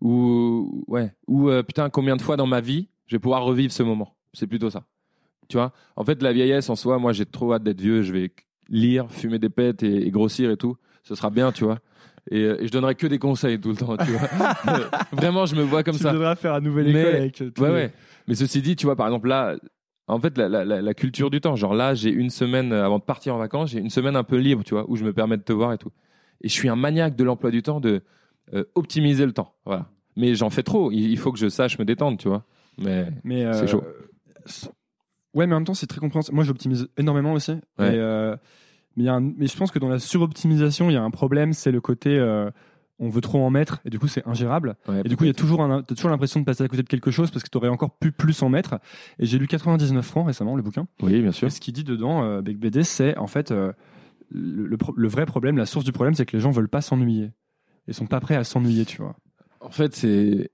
Ou putain, combien de fois dans ma vie je vais pouvoir revivre ce moment? C'est plutôt ça. Tu vois? En fait, la vieillesse en soi, moi, j'ai trop hâte d'être vieux. Je vais lire, fumer des pets et grossir et tout. Ce sera bien, tu vois. Et je donnerai que des conseils tout le temps, tu vois. Vraiment, je me vois comme ça. Tu devras faire un nouvel école avec. Ouais. Mais ceci dit, tu vois, par exemple, là, en fait, la culture du temps. Genre là, j'ai une semaine avant de partir en vacances, j'ai une semaine un peu libre, tu vois, où je me permets de te voir et tout. Et je suis un maniaque de l'emploi du temps, de optimiser le temps. Voilà. Mais j'en fais trop. Il faut que je sache me détendre, tu vois. Mais c'est chaud. Ouais, mais en même temps, c'est très compréhensible. Moi, j'optimise énormément aussi. Ouais. Mais je pense que dans la suroptimisation, il y a un problème, c'est le côté on veut trop en mettre et du coup c'est ingérable. Ouais, et du coup, t'as toujours l'impression de passer à côté de quelque chose parce que tu aurais encore pu plus en mettre. Et j'ai lu 99 francs récemment, le bouquin. Oui, bien sûr. Et ce qu'il dit dedans, Bec BD, c'est en fait le vrai problème, la source du problème, c'est que les gens veulent pas s'ennuyer. Ils sont pas prêts à s'ennuyer, tu vois. En fait, c'est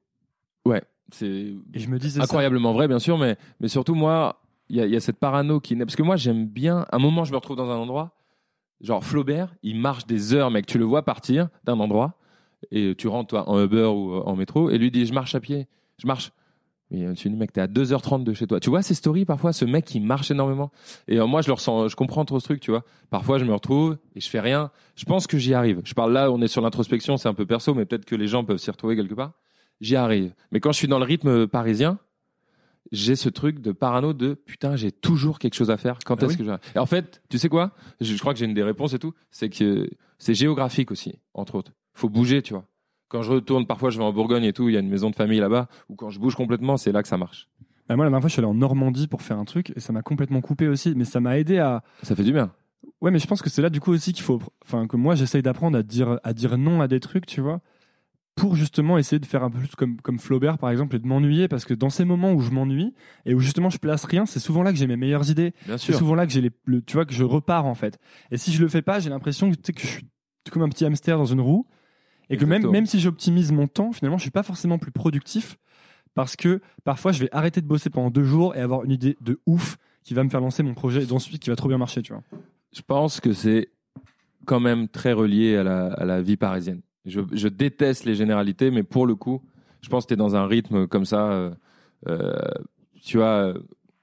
Et je me disais incroyablement vrai, bien sûr, mais surtout moi, il y a cette parano qui naît parce que moi j'aime bien. Un moment, je me retrouve dans un endroit. Genre Flaubert, il marche des heures, mec. Tu le vois partir d'un endroit et tu rentres toi en Uber ou en métro et lui dit je marche à pied, je marche. Mais tu dis mec, t'es à 2h30 de chez toi. Tu vois ces stories parfois, ce mec qui marche énormément. Et moi je le ressens, je comprends trop ce truc, tu vois. Parfois je me retrouve et je fais rien. Je pense que j'y arrive. Je parle là, on est sur l'introspection, c'est un peu perso, mais peut-être que les gens peuvent s'y retrouver quelque part. J'y arrive. Mais quand je suis dans le rythme parisien, j'ai ce truc de parano de putain, j'ai toujours quelque chose à faire. Quand est-ce que j'arrive? Et en fait, tu sais quoi? Je crois que j'ai une des réponses et tout. C'est que c'est géographique aussi, entre autres. Faut bouger, tu vois. Quand je retourne, parfois je vais en Bourgogne et tout, il y a une maison de famille là-bas. Ou quand je bouge complètement, c'est là que ça marche. Moi, la dernière fois, je suis allé en Normandie pour faire un truc et ça m'a complètement coupé aussi. Mais ça m'a aidé à. Ça fait du bien. Ouais, mais je pense que c'est là, du coup, aussi qu'il faut. Enfin, que moi, j'essaye d'apprendre à dire non à des trucs, tu vois, pour justement essayer de faire un peu plus comme Flaubert, par exemple, et de m'ennuyer. Parce que dans ces moments où je m'ennuie et où justement je place rien, c'est souvent là que j'ai mes meilleures idées. Bien C'est sûr. souvent là que tu vois, que je repars, en fait. Et si je le fais pas, j'ai l'impression que, tu sais, que je suis comme un petit hamster dans une roue. Et que Exactement. même si j'optimise mon temps, finalement, je suis pas forcément plus productif parce que parfois, je vais arrêter de bosser pendant 2 jours et avoir une idée de ouf qui va me faire lancer mon projet et ensuite qui va trop bien marcher, tu vois. Je pense que c'est quand même très relié à la vie parisienne. Je déteste les généralités, mais pour le coup, je pense que tu es dans un rythme comme ça, tu vois,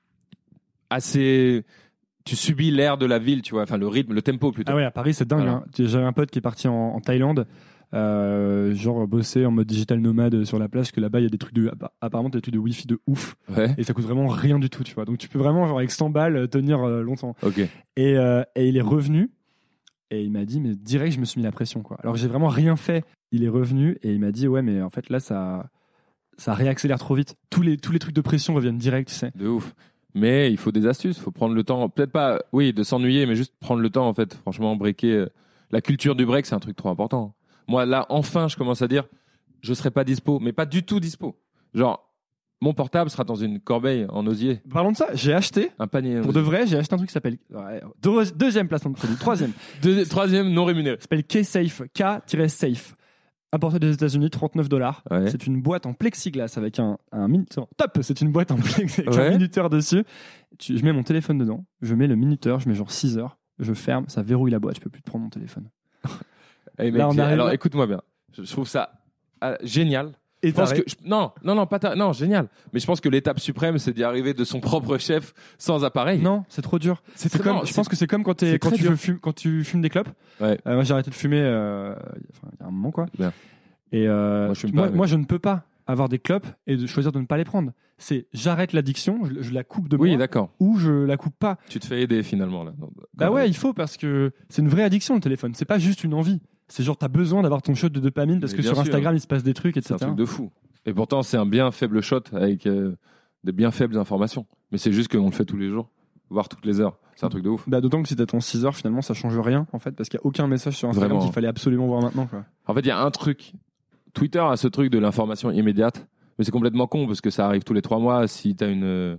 assez. Tu subis l'air de la ville, tu vois, enfin le rythme, le tempo plutôt. Ah ouais, à Paris, c'est dingue. Voilà. Hein. J'avais un pote qui est parti en Thaïlande, genre bosser en mode digital nomade sur la plage, que là-bas, il y a des trucs apparemment, des trucs de wifi de ouf. Ouais. Et ça coûte vraiment rien du tout, tu vois. Donc tu peux vraiment, genre, avec 100 balles, tenir longtemps. Ok. Et il est revenu et il m'a dit, mais direct, je me suis mis la pression, quoi. Alors que j'ai vraiment rien fait. Il est revenu et il m'a dit, ouais, mais en fait, là, ça réaccélère trop vite. Tous les trucs de pression reviennent direct, tu sais. De ouf. Mais il faut des astuces, il faut prendre le temps, peut-être pas, oui, de s'ennuyer, mais juste prendre le temps, en fait. Franchement, breaker. La culture du break, c'est un truc trop important. Moi, là, enfin, je commence à dire, je serai pas dispo, mais pas du tout dispo. Genre, mon portable sera dans une corbeille en osier, Parlons de ça, j'ai acheté, un panier. pour de vrai, j'ai acheté un truc qui s'appelle, deuxième placement de produit, troisième, Troisième, non rémunéré. ça s'appelle K-Safe, K-Safe. Importé des États-Unis, $39. Ouais. C'est une boîte en plexiglas avec un minuteur. Top, c'est une boîte en plexiglas avec Ouais. un minuteur dessus. Je mets mon téléphone dedans, je mets le minuteur, je mets genre 6 heures, je ferme, ça verrouille la boîte, je peux plus te prendre mon téléphone. Hey, Là, mec, on arrive alors là. écoute-moi bien. Je trouve ça génial. Et Je pense taré. que non, génial. Mais je pense que l'étape suprême, c'est d'y arriver de son propre chef sans appareil. Non, c'est trop dur. c'est C'est comme, je pense que c'est comme quand c'est très dur. quand tu fumes des clopes. Ouais. Moi, j'ai arrêté de fumer il y a un moment, quoi. Bien. Et Moi, je fume pas, mais- moi, je ne peux pas avoir des clopes et de choisir de ne pas les prendre. C'est j'arrête l'addiction, je la coupe de Oui, moi, d'accord. ou je la coupe pas. Tu te fais aider finalement là. Bah ouais, il faut parce que c'est une vraie addiction le téléphone. C'est pas juste une envie. C'est genre t'as besoin d'avoir ton shot de dopamine parce Mais que bien sur sûr. Instagram il se passe des trucs, C'est etc. un truc de fou. Et pourtant, c'est un bien faible shot avec des bien faibles informations. Mais c'est juste qu'on le fait tous les jours, voire toutes les heures. C'est un truc de ouf. Bah, d'autant que si t'as ton 6 heures, finalement ça change rien en fait parce qu'il y a aucun message sur Instagram Vraiment. qu'il fallait absolument voir maintenant, quoi. En fait, il y a un truc. Twitter a ce truc de l'information immédiate, mais c'est complètement con parce que ça arrive tous les 3 mois. Si t'as une,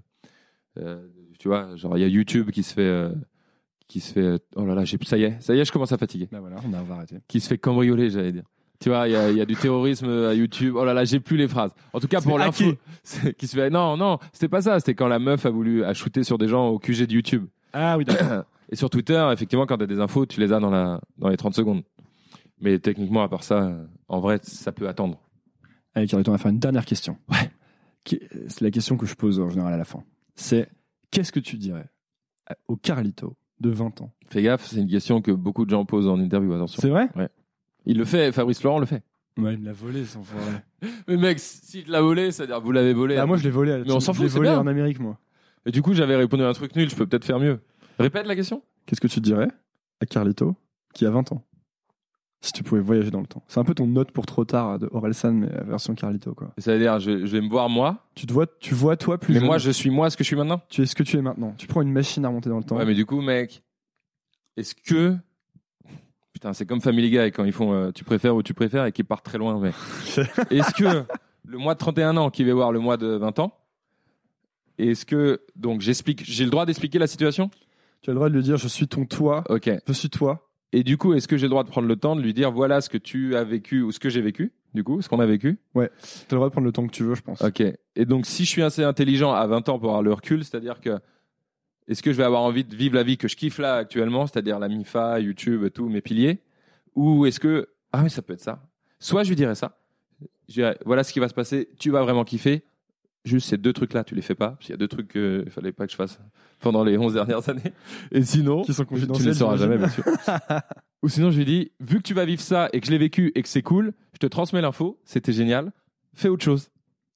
tu vois, genre il y a YouTube qui se fait. Oh là là, ça y est, je commence à fatiguer. Bah voilà, on va arrêter. Qui se fait cambrioler, j'allais dire. Tu vois, il y a du terrorisme à YouTube. Oh là là, j'ai plus les phrases. En tout cas, pour fait l'info, hacker. qui se fait. Non, c'était pas ça. C'était quand la meuf a shooté sur des gens au QG de YouTube. Ah oui, d'accord. Et sur Twitter, effectivement, quand t'as des infos, tu les as dans les 30 secondes. Mais techniquement, à part ça, en vrai, ça peut attendre. Allez, Carlito, on va faire une dernière question. Ouais. C'est la question que je pose en général à la fin. C'est qu'est-ce que tu dirais au Carlito de 20 ans? Fais gaffe, c'est une question que beaucoup de gens posent en interview, attention. C'est vrai? Il le fait, Fabrice Florent le fait. Ouais, il me l'a volé, sans forêt. Mais mec, s'il te l'a volé, c'est-à-dire que vous l'avez volé. Bah, moi, je l'ai volé. Mais on s'en Je fout, l'ai c'est volé bien. en Amérique, moi. Et du coup, j'avais répondu à un truc nul, je peux peut-être faire mieux. Répète la question. Qu'est-ce que tu dirais à Carlito qui a 20 ans? Si tu pouvais voyager dans le temps. C'est un peu ton note pour trop tard de Orelsan, mais version Carlito, quoi. Ça veut dire, je vais me voir moi, Tu vois toi plus mais jeune. moi, je suis moi ce que je suis maintenant. Tu es ce que tu es maintenant. Tu prends une machine à remonter dans le temps. Ouais, mais du coup, mec, est-ce que. Putain, c'est comme Family Guy quand ils font tu préfères ou tu préfères et qu'ils partent très loin, mec. Est-ce que le mois de 31 ans qui va voir le mois de 20 ans, est-ce que. Donc, j'ai le droit d'expliquer la situation? Tu as le droit de lui dire je suis ton toi, Ok. je suis toi. Et du coup, est-ce que j'ai le droit de prendre le temps de lui dire voilà ce que tu as vécu ou ce que j'ai vécu, du coup, ce qu'on a vécu? Tu as le droit de prendre le temps que tu veux, je pense. Ok. Et donc, si je suis assez intelligent à 20 ans pour avoir le recul, c'est-à-dire que est-ce que je vais avoir envie de vivre la vie que je kiffe là actuellement, c'est-à-dire la MIFA, YouTube, tout, mes piliers, ou est-ce que ah oui, ça peut être ça. Soit je lui dirais ça, je dirais voilà ce qui va se passer, tu vas vraiment kiffer. Juste ces 2 trucs-là, tu les fais pas, parce qu'il y a 2 trucs qu'il fallait pas que je fasse pendant les 11 dernières années. Et sinon, Qui sont tu ne confidentiels. les sauras jamais, j'imagine. bien sûr. Ou sinon, je lui dis, vu que tu vas vivre ça et que je l'ai vécu et que c'est cool, je te transmets l'info, c'était génial, fais autre chose.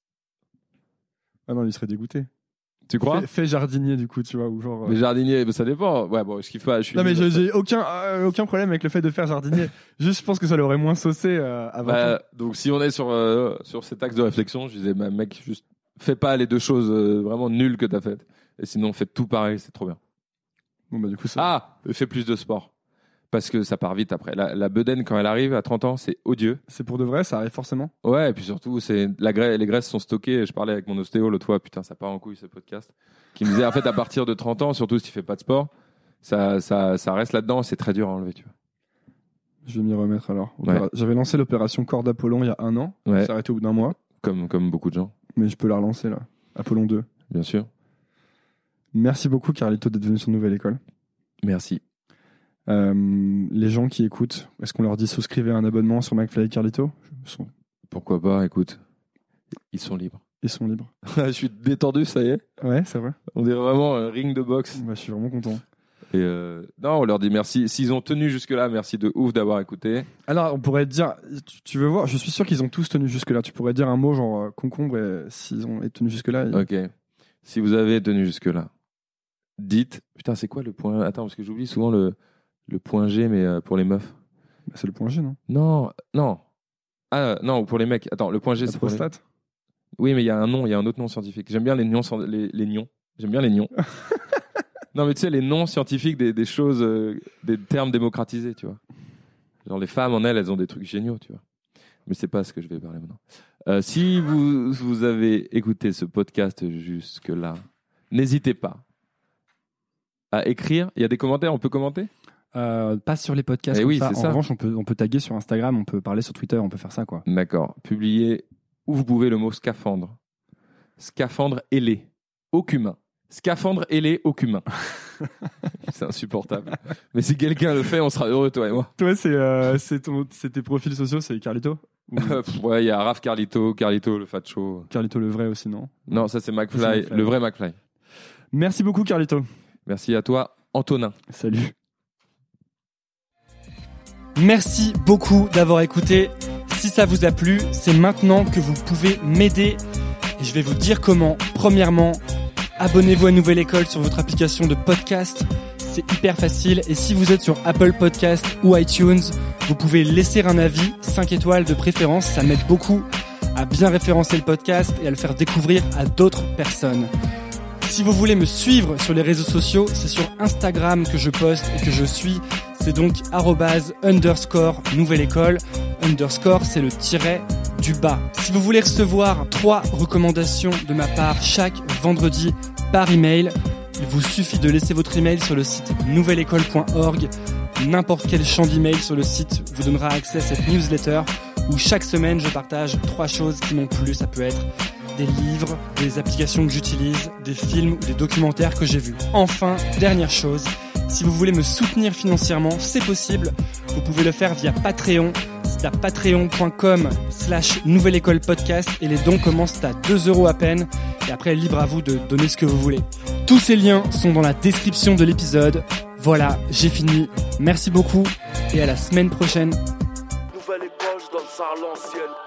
Ah non, il serait dégoûté. Tu crois? Fais jardinier, du coup, tu vois, ou genre. Mais jardinier, ça dépend. Ouais, bon, je kiffe pas. Je suis Non, mais nul. j'ai aucun problème avec le fait de faire jardinier. Juste, je pense que ça l'aurait moins saucé à 20 ans. Donc, si on est sur cet axe de réflexion, je disais, bah, mec, juste fais pas les deux choses vraiment nulles que t'as faites. Et sinon, faites tout pareil, c'est trop bien. Bon, bah, du coup, ça. Fais plus de sport. Parce que ça part vite après. La bedaine, quand elle arrive à 30 ans, c'est odieux. C'est pour de vrai, ça arrive forcément. Ouais, et puis surtout, les graisses sont stockées. Je parlais avec mon ostéo l'autre fois, putain, ça part en couille ce podcast, qui me disait, en fait, à partir de 30 ans, surtout si tu fais pas de sport, ça reste là-dedans, c'est très dur à enlever, tu vois. Je vais m'y remettre alors. Ouais. J'avais lancé l'opération Corde Apollon il y a 1 an. Ouais. Ça s'est arrêté au bout d'un mois. Comme beaucoup de gens, Mais je peux la relancer là. Apollon 2. bien sûr. Merci beaucoup, Carlito, d'être venu sur Nouvelle École. Merci. Les gens qui écoutent, est-ce qu'on leur dit souscrivez à un abonnement sur McFly et Carlito? Pourquoi pas, écoute, ils sont libres. Ils sont libres. Je suis détendu, ça y est. Ouais, c'est vrai. On dirait vraiment un ring de boxe. Bah, je suis vraiment content. Et non, on leur dit merci. S'ils ont tenu jusque-là, merci de ouf d'avoir écouté. Alors, on pourrait dire, tu veux voir, je suis sûr qu'ils ont tous tenu jusque-là. Tu pourrais dire un mot genre concombre et s'ils ont tenu jusque-là. Ok. Si vous avez tenu jusque-là, dites. Putain, c'est quoi le point? Attends, parce que j'oublie souvent le point G, mais pour les meufs. Bah, c'est le point G, non? Non. Ah, non, pour les mecs. Attends, le point G, La c'est pour les... prostate. Oui, mais il y a un nom, il y a un autre nom scientifique. J'aime bien les noms. Les nions. J'aime bien les nions. Non, mais tu sais, les noms scientifiques des choses, des termes démocratisés, tu vois. Genre, les femmes, en elles ont des trucs géniaux, tu vois. Mais c'est pas ce que je vais parler maintenant. Si vous avez écouté ce podcast jusque-là, n'hésitez pas à écrire. Il y a des commentaires, on peut commenter? Pas sur les podcasts. Oui, ça. c'est En ça. revanche, on peut taguer sur Instagram, on peut parler sur Twitter, on peut faire ça, quoi. D'accord. Publiez où vous pouvez le mot scaphandre. Scaphandre ailé. Au cumin. Scaphandre ailé au cumin. C'est insupportable. Mais si quelqu'un le fait, on sera heureux, toi et moi. Toi, c'est tes profils sociaux, c'est Carlito? Ou Ouais, il y a Raph Carlito le Fat Show. Carlito le vrai aussi, non? Non, ça c'est McFly, C'est McFly. le vrai McFly. Merci beaucoup, Carlito. Merci à toi, Antonin. Salut. Merci beaucoup d'avoir écouté. Si ça vous a plu, c'est maintenant que vous pouvez m'aider. Et je vais vous dire comment. Premièrement, abonnez-vous à Nouvelle École sur votre application de podcast. C'est hyper facile. Et si vous êtes sur Apple Podcast ou iTunes, vous pouvez laisser un avis, 5 étoiles de préférence. Ça m'aide beaucoup à bien référencer le podcast et à le faire découvrir à d'autres personnes. Si vous voulez me suivre sur les réseaux sociaux, c'est sur Instagram que je poste et que je suis. C'est donc @_Nouvelle École. _ c'est le tiret du bas. Si vous voulez recevoir 3 recommandations de ma part chaque vendredi par email, il vous suffit de laisser votre email sur le site nouvelleécole.org. N'importe quel champ d'email sur le site vous donnera accès à cette newsletter où chaque semaine je partage 3 choses qui m'ont plu. Ça peut être des livres, des applications que j'utilise, des films ou des documentaires que j'ai vus. Enfin, dernière chose, si vous voulez me soutenir financièrement, c'est possible. Vous pouvez le faire via Patreon. C'est à patreon.com/nouvelleécolepodcast et les dons commencent à 2 € à peine. Et après, libre à vous de donner ce que vous voulez. Tous ces liens sont dans la description de l'épisode. Voilà, j'ai fini. Merci beaucoup et à la semaine prochaine. Nouvelle école, je donne ça à l'ancienne.